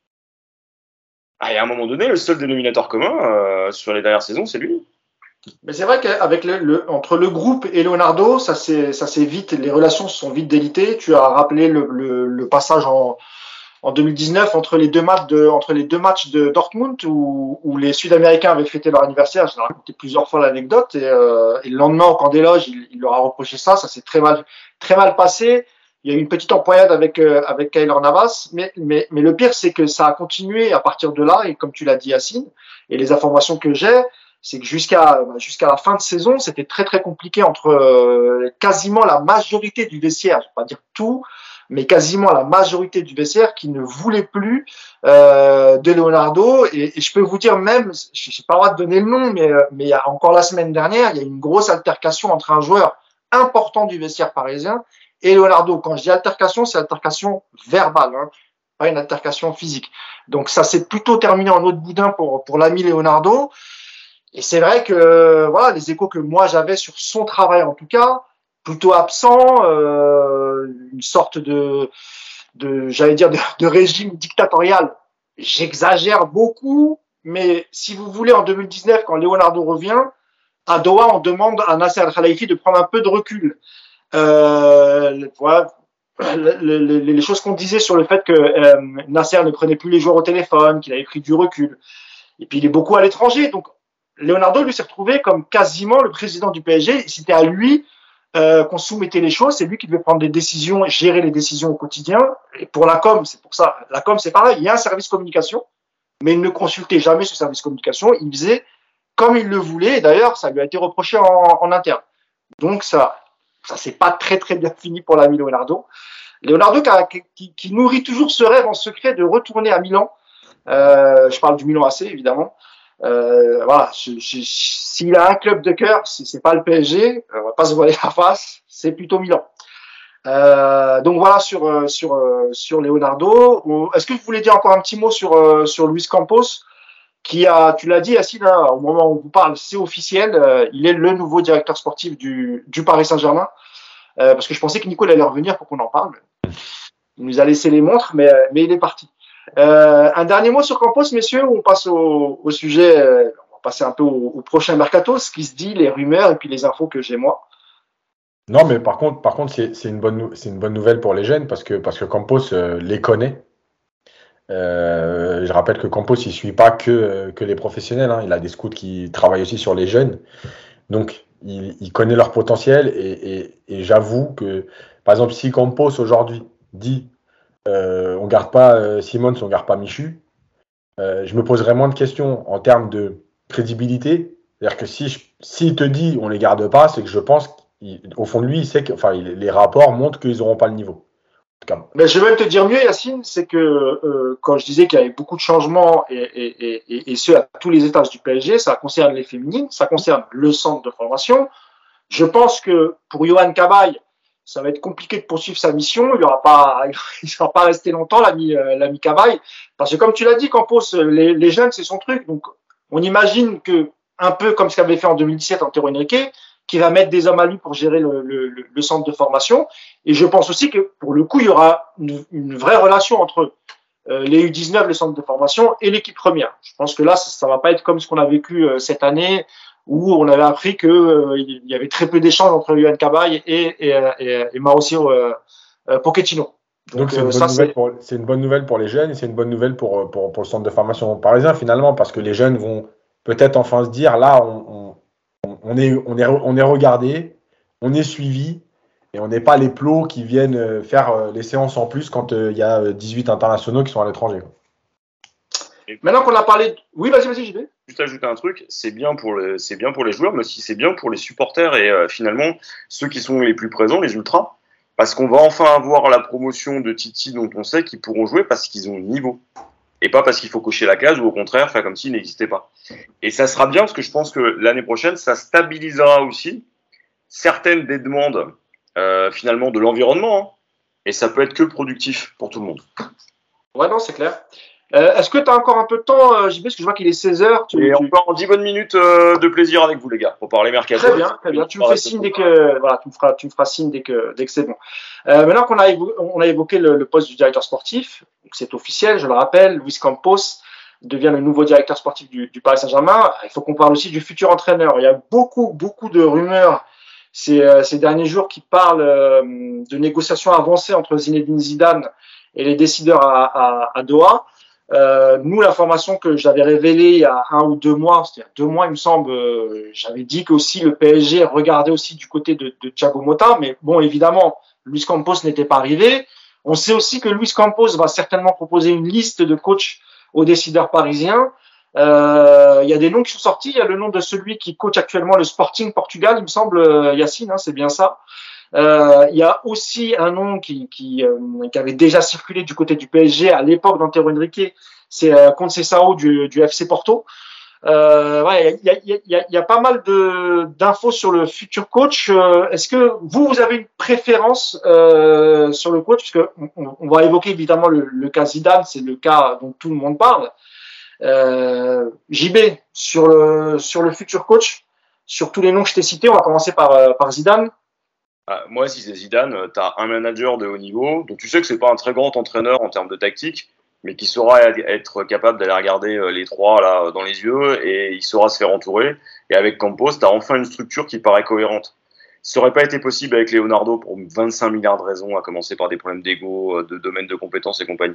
ah, et à un moment donné, le seul dénominateur commun euh, sur les dernières saisons, c'est lui. Mais c'est vrai qu'avec le, le, entre le groupe et Leonardo, ça c'est, ça c'est vite, les relations se sont vite délitées. Tu as rappelé le, le, le passage en, en deux mille dix-neuf entre les deux matchs de, entre les deux matchs de Dortmund où, où les Sud-Américains avaient fêté leur anniversaire. J'ai raconté plusieurs fois l'anecdote et, euh, et le lendemain au camp des loges, il, il leur a reproché ça. Ça s'est très mal, très mal passé. Il y a eu une petite empoignade avec euh, avec Keylor Navas, mais mais mais le pire c'est que ça a continué à partir de là et comme tu l'as dit Yacine, et les informations que j'ai, c'est que jusqu'à jusqu'à la fin de saison, c'était très très compliqué entre euh, quasiment la majorité du vestiaire, je vais pas dire tout, mais quasiment la majorité du vestiaire qui ne voulait plus euh, de Leonardo et, et je peux vous dire même, je n'ai pas le droit de donner le nom, mais mais il y a encore la semaine dernière, il y a eu une grosse altercation entre un joueur important du vestiaire parisien et Leonardo. Quand je dis altercation, c'est altercation verbale, hein, pas une altercation physique. Donc ça s'est plutôt terminé en eau de boudin pour pour l'ami Leonardo. Et c'est vrai que voilà, les échos que moi j'avais sur son travail en tout cas, plutôt absent, euh, une sorte de de j'allais dire de, de régime dictatorial. J'exagère beaucoup, mais si vous voulez en deux mille dix-neuf quand Leonardo revient à Doha, on demande à Nasser Al-Khelaifi de prendre un peu de recul. Euh, voilà, les, les, les choses qu'on disait sur le fait que euh, Nasser ne prenait plus les joueurs au téléphone, qu'il avait pris du recul. Et puis il est beaucoup à l'étranger. Donc Leonardo lui s'est retrouvé comme quasiment le président du P S G. C'était à lui euh, qu'on soumettait les choses. C'est lui qui devait prendre des décisions, gérer les décisions au quotidien. Et pour la com, c'est pour ça. La com, c'est pareil. Il y a un service communication, mais il ne consultait jamais ce service communication. Il faisait comme il le voulait. Et d'ailleurs, ça lui a été reproché en, en interne. Donc ça. Ça s'est pas très très bien fini pour l'ami Leonardo. Leonardo qui, qui, qui nourrit toujours ce rêve en secret de retourner à Milan. Euh, je parle du Milan A C évidemment. Euh, voilà, s'il a un club de cœur, si c'est pas le P S G, on va pas se voiler la face, c'est plutôt Milan. Euh, donc voilà sur sur sur Leonardo. Est-ce que vous voulez dire encore un petit mot sur sur Luis Campos? Qui a, tu l'as dit, Yacine, hein, au moment où on vous parle, c'est officiel, euh, il est le nouveau directeur sportif du, du Paris Saint-Germain. Euh, parce que je pensais que Nico allait revenir pour qu'on en parle. Il nous a laissé les montres, mais, mais il est parti. Euh, un dernier mot sur Campos, messieurs, ou on passe au, au sujet, euh, on va passer un peu au, au prochain mercato, ce qui se dit, les rumeurs et puis les infos que j'ai moi. Non, mais par contre, par contre, c'est, c'est une bonne, c'est une bonne nouvelle pour les jeunes parce que, parce que Campos euh, les connaît. Euh, je rappelle que Campos, il ne suit pas que, que les professionnels. Hein. Il a des scouts qui travaillent aussi sur les jeunes. Donc, il, il connaît leur potentiel. Et, et, et j'avoue que, par exemple, si Campos aujourd'hui dit euh, on ne garde pas euh, Simons, on ne garde pas Michu, euh, je me poserais moins de questions en termes de crédibilité. C'est-à-dire que si je, s'il te dit on ne les garde pas, c'est que je pense qu'au fond de lui, il sait que enfin, il, les rapports montrent qu'ils n'auront pas le niveau. Mais je vais même te dire mieux, Yacine, c'est que euh, quand je disais qu'il y avait beaucoup de changements et, et, et, et ce à tous les étages du P S G, ça concerne les féminines, ça concerne le centre de formation. Je pense que pour Yohan Cabaye, ça va être compliqué de poursuivre sa mission. Il ne aura pas, il sera pas resté longtemps, l'ami, euh, l'ami Cabaye, parce que comme tu l'as dit, Campos, les, les jeunes, c'est son truc. Donc, on imagine que un peu comme ce qu'avait fait en deux mille dix-sept Antero Henrique, qui va mettre des hommes à lui pour gérer le, le, le centre de formation. Et je pense aussi que, pour le coup, il y aura une, une vraie relation entre euh, les U dix-neuf, le centre de formation, et l'équipe première. Je pense que là, ça, ne va pas être comme ce qu'on a vécu euh, cette année, où on avait appris qu'il euh, y avait très peu d'échanges entre Yohan Cabaye et, et, et, et Mauricio euh, euh, Pochettino. Donc, Donc c'est, une euh, ça, c'est... Pour, c'est une bonne nouvelle pour les jeunes et c'est une bonne nouvelle pour, pour, pour le centre de formation parisien, finalement, parce que les jeunes vont peut-être enfin se dire, là, on, on On est, on, est, on est regardé, on est suivi et on n'est pas les plots qui viennent faire les séances en plus quand il y a dix-huit internationaux qui sont à l'étranger. Maintenant qu'on a parlé. De... Oui, vas-y, vas-y, j'y vais. juste ajouter un truc, c'est bien pour le, c'est bien pour les joueurs, mais aussi c'est bien pour les supporters et euh, finalement ceux qui sont les plus présents, les ultras, parce qu'on va enfin avoir la promotion de Titi dont on sait qu'ils pourront jouer parce qu'ils ont le niveau. Et pas parce qu'il faut cocher la case ou au contraire faire comme s'il n'existait pas. Et ça sera bien parce que je pense que l'année prochaine, ça stabilisera aussi certaines des demandes euh, finalement de l'environnement. Hein, et ça peut être que productif pour tout le monde. Ouais, non, c'est clair. Euh, est-ce que tu as encore un peu de temps, euh, J B, parce que je vois qu'il est seize heures. Tu, et tu... encore dix bonnes minutes euh, de plaisir avec vous, les gars, pour parler mercato. Très bien, très bien. Tu me fais signe dès que, voilà, tu me feras, tu me feras signe dès que, dès que c'est bon. Euh, maintenant qu'on a, évo- on a évoqué le, le poste du directeur sportif, donc c'est officiel, je le rappelle, Luis Campos devient le nouveau directeur sportif du, du Paris Saint-Germain. Il faut qu'on parle aussi du futur entraîneur. Il y a beaucoup, beaucoup de rumeurs ces, euh, ces derniers jours qui parlent euh, de négociations avancées entre Zinedine Zidane et les décideurs à, à, à Doha. Euh, nous, l'information que j'avais révélée il y a un ou deux mois, c'est-à-dire deux mois, il me semble, euh, j'avais dit qu'aussi le P S G regardait aussi du côté de, de Thiago Motta, mais bon, évidemment, Luis Campos n'était pas arrivé. On sait aussi que Luis Campos va certainement proposer une liste de coachs aux décideurs parisiens. Euh, il y a des noms qui sont sortis. Il y a le nom de celui qui coach actuellement le Sporting Portugal, il me semble, euh, Yacine, hein, c'est bien ça. Euh, il y a aussi un nom qui, qui, euh, qui avait déjà circulé du côté du P S G à l'époque d'Antero Henrique, c'est euh, Conceição du, du F C Porto. Euh, ouais, il y a, il y, a, il y, a, il y a pas mal de d'infos sur le futur coach. Euh, est-ce que vous, vous avez une préférence euh, sur le coach, puisque on, on va évoquer évidemment le, le cas Zidane, c'est le cas dont tout le monde parle. Euh, J B, sur le sur le futur coach, sur tous les noms que je t'ai cités, on va commencer par euh, par Zidane. Ah, moi, si c'est Zidane, tu as un manager de haut niveau, donc tu sais que c'est pas un très grand entraîneur en termes de tactique, mais qui saura être capable d'aller regarder les trois là dans les yeux et il saura se faire entourer. Et avec Campos, tu as enfin une structure qui paraît cohérente. Ça n'aurait pas été possible avec Leonardo pour vingt-cinq milliards de raisons, à commencer par des problèmes d'ego, de domaine de compétences et compagnie.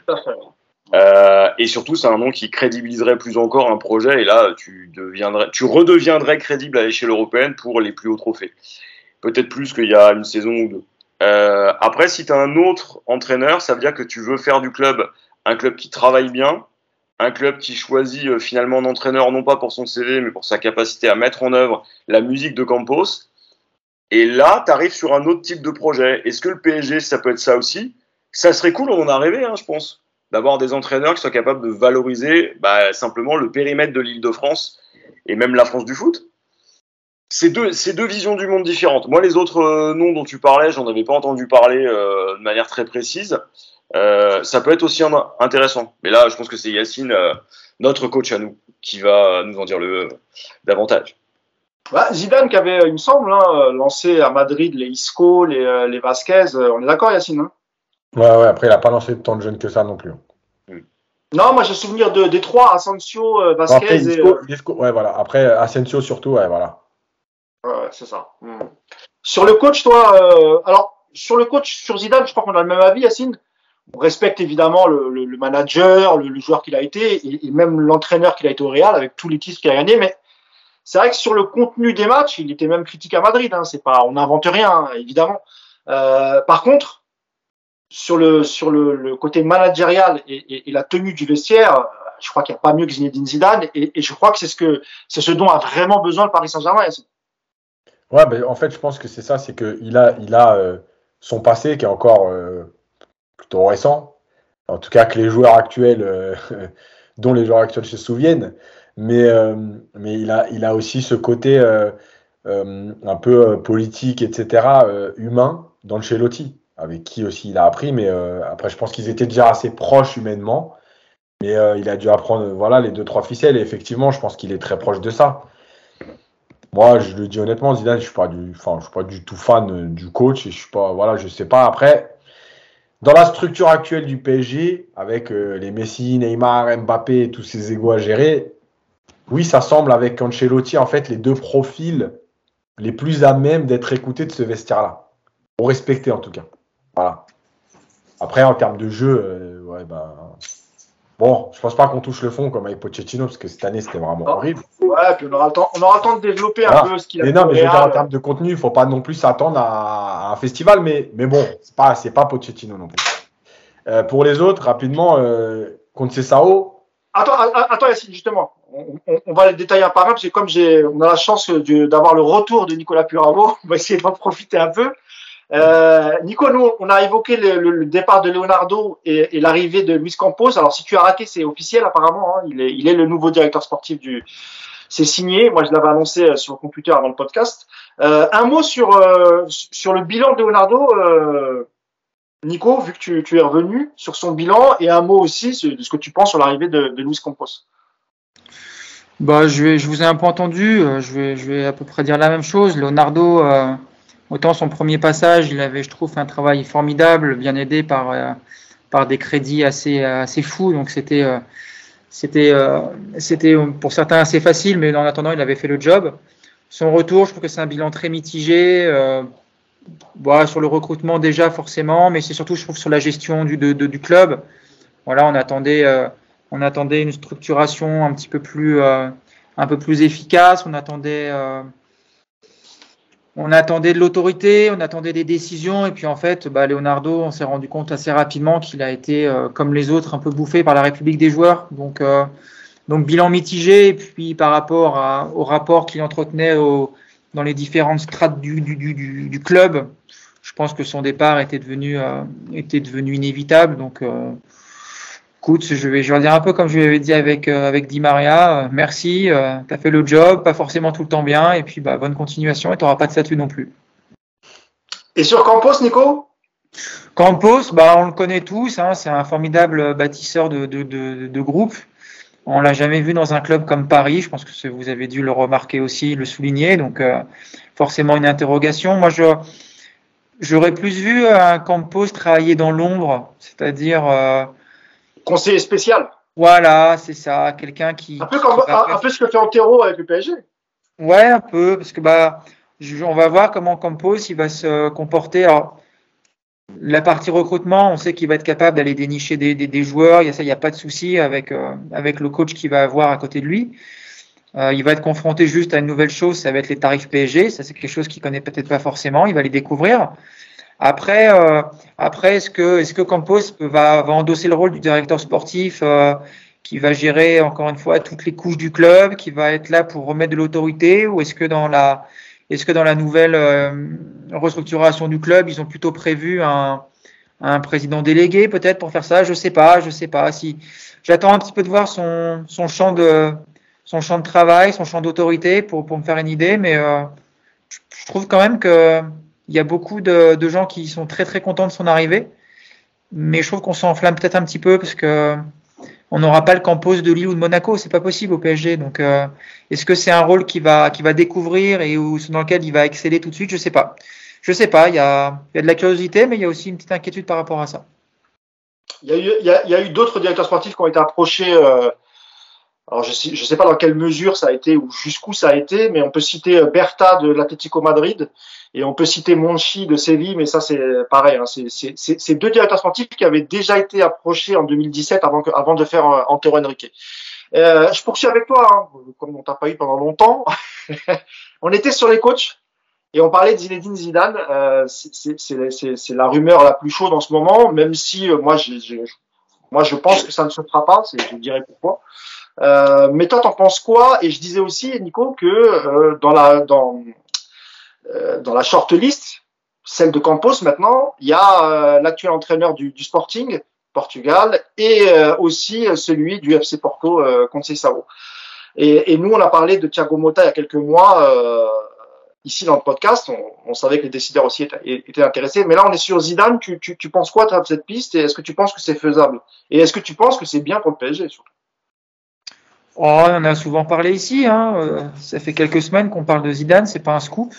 Euh, et surtout, c'est un nom qui crédibiliserait plus encore un projet. Et là, tu deviendrais, tu redeviendrais crédible à l'échelle européenne pour les plus hauts trophées. Peut-être plus qu'il y a une saison ou deux. Euh, après, si tu as un autre entraîneur, ça veut dire que tu veux faire du club un club qui travaille bien, un club qui choisit euh, finalement un entraîneur non pas pour son C V, mais pour sa capacité à mettre en œuvre la musique de Campos. Et là, tu arrives sur un autre type de projet. Est-ce que le P S G, ça peut être ça aussi? Ça serait cool, on en a rêvé, hein, je pense, d'avoir des entraîneurs qui soient capables de valoriser bah, simplement le périmètre de l'Île-de-France et même la France du foot. C'est deux, c'est deux visions du monde différentes. Moi, les autres euh, noms dont tu parlais, j'en avais pas entendu parler euh, de manière très précise. Euh, ça peut être aussi un, intéressant. Mais là, je pense que c'est Yacine, euh, notre coach à nous, qui va nous en dire le euh, davantage. Bah, Zidane qui avait, il me semble, hein, lancé à Madrid les Isco, les, les Vasquez. On est d'accord, Yacine, hein? Ouais, ouais. Après, il n'a pas lancé tant de jeunes que ça non plus. Hmm. Non, moi j'ai souvenir de, des trois, Asensio, euh, Vasquez. Après, Isco, et, euh... Isco, ouais, voilà. Après, Asensio surtout, ouais, voilà. Ouais, c'est ça. Hmm. Sur le coach, toi, euh, alors, sur le coach, sur Zidane, je crois qu'on a le même avis, Yacine. On respecte évidemment le, le, le manager, le, le joueur qu'il a été, et, et même l'entraîneur qu'il a été au Real, avec tous les titres qu'il a gagnés, mais c'est vrai que sur le contenu des matchs, il était même critique à Madrid. Hein, c'est pas, on n'invente rien, hein, évidemment. Euh, par contre, sur le sur le, le côté managérial et, et, et la tenue du vestiaire, je crois qu'il n'y a pas mieux que Zinedine Zidane, et, et je crois que c'est ce que c'est ce dont a vraiment besoin le Paris Saint-Germain. Ouais, ben en fait, je pense que c'est ça, c'est que il a il a euh, son passé qui est encore euh, plutôt récent. En tout cas, que les joueurs actuels, euh, dont les joueurs actuels se souviennent. Mais, euh, mais il, a, il a aussi ce côté euh, euh, un peu euh, politique, et cetera, euh, humain, dans le Ancelotti, avec qui aussi il a appris. Mais euh, après, je pense qu'ils étaient déjà assez proches humainement. Mais euh, il a dû apprendre voilà, les deux, trois ficelles. Et effectivement, je pense qu'il est très proche de ça. Moi, je le dis honnêtement, Zidane, je ne suis, pas du, je suis pas du tout fan du coach. Et je suis pas, voilà, je sais pas. Après, dans la structure actuelle du P S G, avec euh, les Messi, Neymar, Mbappé et tous ces égos à gérer, oui, ça semble avec Ancelotti, en fait, les deux profils les plus à même d'être écoutés de ce vestiaire-là. Pour respecter, en tout cas. Voilà. Après, en termes de jeu, euh, ouais, ben... bon, je pense pas qu'on touche le fond comme avec Pochettino, parce que cette année, c'était vraiment oh. horrible. Ouais, puis on aura le temps, on aura le temps de développer voilà. un peu ce qu'il a fait. Mais non, mais je veux dire, en termes de contenu, il ne faut pas non plus s'attendre à, à un festival, mais, mais bon, c'est pas, c'est pas Pochettino non plus. Euh, pour les autres, rapidement, euh, Conceição. attends, attends, Yacine, justement, on, on, on va le détailler un par un, parce que comme j'ai, on a la chance d'avoir le retour de Nicolas Puravo, on va essayer d'en profiter un peu. Euh, Nico, nous, on a évoqué le, le, le départ de Leonardo et, et l'arrivée de Luis Campos. Alors, si tu as raté, c'est officiel apparemment. Hein, il, est, il est le nouveau directeur sportif du. C'est signé. Moi, je l'avais annoncé sur le computer avant le podcast. Euh, un mot sur euh, sur le bilan de Leonardo, euh, Nico, vu que tu, tu es revenu sur son bilan, et un mot aussi de ce que tu penses sur l'arrivée de, de Luis Campos. Bah, je vais, je vous ai un peu entendu. Je vais, je vais à peu près dire la même chose. Leonardo. Euh... Autant son premier passage, il avait, je trouve, fait un travail formidable, bien aidé par euh, par des crédits assez assez fous. Donc c'était euh, c'était euh, c'était pour certains assez facile, mais en attendant, il avait fait le job. Son retour, je trouve que c'est un bilan très mitigé. Euh, voilà, sur le recrutement déjà forcément, mais c'est surtout, je trouve, sur la gestion du de, de, du club. Voilà, on attendait euh, on attendait une structuration un petit peu plus euh, un peu plus efficace. On attendait euh, On attendait de l'autorité, on attendait des décisions, et puis en fait, bah, Leonardo, on s'est rendu compte assez rapidement qu'il a été, euh, comme les autres, un peu bouffé par la République des joueurs. Donc, euh, donc bilan mitigé, et puis par rapport à, au rapport qu'il entretenait au, dans les différentes strates du, du, du, du club, je pense que son départ était devenu, euh, était devenu inévitable. Donc, euh, écoute, je vais, je vais dire un peu comme je l'avais dit avec, euh, avec Di Maria, euh, merci, euh, tu as fait le job, pas forcément tout le temps bien, et puis bah, bonne continuation, et tu n'auras pas de statut non plus. Et sur Campos, Nico? Campos, bah, on le connaît tous, hein, c'est un formidable bâtisseur de, de, de, de groupe. On l'a jamais vu dans un club comme Paris, je pense que vous avez dû le remarquer aussi, le souligner, donc euh, forcément une interrogation. Moi, je j'aurais plus vu un Campos travailler dans l'ombre, c'est-à-dire... Euh, conseiller spécial. Voilà, c'est ça, quelqu'un qui... Un peu, comme, qui un, un peu ce que fait Antero avec le P S G. Ouais, un peu, parce que bah, je, on va voir comment Campos il va se comporter. Alors, la partie recrutement, on sait qu'il va être capable d'aller dénicher des, des, des joueurs, il y a ça, il n'y a pas de souci avec, euh, avec le coach qu'il va avoir à côté de lui. Euh, il va être confronté juste à une nouvelle chose, ça va être les tarifs P S G, ça c'est quelque chose qu'il connaît peut-être pas forcément, il va les découvrir. Après, euh, après, est-ce que, est-ce que Campos va, va endosser le rôle du directeur sportif euh, qui va gérer encore une fois toutes les couches du club, qui va être là pour remettre de l'autorité, ou est-ce que dans la, est-ce que dans la nouvelle euh, restructuration du club, ils ont plutôt prévu un, un président délégué peut-être pour faire ça? Je sais pas, je sais pas. Si j'attends un petit peu de voir son, son champ de, son champ de travail, son champ d'autorité pour, pour me faire une idée, mais euh, je, je trouve quand même que il y a beaucoup de, de gens qui sont très très contents de son arrivée, mais je trouve qu'on s'enflamme peut-être un petit peu parce que on n'aura pas le Campos de Lille ou de Monaco, c'est pas possible au P S G. Donc, euh, est-ce que c'est un rôle qu'il va qu'il va découvrir et où, dans lequel il va exceller tout de suite? Je sais pas. Je sais pas. Il y a il y a de la curiosité, mais il y a aussi une petite inquiétude par rapport à ça. Il y a eu il y a, il y a eu d'autres directeurs sportifs qui ont été approchés. Euh... Alors je sais, je sais pas dans quelle mesure ça a été ou jusqu'où ça a été, mais on peut citer Berta de l'Atlético Madrid et on peut citer Monchi de Séville, mais ça c'est pareil. Hein, c'est, c'est, c'est, c'est deux directeurs sportifs qui avaient déjà été approchés en deux mille dix-sept avant, que, avant de faire euh, Antero Henrique. Euh, je poursuis avec toi, hein, comme on t'a pas eu pendant longtemps. On était sur les coachs et on parlait de Zinedine Zidane. Euh, c'est, c'est, c'est, c'est, c'est la rumeur la plus chaude en ce moment, même si euh, moi, j'ai, j'ai, moi je pense que ça ne se fera pas. C'est, je dirais pourquoi. Euh, mais toi, t'en penses quoi? Et je disais aussi, Nico, que euh, dans la dans euh, dans la shortlist, celle de Campos maintenant, il y a euh, l'actuel entraîneur du, du Sporting Portugal et euh, aussi celui du F C Porto, euh, Conceição. Et, et nous, on a parlé de Thiago Motta il y a quelques mois euh, ici dans le podcast. On, on savait que les décideurs aussi étaient, étaient intéressés, mais là, on est sur Zidane. Tu, tu, tu penses quoi de cette piste et est-ce que tu penses que c'est faisable? Et est-ce que tu penses que c'est bien pour le P S G surtout? Oh, on en a souvent parlé ici. Hein. Ça fait quelques semaines qu'on parle de Zidane, c'est pas un scoop.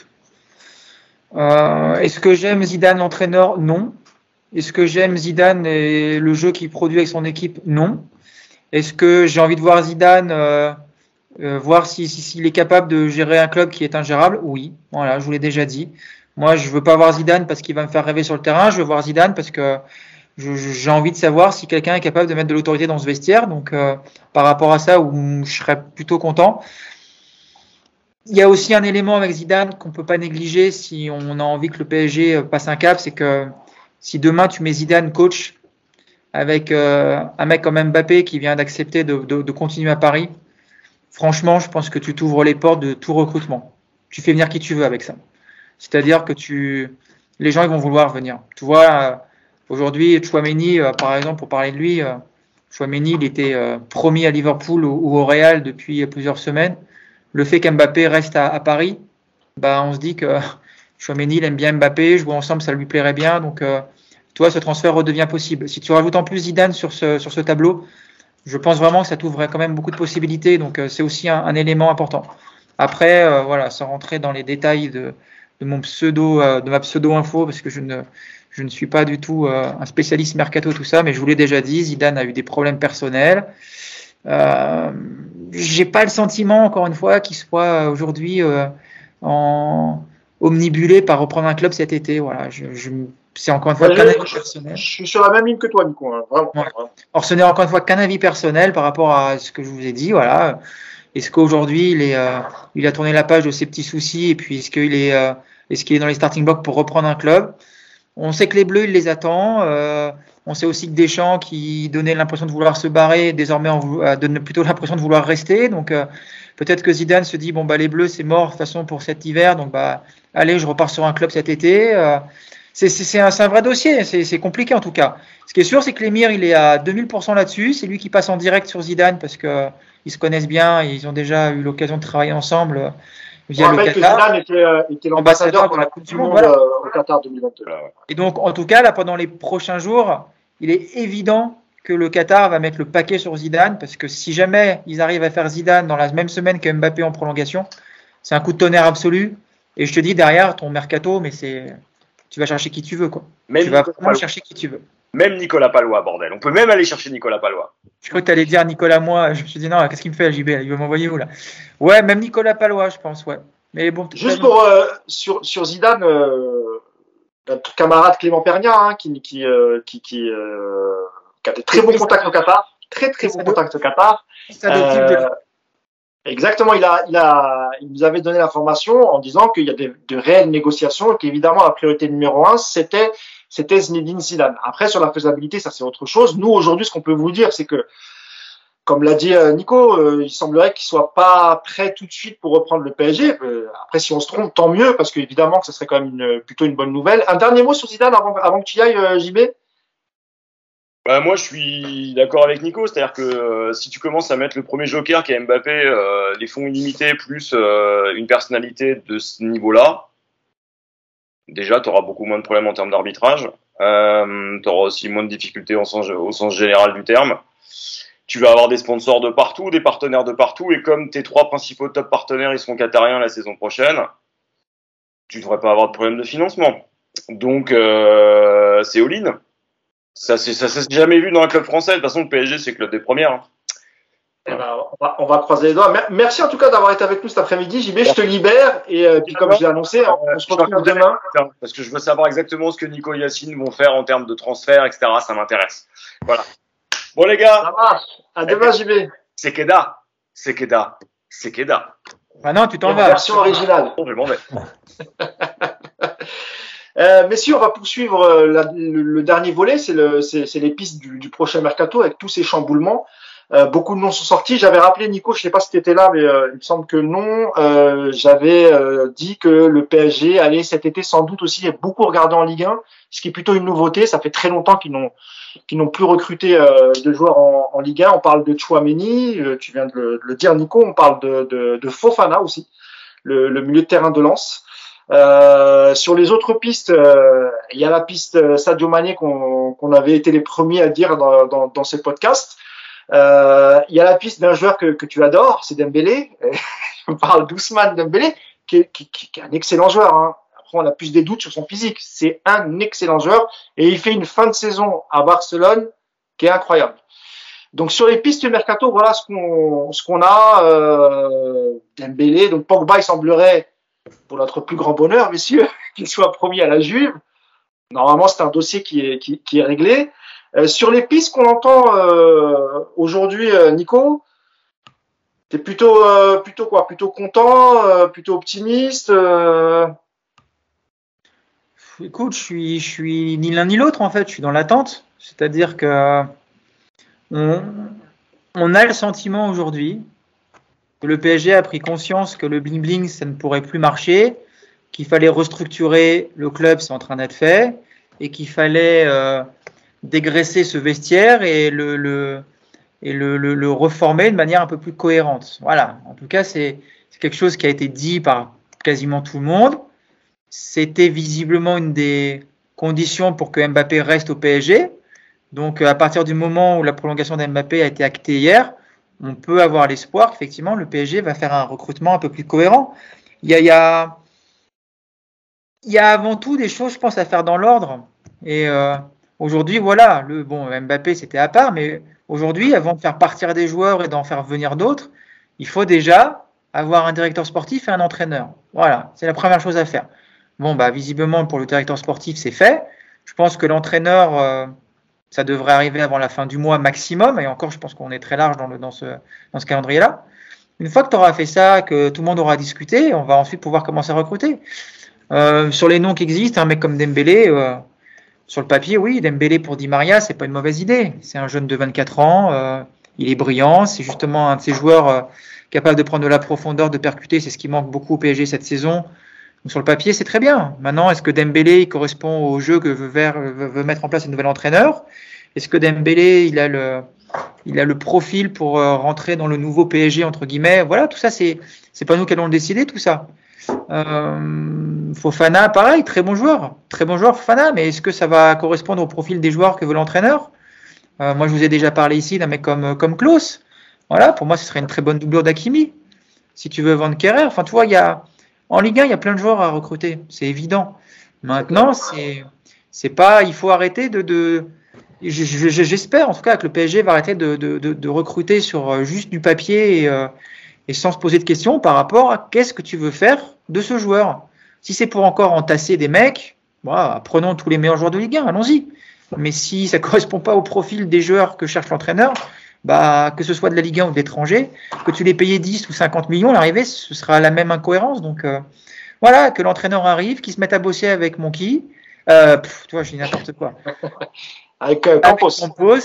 Euh, est-ce que j'aime Zidane l'entraîneur? Non. Est-ce que j'aime Zidane et le jeu qu'il produit avec son équipe? Non. Est-ce que j'ai envie de voir Zidane euh, euh, voir si, si, s'il est capable de gérer un club qui est ingérable? Oui. Voilà, je vous l'ai déjà dit. Moi, je veux pas voir Zidane parce qu'il va me faire rêver sur le terrain. Je veux voir Zidane parce que Je, j'ai envie de savoir si quelqu'un est capable de mettre de l'autorité dans ce vestiaire. Donc, euh, par rapport à ça, où je serais plutôt content. Il y a aussi un élément avec Zidane qu'on peut pas négliger si on a envie que le P S G passe un cap, c'est que si demain tu mets Zidane coach avec euh, un mec comme Mbappé qui vient d'accepter de, de, de continuer à Paris, franchement, je pense que tu t'ouvres les portes de tout recrutement. Tu fais venir qui tu veux avec ça. C'est-à-dire que tu, les gens ils vont vouloir venir. Tu vois, euh, aujourd'hui, Tchouaméni, euh, par exemple, pour parler de lui, euh, Tchouaméni, il était euh, promis à Liverpool ou, ou au Real depuis plusieurs semaines. Le fait qu'Mbappé reste à, à Paris, bah, on se dit que Tchouaméni, il aime bien Mbappé, jouer ensemble, ça lui plairait bien. Donc, euh, tu vois, ce transfert redevient possible. Si tu rajoutes en plus Zidane sur ce, sur ce tableau, je pense vraiment que ça t'ouvre quand même beaucoup de possibilités. Donc, euh, c'est aussi un, un élément important. Après, euh, voilà, sans rentrer dans les détails de, de mon pseudo, euh, de ma pseudo-info, parce que je ne, je ne suis pas du tout euh, un spécialiste mercato, tout ça, mais je vous l'ai déjà dit, Zidane a eu des problèmes personnels. Euh, j'ai pas le sentiment, encore une fois, qu'il soit aujourd'hui euh, en omnibulé par reprendre un club cet été. Voilà, je, je, c'est encore une fois Ouais, qu'un avis je, personnel. je suis sur la même ligne que toi, Nico. Hein, vraiment, Ouais. vraiment. Or, ce n'est encore une fois qu'un avis personnel par rapport à ce que je vous ai dit. Voilà. Est-ce qu'aujourd'hui, il, est, euh, il a tourné la page de ses petits soucis et puis est-ce qu'il est, euh, est-ce qu'il est dans les starting blocks pour reprendre un club? On sait que les Bleus, il les attend. Euh, on sait aussi que Deschamps, qui donnait l'impression de vouloir se barrer, désormais en vou- euh, donne plutôt l'impression de vouloir rester. Donc, euh, peut-être que Zidane se dit, bon, bah, les Bleus, c'est mort de toute façon pour cet hiver. Donc, bah, allez, je repars sur un club cet été. Euh, c'est, c'est, c'est, un, c'est un vrai dossier. C'est, c'est compliqué, en tout cas. Ce qui est sûr, c'est que l'émir, il est à deux mille pour cent là-dessus. C'est lui qui passe en direct sur Zidane parce que euh, ils se connaissent bien et ils ont déjà eu l'occasion de travailler ensemble euh, via On le rappelle que Qatar. Zidane était, euh, était l'ambassadeur pour la Coupe du Monde voilà. euh, au Qatar deux mille vingt-deux. Et donc, en tout cas, là, pendant les prochains jours, il est évident que le Qatar va mettre le paquet sur Zidane, parce que si jamais ils arrivent à faire Zidane dans la même semaine que Mbappé en prolongation, c'est un coup de tonnerre absolu. Et je te dis, derrière, ton mercato, mais c'est, tu vas chercher qui tu veux, quoi. Même tu vas Nicolas vraiment Palois. chercher qui tu veux. Même Nicolas Palois, bordel. On peut même aller chercher Nicolas Palois. Je crois que tu allais dire Nicolas moi. Je me suis dit, non, qu'est-ce qu'il me fait, J B? Il va m'envoyer où, là? Ouais, même Nicolas Palois, je pense, ouais. Mais bon, Juste pour, euh, sur, sur Zidane, euh, notre camarade Clément Pernia, hein, qui, qui, euh, qui, qui, euh, qui a des très bons contacts au Qatar, très très bons contacts au Qatar. Euh, exactement, il a, il a, il nous avait donné l'information en disant qu'il y a des, de réelles négociations et qu'évidemment la priorité numéro un c'était, c'était Zinedine Zidane. Après sur la faisabilité, ça c'est autre chose. Nous aujourd'hui, ce qu'on peut vous dire, c'est que comme l'a dit Nico, euh, il semblerait qu'il soit pas prêt tout de suite pour reprendre le P S G. Euh, après, si on se trompe, tant mieux, parce qu'évidemment que ce serait quand même une, plutôt une bonne nouvelle. Un dernier mot sur Zidane avant, avant que tu y ailles, euh, J B. Bah, moi, je suis d'accord avec Nico, c'est-à-dire que euh, si tu commences à mettre le premier joker qui est Mbappé, euh, les fonds illimités plus euh, une personnalité de ce niveau-là, déjà, tu auras beaucoup moins de problèmes en termes d'arbitrage. Euh, tu auras aussi moins de difficultés au sens, au sens général du terme. Tu vas avoir des sponsors de partout, des partenaires de partout, et comme tes trois principaux top partenaires, ils seront qatariens la saison prochaine, tu devrais pas avoir de problème de financement. Donc, euh, c'est all-in. Ça, c'est, ça s'est jamais vu dans un club français. De toute façon, le P S G, c'est le club des premières. Hein. Eh ben, on, va, on va croiser les doigts. Merci en tout cas d'avoir été avec nous cet après-midi. J B, je te libère. Et euh, puis, comme je l'ai annoncé, on, on se retrouve demain. Parce que je veux savoir exactement ce que Nico et Yacine vont faire en termes de transfert, et cetera. Ça m'intéresse. Voilà. Bon, les gars. Ça marche. À demain, J B. C'est Keda. C'est Keda. C'est Keda. Ah non, tu t'en vas. Version originale. Bon, je m'en vais. Euh, messieurs, on va poursuivre euh, la, le, le dernier volet, c'est, le, c'est, c'est les pistes du, du prochain mercato avec tous ces chamboulements. Euh, beaucoup de noms sont sortis. J'avais rappelé, Nico, je ne sais pas si tu étais là, mais euh, il me semble que non. Euh, j'avais euh, dit que le P S G allait cet été sans doute aussi beaucoup regarder en Ligue un, ce qui est plutôt une nouveauté. Ça fait très longtemps qu'ils n'ont, qu'ils n'ont plus recruté euh, de joueurs en, en Ligue un. On parle de Tchouaméni, euh, tu viens de le, de le dire, Nico. On parle de, de, de Fofana aussi, le, le milieu de terrain de Lens. Euh, sur les autres pistes, euh, il y a la piste Sadio Mané qu'on, qu'on avait été les premiers à dire dans, dans, dans ces podcasts. Euh, il y a la piste d'un joueur que, que tu adores, c'est Dembélé. On parle d'Ousmane Dembélé, qui est, qui, qui est un excellent joueur. Hein. Après, on a plus des doutes sur son physique. C'est un excellent joueur et il fait une fin de saison à Barcelone qui est incroyable. Donc sur les pistes mercato, voilà ce qu'on, ce qu'on a. Euh, Dembélé, donc Pogba, il semblerait, pour notre plus grand bonheur, messieurs, qu'il soit promis à la Juve. Normalement, c'est un dossier qui est, qui, qui est réglé. Euh, sur les pistes qu'on entend euh, aujourd'hui, euh, Nico, t'es plutôt, euh, plutôt quoi? Plutôt content, euh, plutôt optimiste euh... Écoute, je suis, je suis ni l'un ni l'autre en fait. Je suis dans l'attente. C'est-à-dire que on, on a le sentiment aujourd'hui que le P S G a pris conscience que le bling-bling, ça ne pourrait plus marcher, qu'il fallait restructurer le club, c'est en train d'être fait, et qu'il fallait euh, dégraisser ce vestiaire et le, le, et le, le, le reformer de manière un peu plus cohérente. Voilà, en tout cas, c'est, c'est quelque chose qui a été dit par quasiment tout le monde. C'était visiblement une des conditions pour que Mbappé reste au P S G. Donc, à partir du moment où la prolongation d'Mbappé a été actée hier, on peut avoir l'espoir qu'effectivement le P S G va faire un recrutement un peu plus cohérent. Il y a, il y a, il y a avant tout des choses, je pense, à faire dans l'ordre. Et euh, aujourd'hui, voilà, le bon Mbappé c'était à part, mais aujourd'hui, avant de faire partir des joueurs et d'en faire venir d'autres, il faut déjà avoir un directeur sportif et un entraîneur. Voilà, c'est la première chose à faire. Bon, bah visiblement pour le directeur sportif, c'est fait. Je pense que l'entraîneur, euh, ça devrait arriver avant la fin du mois maximum. Et encore, je pense qu'on est très large dans, le, dans ce, dans ce calendrier-là. Une fois que tu auras fait ça, que tout le monde aura discuté, on va ensuite pouvoir commencer à recruter. Euh, sur les noms qui existent, un mec comme Dembélé, euh, sur le papier, oui, Dembélé pour Di Maria, c'est pas une mauvaise idée. C'est un jeune de vingt-quatre ans, euh, il est brillant, c'est justement un de ces joueurs euh, capables de prendre de la profondeur, de percuter, c'est ce qui manque beaucoup au P S G cette saison. Donc, sur le papier, c'est très bien. Maintenant, est-ce que Dembélé il correspond au jeu que veut, vers, veut, veut mettre en place un nouvel entraîneur? Est-ce que Dembélé il a le, il a le profil pour euh, rentrer dans le nouveau P S G entre guillemets? Voilà, tout ça, c'est, c'est pas nous qui allons le décider, tout ça. Euh, Fofana, pareil, très bon joueur, très bon joueur Fofana, mais est-ce que ça va correspondre au profil des joueurs que veut l'entraîneur? euh, Moi, je vous ai déjà parlé ici d'un mec comme comme Klose. Voilà, pour moi, ce serait une très bonne doublure d'Hakimi. Si tu veux vendre Kerrer, enfin, tu vois, il y a en Ligue un, il y a plein de joueurs à recruter, c'est évident. Maintenant, c'est c'est pas, il faut arrêter de, de j'espère en tout cas que le P S G va arrêter de, de, de, de recruter sur juste du papier et, euh, et sans se poser de questions par rapport à qu'est-ce que tu veux faire de ce joueur. Si c'est pour encore entasser des mecs, bah, prenons tous les meilleurs joueurs de Ligue un, allons-y. Mais si ça correspond pas au profil des joueurs que cherche l'entraîneur, bah, que ce soit de la Ligue un ou de l'étranger, que tu les payais dix ou cinquante millions, à l'arrivée, ce sera la même incohérence. Donc, euh, voilà, que l'entraîneur arrive, qu'il se mette à bosser avec Monkey. Euh, pff, tu vois, je dis n'importe quoi. avec euh, Campos. Avec Campos.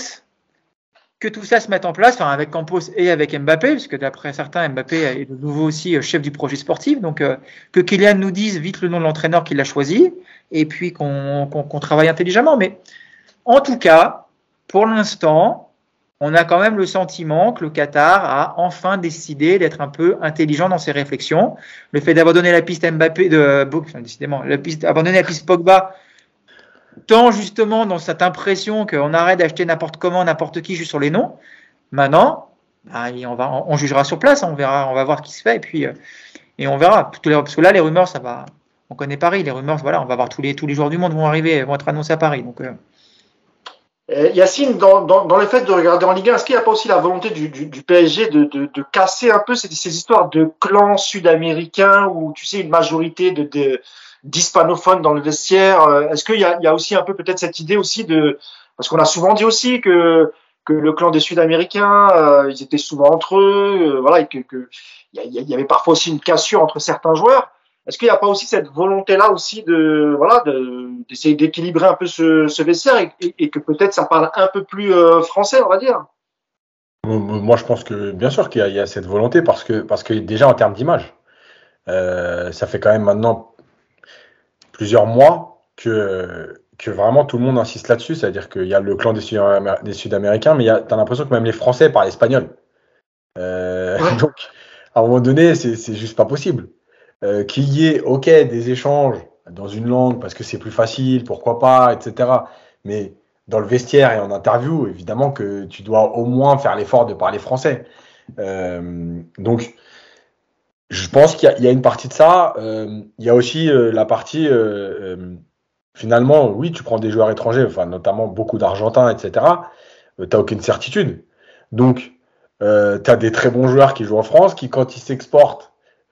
Que tout ça se mette en place, enfin, avec Campos et avec Mbappé, parce que d'après certains, Mbappé est de nouveau aussi chef du projet sportif. Donc, euh, que Kylian nous dise vite le nom de l'entraîneur qui l'a choisi, et puis qu'on, qu'on, qu'on travaille intelligemment. Mais en tout cas, pour l'instant, on a quand même le sentiment que le Qatar a enfin décidé d'être un peu intelligent dans ses réflexions. Le fait d'abandonner la piste Mbappé, de, enfin, décidément, la piste, abandonner la piste Pogba, tant justement dans cette impression qu'on arrête d'acheter n'importe comment, n'importe qui juste sur les noms. Maintenant, bah, on va, on jugera sur place, on verra, on va voir ce qui se fait et puis et on verra. Parce que là, les rumeurs, ça va. On connaît Paris, les rumeurs, voilà, on va voir tous les tous les joueurs du monde vont arriver, vont être annoncés à Paris. Donc. Euh, Euh, Yacine, dans, dans, dans le fait de regarder en Ligue un, est-ce qu'il n'y a pas aussi la volonté du, du, du P S G de, de, de casser un peu ces, ces histoires de clans sud-américains où, tu sais, une majorité de, de, d'hispanophones dans le vestiaire? Est-ce qu'il y a, il y a aussi un peu peut-être cette idée aussi de... Parce qu'on a souvent dit aussi que, que le clan des Sud-Américains, euh, ils étaient souvent entre eux, euh, voilà, et que, que il y, y avait parfois aussi une cassure entre certains joueurs. Est-ce qu'il n'y a pas aussi cette volonté-là aussi de voilà de, d'essayer d'équilibrer un peu ce, ce vestiaire et, et, et que peut-être ça parle un peu plus euh, français, on va dire? Moi, je pense que bien sûr qu'il y a, il y a cette volonté parce que parce que déjà en termes d'image, euh, ça fait quand même maintenant plusieurs mois que que vraiment tout le monde insiste là-dessus. C'est-à-dire qu'il y a le clan des, Sud- des Sud-Américains, mais il y a, t'as l'impression que même les Français parlent espagnol. Euh, ouais. Donc, à un moment donné, c'est, c'est juste pas possible. Euh, qu'il y ait, ok, des échanges dans une langue parce que c'est plus facile, pourquoi pas, et cetera. Mais dans le vestiaire et en interview, évidemment que tu dois au moins faire l'effort de parler français. Euh, donc, je pense qu'il y a, il y a une partie de ça. Euh, il y a aussi euh, la partie, euh, euh, finalement, oui, tu prends des joueurs étrangers, enfin, notamment beaucoup d'Argentins, et cetera. Euh, tu n'as aucune certitude. Donc, euh, tu as des très bons joueurs qui jouent en France, qui, quand ils s'exportent,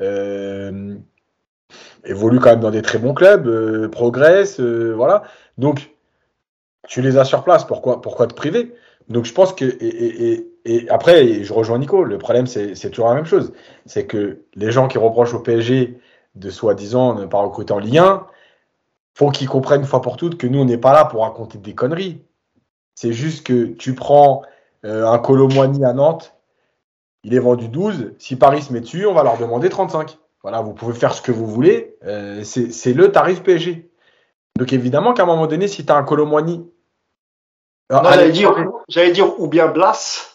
Euh, évolue quand même dans des très bons clubs, euh, progresse, euh, voilà. Donc, tu les as sur place, pourquoi, pourquoi te priver? Donc, je pense que, et, et, et, et après, et je rejoins Nico, le problème, c'est, c'est toujours la même chose. C'est que les gens qui reprochent au P S G de soi-disant ne pas recruter en Ligue un, faut qu'ils comprennent une fois pour toutes que nous, on n'est pas là pour raconter des conneries. C'est juste que tu prends euh, un Kolo Muani à Nantes, il est vendu douze. Si Paris se met dessus, on va leur demander trente-cinq. Voilà, vous pouvez faire ce que vous voulez. Euh, c'est, c'est le tarif P S G. Donc évidemment qu'à un moment donné, si tu as un Kolo Muani. Non, j'allais dire, j'allais dire ou bien Blas.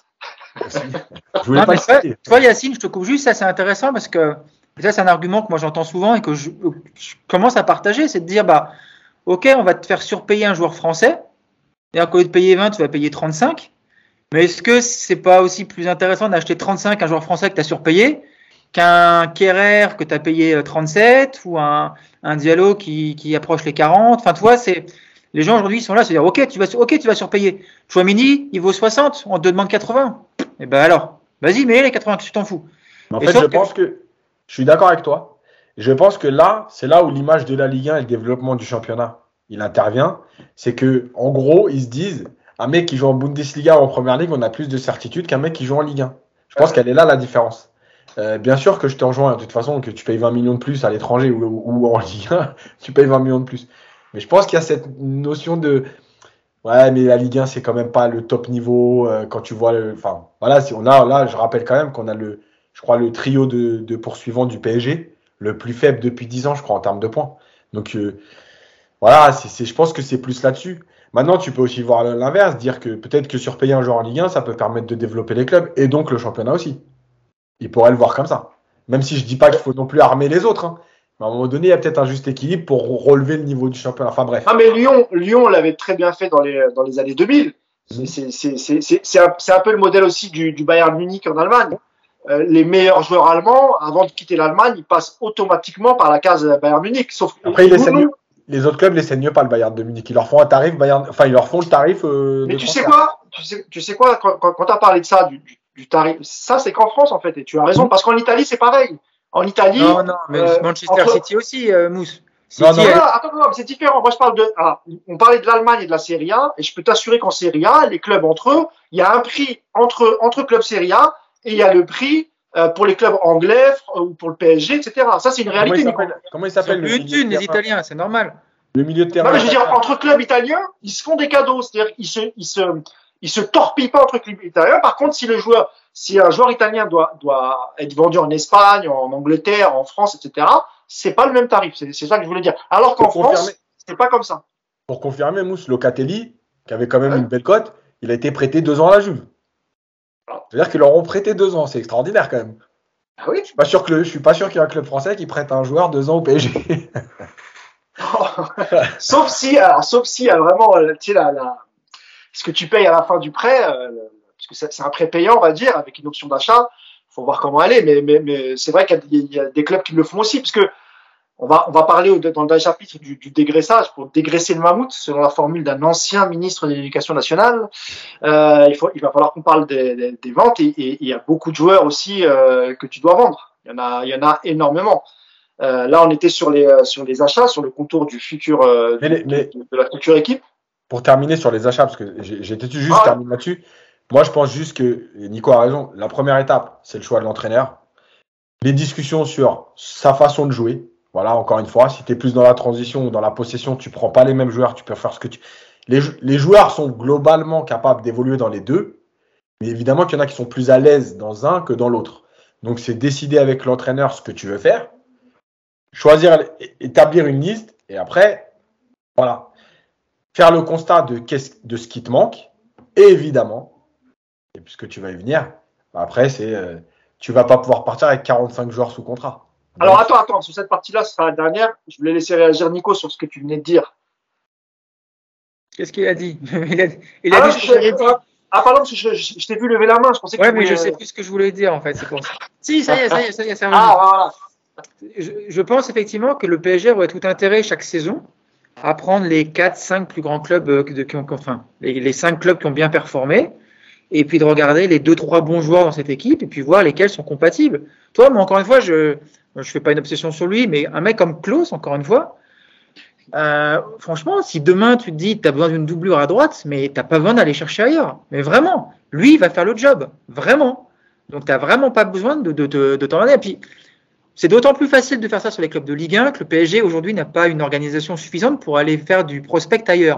Je voulais non, pas toi, toi, Yacine, je te coupe juste, ça c'est intéressant parce que ça c'est un argument que moi j'entends souvent et que je, je commence à partager, c'est de dire bah ok, on va te faire surpayer un joueur français, et au lieu de payer vingt, tu vas payer trente-cinq. Mais est-ce que c'est pas aussi plus intéressant d'acheter trente-cinq un joueur français que tu as surpayé qu'un Kerrer que tu as payé trente-sept ou un, un Diallo qui, qui approche les quarante? Enfin, tu vois, c'est les gens aujourd'hui sont là, se dire ok, tu vas, ok, tu vas surpayer. Chouamini, il vaut soixante, on te demande quatre-vingts. Et ben alors, vas-y, mets les quatre-vingts, tu t'en fous. En fait, je que... pense que je suis d'accord avec toi. Je pense que là, c'est là où l'image de la Ligue un et le développement du championnat, il intervient. C'est que, en gros, ils se disent, un mec qui joue en Bundesliga ou en Première Ligue, on a plus de certitude qu'un mec qui joue en Ligue un. Je pense qu'elle est là la différence. Euh, bien sûr que je te rejoins de toute façon, que tu payes vingt millions de plus à l'étranger ou, ou, ou en Ligue un, tu payes vingt millions de plus. Mais je pense qu'il y a cette notion de ouais, mais la Ligue un, c'est quand même pas le top niveau. Euh, quand tu vois le. Enfin, voilà, si on a, là, je rappelle quand même qu'on a le, je crois, le trio de, de poursuivants du P S G, le plus faible depuis dix ans, je crois, en termes de points. Donc, euh, voilà, c'est, c'est, je pense que c'est plus là-dessus. Maintenant, tu peux aussi voir l'inverse, dire que peut-être que surpayer un joueur en Ligue un, ça peut permettre de développer les clubs et donc le championnat aussi. Il pourrait le voir comme ça. Même si je dis pas qu'il faut non plus armer les autres. Hein. Mais à un moment donné, il y a peut-être un juste équilibre pour relever le niveau du championnat. Enfin bref. Ah mais Lyon, Lyon l'avait très bien fait dans les dans les années deux mille. C'est c'est c'est c'est c'est, c'est, un, c'est un peu le modèle aussi du, du Bayern Munich en Allemagne. Euh, les meilleurs joueurs allemands, avant de quitter l'Allemagne, ils passent automatiquement par la case Bayern Munich. Sauf après, ils les, saignent, les autres clubs les saignent pas le Bayern de Munich. Ils leur font un tarif Bayern. Enfin, ils leur font le tarif. Euh, mais tu sais quoi Tu sais tu sais quoi quand quand, quand tu as parlé de ça du, du, du tarif, ça c'est qu'en France en fait. Et tu as raison parce qu'en Italie c'est pareil. En Italie. Non, non, mais euh, Manchester entre... City aussi, euh, Mousse. City, non, non, elle... non, attends, non, c'est différent. Moi, je parle de. Ah, on parlait de l'Allemagne et de la Serie A, et je peux t'assurer qu'en Serie A, les clubs entre eux, il y a un prix entre entre clubs Serie A et il y a le prix euh, pour les clubs anglais ou pour le P S G, et cetera. Ça, c'est une réalité. Comment il s'appelle, comment il s'appelle le milieu de les Italiens, c'est normal. Le milieu de terrain. Non, mais je veux dire, entre clubs italiens, ils se font des cadeaux, c'est-à-dire ils se ils se ils se torpillent pas entre clubs italiens. Par contre, si le joueur si un joueur italien doit, doit être vendu en Espagne, en Angleterre, en France, et cetera, c'est pas le même tarif. C'est, c'est ça que je voulais dire. Alors qu'en pour France, c'est pas comme ça. Pour confirmer, Mousse, Locatelli, qui avait quand même ouais. une belle cote, il a été prêté deux ans à la Juve. C'est-à-dire qu'ils leur ont prêté deux ans. C'est extraordinaire quand même. Ah oui. Je suis pas sûr que le, je suis pas sûr qu'il y ait un club français qui prête un joueur deux ans au P S G. sauf si, alors, sauf si, il y a vraiment, tu sais, la, la, ce que tu payes à la fin du prêt. Euh, parce que c'est, c'est un prêt payant, on va dire, avec une option d'achat. Faut voir comment elle est, mais, mais, mais c'est vrai qu'il y a, il y a des clubs qui le font aussi, parce que on va, on va parler au, dans le dernier chapitre du, du dégraissage pour dégraisser le mammouth, selon la formule d'un ancien ministre de l'Éducation nationale. Euh, il faut, il va falloir qu'on parle des, des, des ventes, et, et, et il y a beaucoup de joueurs aussi euh, que tu dois vendre. Il y en a, il y en a énormément. Euh, là, on était sur les, sur les achats, sur le contour du futur euh, mais les, de, mais de, de la future équipe. Pour terminer sur les achats, parce que j'ai, j'étais juste ah, terminé là-dessus. Moi, je pense juste que, et Nico a raison, la première étape, c'est le choix de l'entraîneur. Les discussions sur sa façon de jouer. Voilà, encore une fois, si tu es plus dans la transition ou dans la possession, tu prends pas les mêmes joueurs, tu peux faire ce que tu... Les, les joueurs sont globalement capables d'évoluer dans les deux, mais évidemment qu'il y en a qui sont plus à l'aise dans un que dans l'autre. Donc, c'est décider avec l'entraîneur ce que tu veux faire, choisir, établir une liste, et après, voilà, faire le constat de, qu'est-ce, de ce qui te manque, et évidemment, et puisque tu vas y venir, après, c'est, euh, tu vas pas pouvoir partir avec quarante-cinq joueurs sous contrat. Donc, alors, attends, attends, sur cette partie-là, ce sera la dernière. Je voulais laisser réagir Nico sur ce que tu venais de dire. Qu'est-ce qu'il a dit? Il a, il a ah, dit ce que j'avais dit. Ah, pardon, parce que je, je, je t'ai vu lever la main. Je pensais que ouais, tu mais voulais... je sais plus ce que je voulais dire, en fait. C'est pour ça. Si, ça y est, ça y est, ça y est, ça y est. Ah, voilà. Je, je pense effectivement que le P S G aurait tout intérêt chaque saison à prendre les quatre cinq plus grands clubs, de, qui ont, enfin, les, les cinq clubs qui ont bien performé, et puis de regarder les deux trois bons joueurs dans cette équipe, et puis voir lesquels sont compatibles. Toi, moi, encore une fois, je ne fais pas une obsession sur lui, mais un mec comme Klose, encore une fois, euh, franchement, si demain tu te dis tu as besoin d'une doublure à droite, mais tu n'as pas besoin d'aller chercher ailleurs. Mais vraiment, lui, il va faire le job. Vraiment. Donc, tu n'as vraiment pas besoin de, de, de, de t'en aller. Et puis, c'est d'autant plus facile de faire ça sur les clubs de Ligue un que le P S G aujourd'hui n'a pas une organisation suffisante pour aller faire du prospect ailleurs.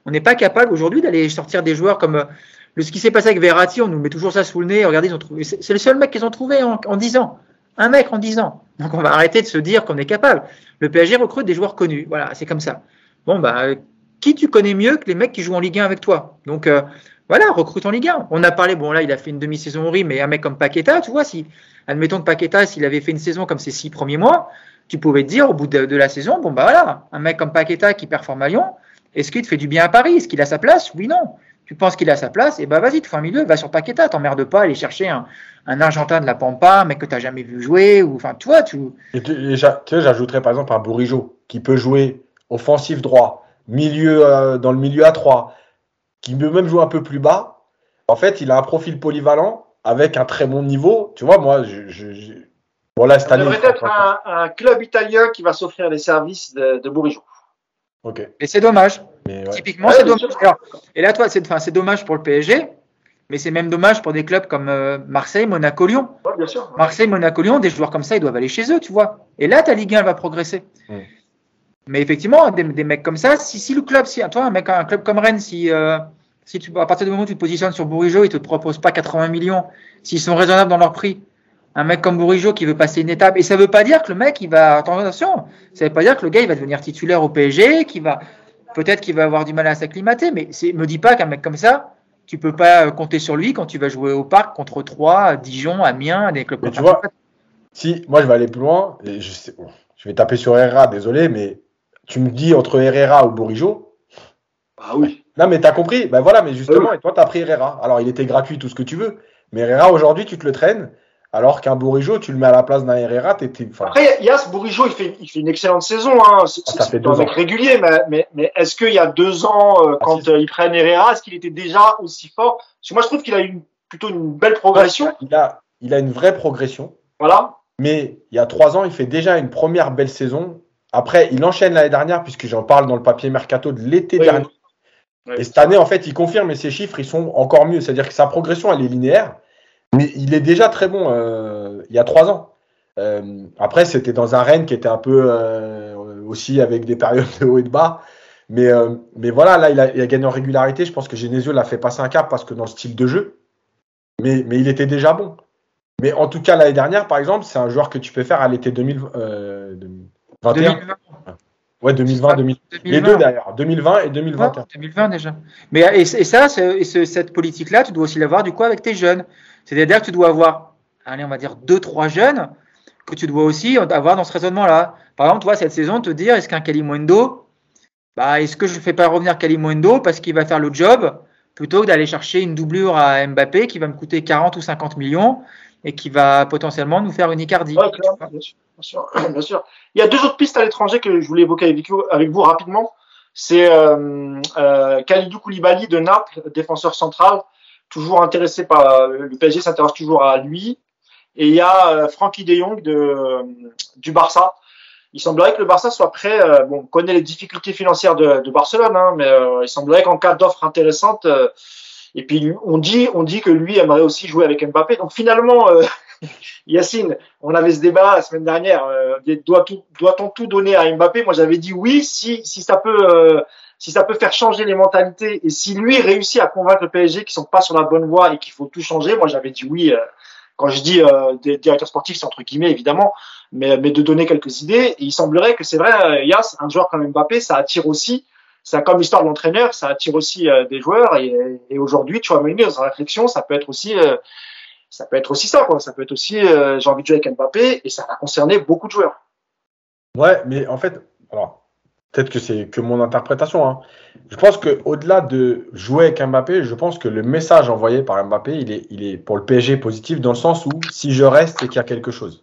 On n'est pas capable aujourd'hui d'aller sortir des joueurs comme euh, le, ce qui s'est passé avec Verratti. On nous met toujours ça sous le nez. Regardez, ils ont trouvé. C'est, c'est le seul mec qu'ils ont trouvé en, en dix ans. Un mec en dix ans. Donc on va arrêter de se dire qu'on est capable. Le P S G recrute des joueurs connus. Voilà, c'est comme ça. Bon, bah, euh, qui tu connais mieux que les mecs qui jouent en Ligue un avec toi? Donc euh, voilà, recrute en Ligue un. On a parlé, bon là, il a fait une demi-saison horrible, mais un mec comme Paqueta, tu vois, si, admettons que Paqueta, s'il avait fait une saison comme ses six premiers mois, tu pouvais te dire au bout de, de la saison, bon bah voilà, un mec comme Paqueta qui performe à Lyon, est-ce qu'il te fait du bien à Paris? Est-ce qu'il a sa place? Oui, non. Tu penses qu'il a sa place? Et bah vas-y, tu fais un milieu, va sur Paqueta, t'emmerdes pas, aller chercher un, un Argentin de la Pampa, un mec que t'as jamais vu jouer, ou enfin, tu vois, tu. Et tu et j'a- tu sais, j'ajouterais par exemple un Bourigeaud qui peut jouer offensif droit, milieu euh, dans le milieu à trois, qui peut même jouer un peu plus bas. En fait, il a un profil polyvalent avec un très bon niveau. Tu vois, moi, je, je, je... bon là cette Ça année. devrait il être fera un, un club italien qui va s'offrir les services de, de Bourigeaud. pas- Ok. Et c'est dommage. Mais ouais. Typiquement, Ouais, c'est bien dommage. sûr. Alors, et là, toi, c'est, enfin, c'est dommage pour le P S G, mais c'est même dommage pour des clubs comme euh, Marseille, Monaco, Lyon. Ouais, bien sûr. Marseille, Monaco, Lyon, des joueurs comme ça, ils doivent aller chez eux, tu vois. Et là, ta Ligue un, elle va progresser. Mm. Mais effectivement, des, des mecs comme ça, si, si le club, si toi, un mec, un club comme Rennes, si, euh, si tu, à partir du moment où tu te positionnes sur Bourigeaud, ils te proposent pas quatre-vingts millions, s'ils sont raisonnables dans leur prix, un mec comme Bourigeaud qui veut passer une étape, et ça veut pas dire que le mec, il va, attention, ça veut pas dire que le gars, il va devenir titulaire au P S G, qu'il va, peut-être qu'il va avoir du mal à s'acclimater, mais c'est, me dis pas qu'un mec comme ça, tu peux pas compter sur lui quand tu vas jouer au parc contre Troyes, Dijon, Amiens, des clubs Mais comme tu ça. vois, si moi je vais aller plus loin, et je, sais, bon, je vais taper sur Herrera, désolé, mais tu me dis entre Herrera ou Bourigeaud. Ah oui. Non, mais t'as compris. Ben voilà, mais justement, Oui. et toi, t'as pris Herrera. Alors, il était gratuit, tout ce que tu veux. Mais Herrera, aujourd'hui, tu te le traînes. Alors qu'un Bourigeaud, tu le mets à la place d'un Herrera, t'étais. Enfin, Après, il y a ce Bourigeaud, il fait, il fait une excellente saison. Hein. C'est, Ah, ça c'est fait un deux mec ans. régulier, mais, mais, mais est-ce qu'il y a deux ans, euh, Ah, quand si. euh, ils prennent Herrera, est-ce qu'il était déjà aussi fort? Parce que moi, je trouve qu'il a eu une- plutôt une belle progression. il a, il a une vraie progression. Voilà. Mais il y a trois ans, il fait déjà une première belle saison. Après, il enchaîne l'année dernière, puisque j'en parle dans le papier mercato de l'été Oui, dernier. oui. Et cette année, en fait, il confirme et ses chiffres, ils sont encore mieux. C'est-à-dire que sa progression, elle est linéaire. Mais il est déjà très bon euh, il y a trois ans. Euh, après, c'était dans un Rennes qui était un peu euh, aussi avec des périodes de haut et de bas. Mais, euh, mais voilà, là, il a, il a gagné en régularité. Je pense que Genesio l'a fait passer un cap parce que dans le style de jeu. Mais, mais il était déjà bon. Mais en tout cas, l'année dernière, par exemple, c'est un joueur que tu peux faire à l'été deux mille vingt, euh, deux mille vingt et un. deux mille vingt. Ouais, deux mille vingt, deux mille... deux mille Les vingt. deux d'ailleurs, deux mille vingt et deux mille vingt et un. Ouais, deux mille vingt déjà. Mais et, et ça, c'est- et ce- cette politique-là, tu dois aussi l'avoir du coup avec tes jeunes. C'est-à-dire que tu dois avoir, allez, on va dire deux, trois jeunes que tu dois aussi avoir dans ce raisonnement-là. Par exemple, toi, cette saison, te dire, est-ce qu'un Kalimundo, bah, est-ce que je ne fais pas revenir Kalimundo parce qu'il va faire le job plutôt que d'aller chercher une doublure à Mbappé qui va me coûter quarante ou cinquante millions et qui va potentiellement nous faire une Icardi. Ouais, clairement, bien sûr, bien sûr, bien sûr. Il y a deux autres pistes à l'étranger que je voulais évoquer avec vous, avec vous rapidement. C'est euh, euh, Kalidou Koulibaly de Naples, défenseur central, toujours intéressé par le P S G, s'intéresse toujours à lui. Et il y a euh, Frankie de Jong de, euh, du Barça. Il semblerait que le Barça soit prêt. Euh, bon, on connaît les difficultés financières de, de Barcelone, hein, mais euh, il semblerait qu'en cas d'offre intéressante, euh, et puis on dit, on dit que lui aimerait aussi jouer avec Mbappé. Donc finalement, euh, Yacine, on avait ce débat la semaine dernière. Euh, doit-on, doit-on tout donner à Mbappé? Moi, j'avais dit oui, si, si ça peut, euh, si ça peut faire changer les mentalités, et si lui réussit à convaincre le P S G qu'ils sont pas sur la bonne voie et qu'il faut tout changer. Moi, j'avais dit oui. Euh, quand je dis euh, des directeurs sportifs, c'est entre guillemets évidemment, mais, mais de donner quelques idées. Et il semblerait que c'est vrai, Yass, un joueur comme Mbappé, ça attire aussi. C'est comme l'histoire de l'entraîneur, ça attire aussi euh, des joueurs. Et, et aujourd'hui, tu vois, mener dans la réflexion, ça peut être aussi, euh, ça peut être aussi ça, quoi. Ça peut être aussi, euh, j'ai envie de jouer avec Mbappé, et ça va concerner beaucoup de joueurs. Ouais, mais en fait, alors, peut-être que c'est que mon interprétation. Hein. Je pense qu'au-delà de jouer avec Mbappé, je pense que le message envoyé par Mbappé, il est, il est pour le P S G positif dans le sens où si je reste, c'est qu'il y a quelque chose.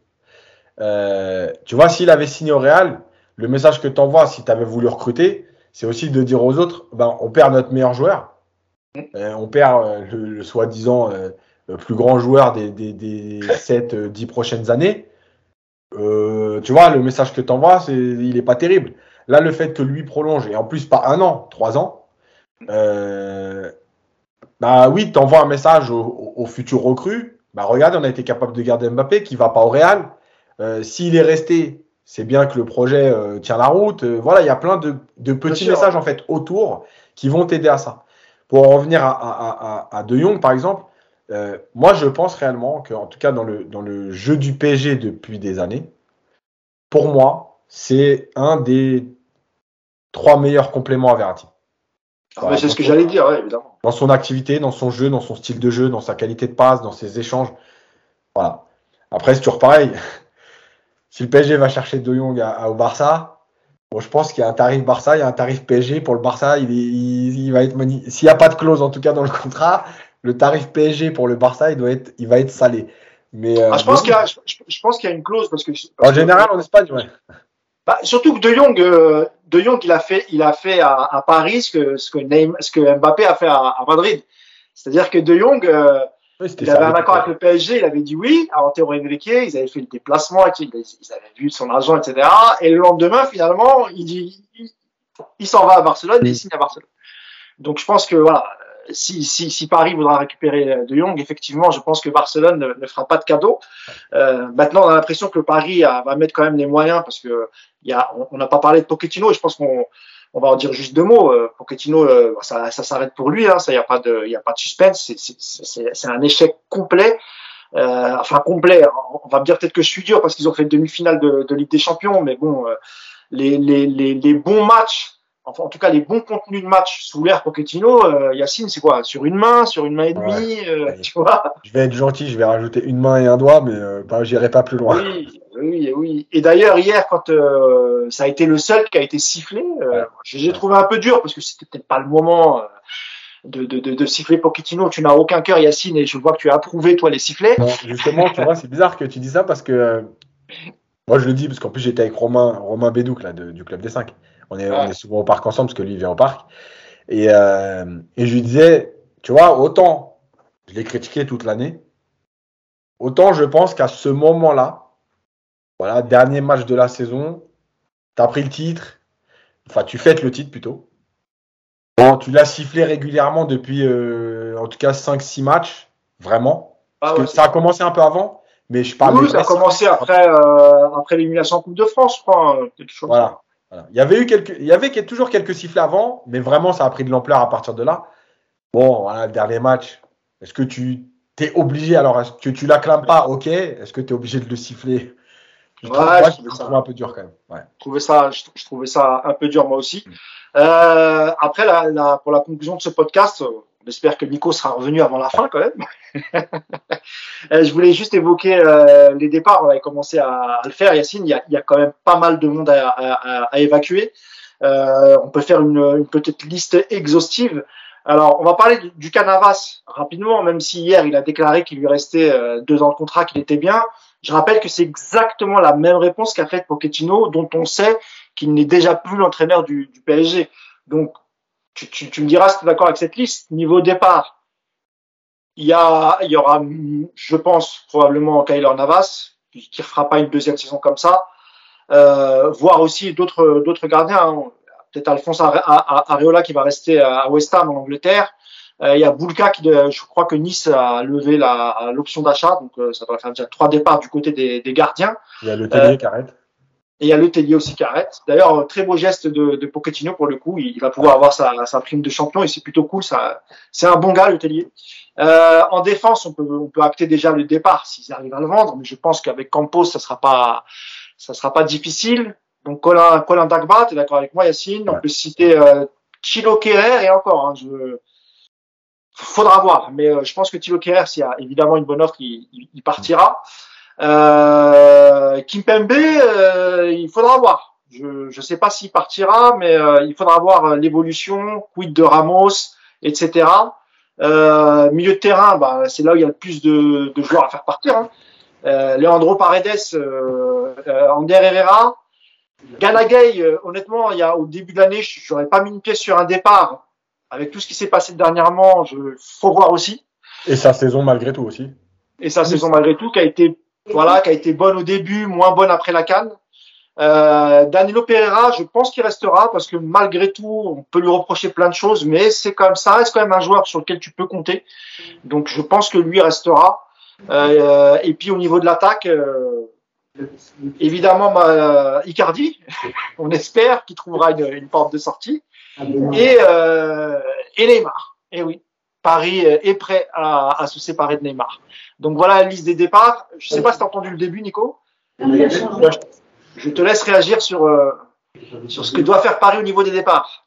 Euh, tu vois, s'il avait signé au Real, le message que tu envoies, si tu avais voulu recruter, c'est aussi de dire aux autres, ben, on perd notre meilleur joueur, euh, on perd euh, le, le soi-disant euh, le plus grand joueur des, des, des sept dix prochaines années. Euh, tu vois, le message que tu envoies, c'est, il n'est pas terrible. Là, le fait que lui prolonge, et en plus pas un an, trois ans, euh, bah oui, tu envoies un message aux au, au futurs recrues. Bah regarde, on a été capable de garder Mbappé qui va pas au Real. Euh, s'il est resté, c'est bien que le projet euh, tient la route. Euh, voilà, il y a plein de, de petits messages en fait autour qui vont t'aider à ça. Pour en revenir à, à, à, à De Jong, par exemple, euh, moi, je pense réellement qu'en tout cas, dans le, dans le jeu du P S G depuis des années, pour moi, c'est un des trois meilleurs compléments à Verratti. Ah bah, c'est ce que j'allais dire, ouais, évidemment. Dans son activité, dans son jeu, dans son style de jeu, dans sa qualité de passe, dans ses échanges. Voilà. Après, c'est toujours pareil. Si le P S G va chercher De Jong à, à, au Barça, bon, je pense qu'il y a un tarif Barça, il y a un tarif P S G. Pour le Barça, il, est, il, il va être mani- s'il n'y a pas de clause, en tout cas dans le contrat, le tarif P S G pour le Barça, il, doit être, il va être salé. Mais, euh, ah, je, pense qu'il y a, je, je pense qu'il y a une clause. Parce que, parce en général, que, en Espagne, ouais. Bah, surtout que De Jong, euh, De Jong, il a fait, il a fait à, à Paris ce que, ce, que Neymar, ce que Mbappé a fait à, à Madrid. C'est-à-dire que De Jong, euh, oui, il avait un accord avec le P S G, il avait dit oui à Antero Henrique, ils avaient fait le déplacement, ils avaient vu son argent, et cetera. Et le lendemain, finalement, il dit, il, il s'en va à Barcelone, oui. Il signe à Barcelone. Donc je pense que voilà, si, si, si Paris voudra récupérer De Jong, effectivement, je pense que Barcelone ne, ne fera pas de cadeau. Euh, maintenant, on a l'impression que Paris a, va mettre quand même les moyens parce que il y a, on n'a pas parlé de Pochettino et je pense qu'on on va en dire juste deux mots. Euh, Pochettino, euh, ça, ça s'arrête pour lui. Hein, ça, il y a pas de, il y a pas de suspense. C'est, c'est, c'est, c'est un échec complet. Euh, enfin complet. On va me dire peut-être que je suis dur parce qu'ils ont fait une demi-finale de, de Ligue des Champions, mais bon, euh, les, les, les, les bons matchs. Enfin, en tout cas, les bons contenus de match sous l'ère Pochettino, euh, Yacine, c'est quoi? Sur une main, sur une main et demie, ouais. euh, tu vois? Je vais être gentil, je vais rajouter une main et un doigt, mais euh, bah, j'irai pas plus loin. Oui, oui, oui. Et d'ailleurs, hier, quand euh, ça a été le seul qui a été sifflé, euh, ouais. j'ai trouvé un peu dur parce que c'était peut-être pas le moment euh, de, de, de, de siffler Pochettino. Tu n'as aucun cœur, Yacine, et je vois que tu as approuvé, toi, les sifflets. Non, justement, tu vois, c'est bizarre que tu dis ça parce que euh, moi, je le dis parce qu'en plus, j'étais avec Romain, Romain Bédouc, là, de, du Club des cinq. On est, ouais. on est souvent au parc ensemble parce que lui, il vient au parc. Et, euh, et je lui disais, tu vois, autant je l'ai critiqué toute l'année, autant je pense qu'à ce moment-là, voilà, dernier match de la saison, tu as pris le titre, enfin, tu fêtes le titre plutôt. Bon, tu l'as sifflé régulièrement depuis, euh, en tout cas, cinq six matchs, vraiment. Parce ah ouais, que ça a commencé un peu avant, mais je parle. Oui, ça a commencé après, euh, après l'élimination en Coupe de France, je crois. Quelque chose voilà. Comme ça. Voilà. Il y avait eu quelques, il y avait toujours quelques sifflets avant, mais vraiment ça a pris de l'ampleur à partir de là. Bon, voilà, le dernier match. Est-ce que tu t'es obligé, alors est-ce que tu l'acclames pas, ok. Est-ce que tu es obligé de le siffler? Je ouais, trouve, moi, je, je trouve ça un peu dur quand même. Ouais. Je trouvais ça, je, je trouvais ça un peu dur moi aussi. Mmh. Euh, après, la, la, pour la conclusion de ce podcast, on espère que Nico sera revenu avant la fin quand même. Je voulais juste évoquer euh, les départs. On avait commencé à, à le faire, Yacine. Il y a, il y a quand même pas mal de monde à, à, à évacuer. Euh, on peut faire une, une petite liste exhaustive. Alors, on va parler du, du Canavas rapidement, même si hier il a déclaré qu'il lui restait euh, deux ans de contrat, qu'il était bien. Je rappelle que c'est exactement la même réponse qu'a faite Pochettino, dont on sait qu'il n'est déjà plus l'entraîneur du, du P S G. Donc, tu, tu, tu me diras si tu es d'accord avec cette liste. Niveau départ, il y a, il y aura, je pense, probablement Keylor Navas, qui ne refera pas une deuxième saison comme ça, euh, voire aussi d'autres, d'autres gardiens. Hein. Peut-être Alphonse Areola qui va rester à West Ham en Angleterre. Euh, il y a Boulka qui, je crois que Nice a levé la, l'option d'achat, donc euh, ça va faire déjà trois départs du côté des, des gardiens. Il y a le Tellier euh, qui arrête. Et il y a le Tellier aussi qui arrête. D'ailleurs, très beau geste de, de Pochettino pour le coup. Il, il va pouvoir avoir sa, sa prime de champion et c'est plutôt cool. Ça, c'est un bon gars, le Tellier. Euh, en défense, on peut, on peut acter déjà le départ s'ils arrivent à le vendre, mais je pense qu'avec Campos, ça sera pas, ça sera pas difficile. Donc Colin, Colin Dagba, t'es d'accord avec moi, Yacine? On peut citer euh, Thilo Kehrer et encore. Hein, je, faudra voir, mais euh, je pense que Thilo Kehrer, s'il y a évidemment une bonne offre, il, il, il partira. Euh, Kimpembe, euh, il faudra voir. Je ne sais pas s'il partira, mais euh, il faudra voir l'évolution, quid de Ramos, et cetera. Euh, milieu de terrain, bah, c'est là où il y a le plus de, de joueurs à faire partir. Hein. Euh, Leandro Paredes, euh, euh, Ander Herrera, Gana Gueye, euh, honnêtement, il y a au début de l'année, je n'aurais pas mis une pièce sur un départ. Avec tout ce qui s'est passé dernièrement, il faut voir aussi. Et sa saison malgré tout aussi. Et sa oui. saison malgré tout, qui a été voilà, qui a été bonne au début, moins bonne après la CAN. Euh, Danilo Pereira, je pense qu'il restera parce que malgré tout, on peut lui reprocher plein de choses, mais c'est quand même, ça reste quand même un joueur sur lequel tu peux compter. Donc je pense que lui restera. Euh, et puis au niveau de l'attaque, euh, évidemment, euh, Icardi, on espère qu'il trouvera une, une porte de sortie. et, euh, et Neymar. Et oui, Paris est prêt à, à se séparer de Neymar. Donc voilà la liste des départs. Je ne sais pas si tu as entendu le début, Nico. Je te laisse réagir sur, euh, sur ce que doit faire Paris au niveau des départs.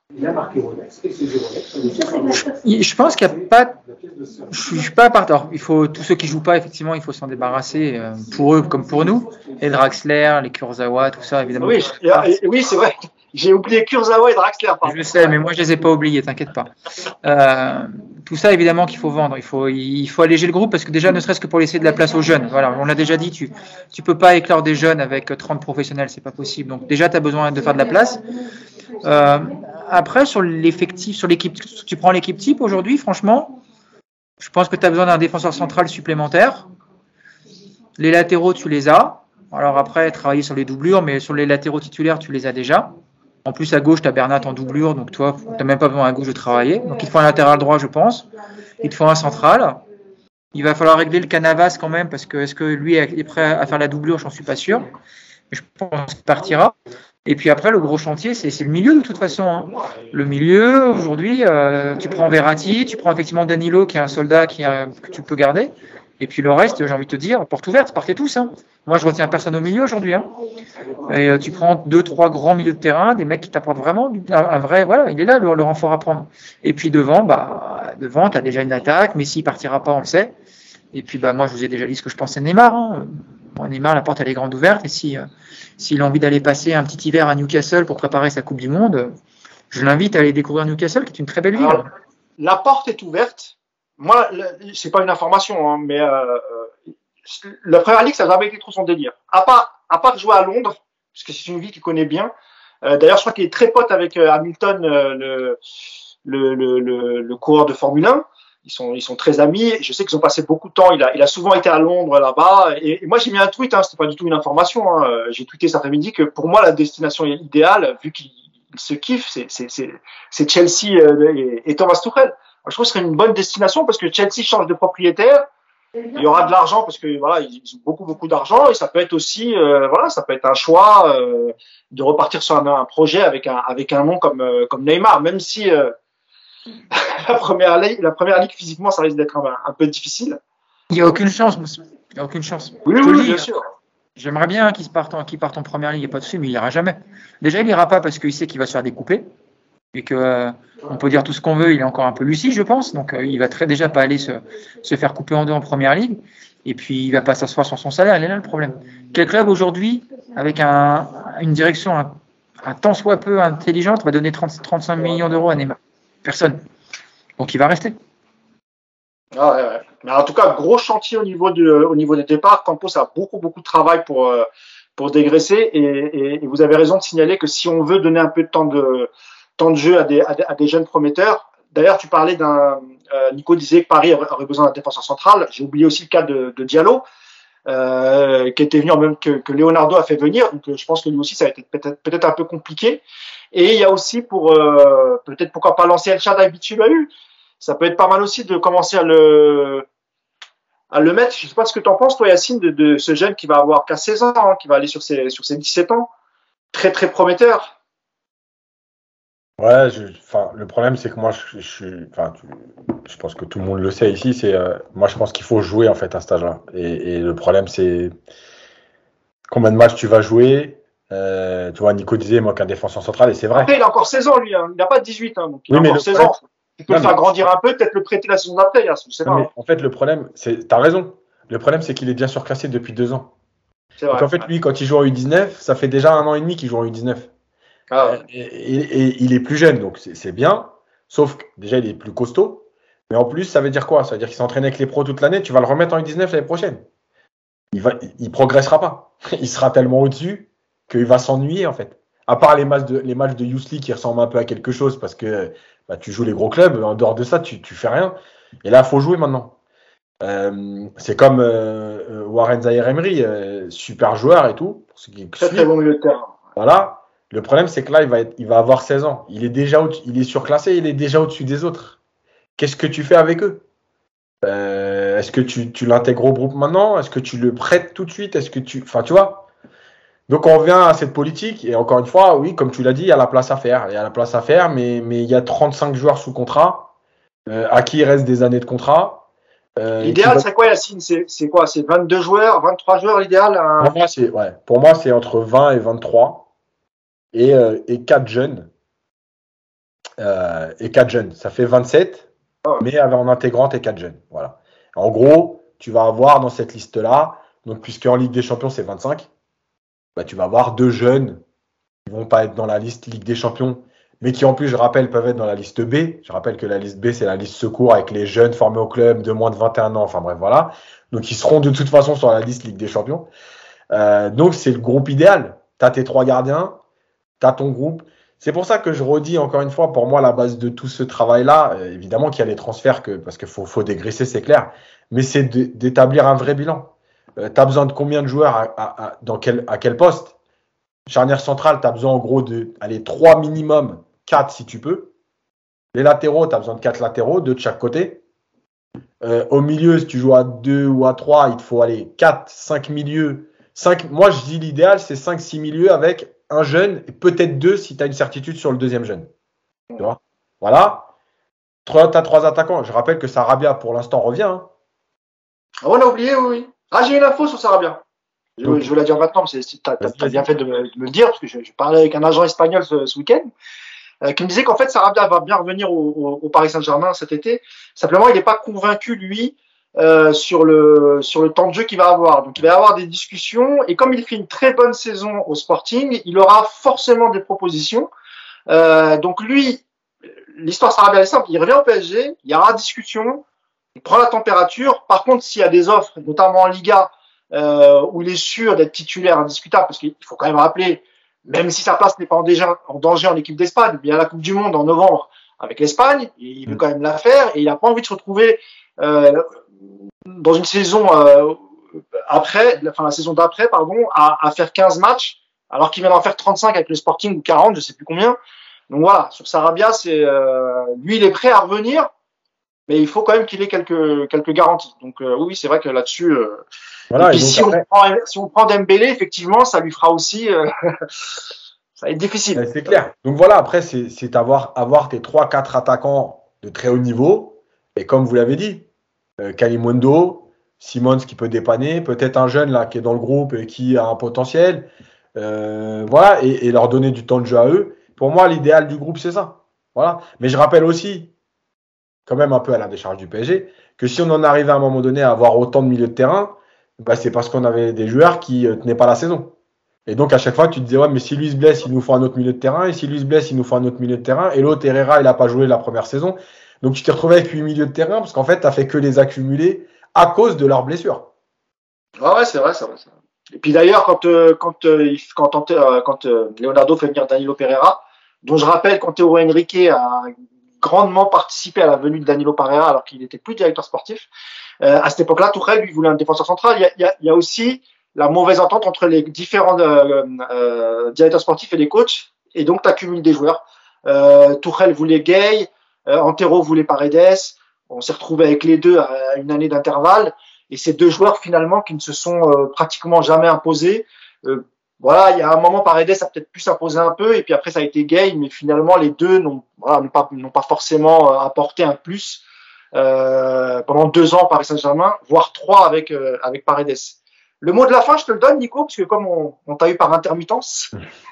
Je pense qu'il n'y a pas. Je ne suis pas partant. Il faut tous ceux qui jouent pas, effectivement, il faut s'en débarrasser euh, pour eux comme pour nous. Et Draxler, les Kurzawa, tout ça, évidemment. Oui, oui, c'est vrai. J'ai oublié Kurzawa et Draxler. Je le sais, mais moi je les ai pas oubliés, t'inquiète pas. Euh, tout ça, évidemment, qu'il faut vendre. Il faut, il faut alléger le groupe parce que déjà, ne serait-ce que pour laisser de la place aux jeunes. Voilà, on l'a déjà dit, tu, tu peux pas éclore des jeunes avec trente professionnels, c'est pas possible. Donc déjà, tu as besoin de faire de la place. Euh, après, sur l'effectif, sur l'équipe, tu prends l'équipe type aujourd'hui, franchement, je pense que tu as besoin d'un défenseur central supplémentaire. Les latéraux, tu les as. Alors après, travailler sur les doublures, mais sur les latéraux titulaires, tu les as déjà. En plus, à gauche, tu as Bernat en doublure, donc toi, tu n'as même pas besoin à gauche de travailler. Donc il te faut un latéral droit, je pense. Il te faut un central. Il va falloir régler le Canavas quand même, parce que est-ce que lui est prêt à faire la doublure, j'en suis pas sûr. Mais je pense qu'il partira. Et puis après, le gros chantier, c'est, c'est le milieu de toute façon. Hein. Le milieu, aujourd'hui, euh, tu prends Verratti, tu prends effectivement Danilo, qui est un soldat qui, euh, que tu peux garder. Et puis le reste, j'ai envie de te dire, porte ouverte, partez tous. Hein. Moi, je retiens personne au milieu aujourd'hui. Hein. Et euh, tu prends deux, trois grands milieux de terrain, des mecs qui t'apportent vraiment un, un vrai. Voilà, il est là, le, le renfort à prendre. Et puis devant, bah, devant, tu as déjà une attaque. Messi, il partira pas, on le sait. Et puis, bah, moi, je vous ai déjà dit ce que je pensais de Neymar. Hein. Bon, Neymar, la porte, elle est grande ouverte. Et si, euh, s'il a envie d'aller passer un petit hiver à Newcastle pour préparer sa Coupe du Monde, je l'invite à aller découvrir Newcastle, qui est une très belle ville. Alors, la porte est ouverte. Moi, c'est pas une information, hein, mais euh, la Première Ligue, ça n'a jamais été trop son délire. À part, à part jouer à Londres, parce que c'est une ville qu'il connaît bien. Euh, d'ailleurs, je crois qu'il est très pote avec euh, Hamilton, euh, le, le, le, le, le coureur de Formule un. Ils sont, ils sont très amis. Je sais qu'ils ont passé beaucoup de temps. Il a, il a souvent été à Londres là-bas. Et, et moi, j'ai mis un tweet. Hein, c'était pas du tout une information. Hein. J'ai tweeté cet après-midi que pour moi, la destination idéale, vu qu'il se kiffe, c'est, c'est, c'est, c'est Chelsea euh, et, et Thomas Tuchel. Je trouve que ce serait une bonne destination parce que Chelsea change de propriétaire. Il y aura de l'argent parce que voilà, ils ont beaucoup beaucoup d'argent et ça peut être aussi euh, voilà, ça peut être un choix euh, de repartir sur un, un projet avec un avec un nom comme euh, comme Neymar, même si euh, la première ligue, la première ligue physiquement ça risque d'être un, un peu difficile. Il y a aucune chance, monsieur. Il y a aucune chance. Oui oui, oui bien sûr. J'aimerais bien qu'il se parte en, qu'il parte en première ligue, il n'y a pas de souci, mais il ira jamais. Déjà, il ira pas parce qu'il sait qu'il va se faire découper. Et que euh, on peut dire tout ce qu'on veut, il est encore un peu lucide, je pense. Donc, euh, il va très déjà pas aller se, se faire couper en deux en première ligue. Et puis, il va pas s'asseoir sur son salaire. Il est là le problème. Quel club aujourd'hui, avec un, une direction un, un tant soit peu intelligente, va donner trente, trente-cinq millions d'euros à Neymar? Personne. Donc, il va rester. Ah ouais, ouais. Mais en tout cas, gros chantier au niveau de, au niveau des départs. Campos a beaucoup, beaucoup de travail pour, euh, pour dégraisser. Et, et, et vous avez raison de signaler que si on veut donner un peu de temps de temps de jeu à des, à des, à des jeunes prometteurs. D'ailleurs, tu parlais d'un, euh, Nico disait que Paris aurait besoin d'un défenseur central. J'ai oublié aussi le cas de, de Diallo, euh, qui était venu en même que, que Leonardo a fait venir. Donc, je pense que lui aussi, ça a été peut-être, peut-être un peu compliqué. Et il y a aussi pour, euh, peut-être pourquoi pas lancer El Shaddai Bitubau. Ça peut être pas mal aussi de commencer à le, à le mettre. Je sais pas ce que tu en penses, toi, Yacine, de, de ce jeune qui va avoir qu'à seize ans, hein, qui va aller sur ses, sur ses dix-sept ans. Très, très prometteur. Ouais, je, enfin, le problème, c'est que moi, je, je, enfin, tu, je pense que tout le monde le sait ici, c'est, euh, moi, je pense qu'il faut jouer, en fait, à cet âge-là. Et, et le problème, c'est combien de matchs tu vas jouer. Euh, tu vois, Nico disait, moi, qu'un défenseur central, et c'est vrai. Après, il a encore seize ans, lui, hein. Il n'a pas dix-huit, hein, donc il oui, a mais encore seize ans. Tu peux non, le faire grandir un peu, peut-être le prêter la saison d'après, hein, je sais non, pas. Mais en fait, le problème, c'est, t'as raison. Le problème, c'est qu'il est déjà surclassé depuis deux ans. C'est vrai. Donc, en fait, lui, quand il joue en U dix-neuf, ça fait déjà un an et demi qu'il joue en U dix-neuf. Ah ouais. et, et, et il est plus jeune, donc c'est, c'est bien. Sauf que déjà, il est plus costaud. Mais en plus, ça veut dire quoi? Ça veut dire qu'il s'est entraîné avec les pros toute l'année. Tu vas le remettre en U dix-neuf l'année prochaine. Il va, il progressera pas. Il sera tellement au-dessus qu'il va s'ennuyer, en fait. À part les matchs de, les matchs de Youth League qui ressemblent un peu à quelque chose parce que bah, tu joues les gros clubs. En dehors de ça, tu, tu fais rien. Et là, il faut jouer maintenant. Euh, c'est comme euh, Warren Zaïre-Emery, euh, super joueur et tout. Pour ceux qui très, très bon milieu de terrain. Voilà. Le problème, c'est que là, il va, être, il va avoir seize ans. Il est déjà au, il est surclassé, il est déjà au-dessus des autres. Qu'est-ce que tu fais avec eux? euh, Est-ce que tu, tu l'intègres au groupe maintenant? Est-ce que tu le prêtes tout de suite? Est-ce que tu, enfin, tu vois, Donc on revient à cette politique et encore une fois, oui, comme tu l'as dit, il y a la place à faire. Il y a la place à faire, mais, mais il y a trente-cinq joueurs sous contrat, euh, à qui il reste des années de contrat. Euh, l'idéal, c'est quoi, Yacine? C'est, c'est quoi? C'est vingt-deux joueurs, vingt-trois joueurs, l'idéal? Hein? Pour moi, c'est, ouais, pour moi, c'est entre vingt et vingt-trois et, euh, et quatre jeunes. Euh, et quatre jeunes. Ça fait vingt-sept, oh. mais en intégrant tes quatre jeunes. Voilà. En gros, tu vas avoir dans cette liste-là, donc puisqu'en Ligue des Champions, c'est vingt-cinq, bah, tu vas avoir deux jeunes qui vont pas être dans la liste Ligue des Champions, mais qui en plus, je rappelle, peuvent être dans la liste B. Je rappelle que la liste B, c'est la liste secours avec les jeunes formés au club de moins de vingt et un ans. Enfin bref, voilà. Donc, ils seront de toute façon sur la liste Ligue des Champions. Euh, donc, c'est le groupe idéal. Tu as tes trois gardiens, tu as ton groupe. C'est pour ça que je redis encore une fois, pour moi, la base de tout ce travail-là, euh, évidemment qu'il y a les transferts, que, parce qu'il faut, faut dégraisser, c'est clair, mais c'est de, d'établir un vrai bilan. Euh, tu as besoin de combien de joueurs à, à, à, dans quel, à quel poste? Charnière centrale, tu as besoin en gros de allez, trois minimum, quatre si tu peux. Les latéraux, tu as besoin de quatre latéraux, deux de chaque côté. Euh, au milieu, si tu joues à deux ou à trois, il te faut aller quatre, cinq milieux. cinq, moi, je dis l'idéal, c'est cinq six milieux avec un jeune et peut-être deux si tu as une certitude sur le deuxième jeune. Tu vois? Voilà. Tu as trois attaquants. Je rappelle que Sarabia, pour l'instant, revient. Hein. Ah, on a oublié, oui, oui. Ah, j'ai une info sur Sarabia. Je, Donc, je veux la dire maintenant, parce que tu as bien fait de me, de me le dire, parce que je, je parlais avec un agent espagnol ce, ce week-end, euh, qui me disait qu'en fait, Sarabia va bien revenir au, au, au Paris Saint-Germain cet été. Simplement, il n'est pas convaincu, lui, euh, sur le sur le temps de jeu qu'il va avoir. Donc, il va y avoir des discussions, et comme il fait une très bonne saison au Sporting, il aura forcément des propositions. Euh, donc, lui, l'histoire Sarabia est simple, il revient au P S G, il y aura discussion, il prend la température. Par contre, s'il y a des offres, notamment en Liga, Euh, où il est sûr d'être titulaire indiscutable, parce qu'il faut quand même rappeler, même si sa place n'est pas en danger en, danger en équipe d'Espagne, il y a la Coupe du Monde en novembre avec l'Espagne, il veut quand même la faire, et il n'a pas envie de se retrouver euh, dans une saison euh, après, enfin la saison d'après, pardon, à, à faire quinze matchs, alors qu'il vient d'en faire trente-cinq avec le Sporting ou quarante, je sais plus combien. Donc voilà, sur Sarabia, c'est euh, lui, il est prêt à revenir, mais il faut quand même qu'il ait quelques quelques garanties. Donc euh, oui, c'est vrai que là-dessus. Euh, Voilà, et puis et si, après... on prend, si on prend Dembélé, effectivement, ça lui fera aussi, euh, ça va être difficile. C'est clair. Donc voilà, après, c'est, c'est avoir, avoir tes trois quatre attaquants de très haut niveau. Et comme vous l'avez dit, euh, Kalimundo, Simons qui peut dépanner, peut-être un jeune là qui est dans le groupe et qui a un potentiel. Euh, voilà, et, et leur donner du temps de jeu à eux. Pour moi, l'idéal du groupe, c'est ça. Voilà. Mais je rappelle aussi, quand même un peu à la décharge du P S G, que si on en arrivait à un moment donné à avoir autant de milieux de terrain, bah, c'est parce qu'on avait des joueurs qui euh, tenaient pas la saison. Et donc, à chaque fois, tu te disais, ouais, mais si lui se blesse, il nous faut un autre milieu de terrain. Et si lui se blesse, il nous faut un autre milieu de terrain. Et l'autre, Herrera, il a pas joué la première saison. Donc, tu t'es retrouvé avec huit milieux de terrain parce qu'en fait, tu as fait que les accumuler à cause de leurs blessures. Ah ouais, c'est vrai, c'est vrai. C'est vrai. Et puis d'ailleurs, quand, euh, quand, euh, quand, euh, quand euh, Leonardo fait venir Danilo Pereira, dont je rappelle qu'Antero Henrique a grandement participé à la venue de Danilo Pereira alors qu'il n'était plus directeur sportif. Euh, à cette époque-là, Tuchel, lui, voulait un défenseur central. Il y a, il y a, il y a aussi la mauvaise entente entre les différents euh, euh, directeurs sportifs et les coachs, et donc tu accumules des joueurs. Euh, Tuchel voulait Gay, euh, Antero voulait Paredes. On s'est retrouvé avec les deux à une année d'intervalle, et ces deux joueurs finalement qui ne se sont euh, pratiquement jamais imposés. Euh, Voilà, il y a un moment, Paredes a peut-être pu s'imposer un peu, et puis après ça a été Gay, mais finalement les deux n'ont, voilà, n'ont pas, n'ont pas forcément apporté un plus euh, pendant deux ans Paris Saint-Germain, voire trois avec euh, avec Paredes. Le mot de la fin, je te le donne, Nico, parce que comme on, on t'a eu par intermittence.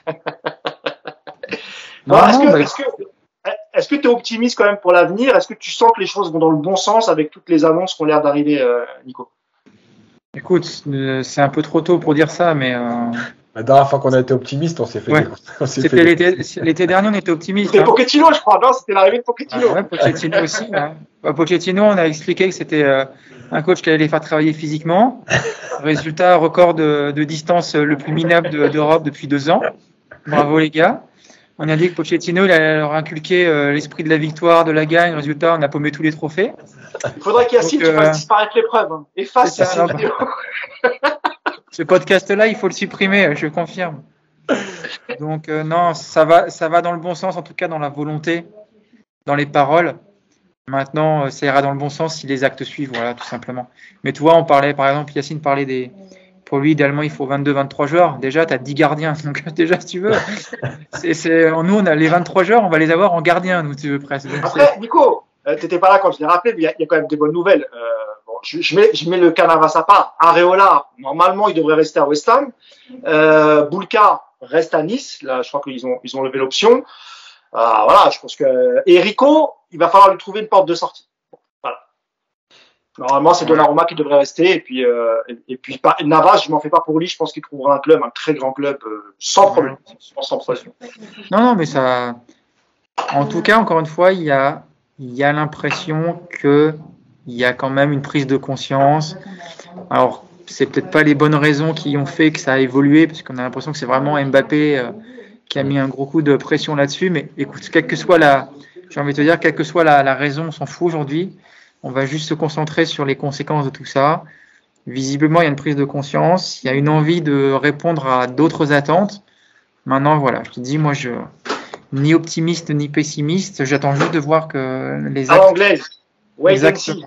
non, voilà, est-ce que, est-ce que est-ce que tu es optimiste quand même pour l'avenir? Est-ce que tu sens que les choses vont dans le bon sens avec toutes les annonces qui ont l'air d'arriver, euh, Nico? Écoute, c'est un peu trop tôt pour dire ça, mais euh... la dernière fois qu'on a été optimiste, on s'est fait. Ouais. Des... on s'est c'était fait l'été, des... l'été dernier, on était optimiste. C'était hein. Pochettino, je crois, non? C'était l'arrivée de Pochettino. Ah ouais, Pochettino aussi. Hein. Bah, Pochettino, on a expliqué que c'était euh, un coach qui allait les faire travailler physiquement. Résultat, record de, de distance le plus minable de, d'Europe depuis deux ans. Bravo les gars. On a dit que Pochettino, il allait leur inculquer euh, l'esprit de la victoire, de la gagne. Résultat, on a paumé tous les trophées. Il faudrait qu'Yacine te euh... fasse disparaître l'épreuve. Hein. Efface cette vidéo. Ce podcast-là, il faut le supprimer, je confirme. Donc euh, non, ça va, ça va dans le bon sens, en tout cas dans la volonté, dans les paroles. Maintenant, ça ira dans le bon sens si les actes suivent, voilà, tout simplement. Mais tu vois, on parlait, par exemple, Yacine parlait des, Pour lui, idéalement, il faut vingt-deux vingt-trois joueurs. Déjà, tu as dix gardiens. Donc, déjà, si tu veux, c'est, c'est, nous, on a les vingt-trois joueurs, on va les avoir en gardien, nous, tu veux, presque. Donc, Après, c'est... Nico, euh, tu n'étais pas là quand je l'ai rappelé, mais il y, y a quand même des bonnes nouvelles. Euh, bon, je, je, mets, je mets le Canavas à part. Areola, normalement, il devrait rester à West Ham. Euh, Boulka reste à Nice. Là, je crois qu'ils ont, ils ont levé l'option. Euh, voilà, je pense que. Et Rico, il va falloir lui trouver une porte de sortie. Voilà. Normalement, c'est Donnarumma qui devrait rester. Et puis, euh, et, et puis pas, Navas, je m'en fais pas pour lui. Je pense qu'il trouvera un club, un très grand club, euh, sans problème. Sans problème. Non, non, mais ça. En tout cas, encore une fois, il y a, il y a l'impression que il y a quand même une prise de conscience. Alors, c'est peut-être pas les bonnes raisons qui ont fait que ça a évolué, parce qu'on a l'impression que c'est vraiment Mbappé euh, qui a mis un gros coup de pression là-dessus. Mais écoute, quelle que soit la, j'ai envie de te dire, quelle que soit la, la raison, on s'en fout aujourd'hui. On va juste se concentrer sur les conséquences de tout ça. Visiblement, il y a une prise de conscience, il y a une envie de répondre à d'autres attentes. Maintenant, voilà, je te dis, moi, je ni optimiste ni pessimiste, j'attends juste de voir que les actes, à l'anglaise, wait and see.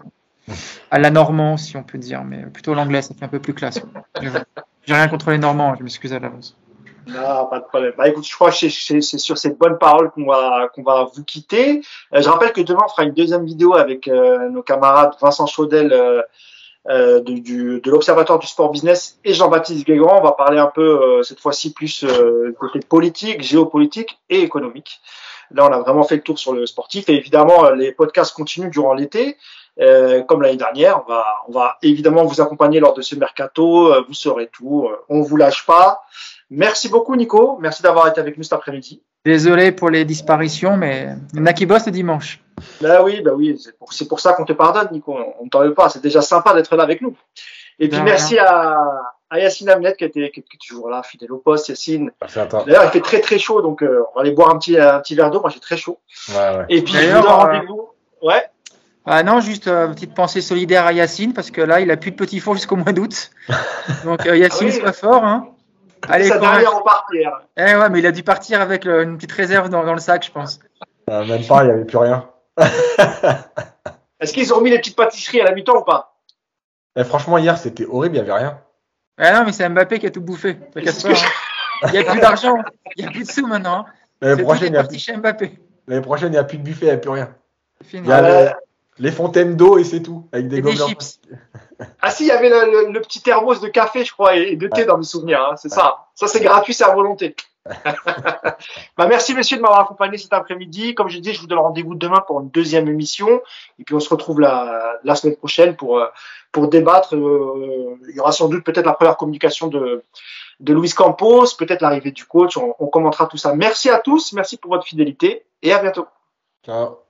À la Normand, si on peut dire, mais plutôt l'anglais, ça fait un peu plus classe. J'ai rien contre les Normands, je m'excuse à l'avance. Non, pas de problème. Bah, écoute, je crois que c'est, c'est, c'est sur cette bonne parole qu'on va, qu'on va vous quitter. Euh, je rappelle que demain, on fera une deuxième vidéo avec euh, nos camarades Vincent Chaudel euh, euh, de, du, de l'Observatoire du Sport Business et Jean-Baptiste Guégrand. On va parler un peu, euh, cette fois-ci, plus euh, côté politique, géopolitique et économique. Là, on a vraiment fait le tour sur le sportif. Et évidemment, les podcasts continuent durant l'été. Euh, comme l'année dernière, on va, on va évidemment vous accompagner lors de ce mercato. Euh, vous saurez tout. Euh, on vous lâche pas. Merci beaucoup, Nico. Merci d'avoir été avec nous cet après-midi. Désolé pour les disparitions, mais il y en a qui bossent le dimanche. Bah oui, bah oui. C'est pour, c'est pour ça qu'on te pardonne, Nico. On ne t'en veut pas. C'est déjà sympa d'être là avec nous. Et puis, ben, merci à, à Yacine Hamlet qui était, qui, qui est toujours là, fidèle au poste, Yacine. Merci à toi. D'ailleurs, il fait très, très chaud. Donc, euh, on va aller boire un petit, un petit verre d'eau. Moi, j'ai très chaud. Ouais, ouais. Et puis, je vous donne rendez-vous. Ouais. Ah non, juste une euh, petite pensée solidaire à Yacine, parce que là, il a plus de petits fours jusqu'au mois d'août. Donc, euh, Yacine, ah oui. Sois fort. Hein. Allez, sa dernière en partir. Eh ouais, mais il a dû partir avec le, une petite réserve dans, dans le sac, je pense. Euh, même pas, il n'y avait plus rien. Est-ce qu'ils ont mis les petites pâtisseries à la mi-temps ou pas? Eh, franchement, hier, c'était horrible, il n'y avait rien. Ah non, mais c'est Mbappé qui a tout bouffé. Il n'y a plus d'argent, il n'y a plus de sous maintenant. L'année prochaine, il y a plus... chez Mbappé. L'année prochaine, il n'y a plus de buffet, il n'y a plus rien. Fini. Il y a euh... les, les fontaines d'eau et c'est tout. Avec des, et des chips. Ah si, il y avait le, le, le petit thermos de café, je crois, et de thé ouais. dans mes souvenirs. Hein, c'est ouais. ça. Ça, c'est gratuit, c'est à volonté. Bah, merci, messieurs, de m'avoir accompagné cet après-midi. Comme je dis, je vous donne rendez-vous demain pour une deuxième émission. Et puis, on se retrouve la, la semaine prochaine pour, pour débattre. Euh, il y aura sans doute peut-être la première communication de, de Luis Campos, peut-être l'arrivée du coach. On, on commentera tout ça. Merci à tous. Merci pour votre fidélité et à bientôt. Ciao.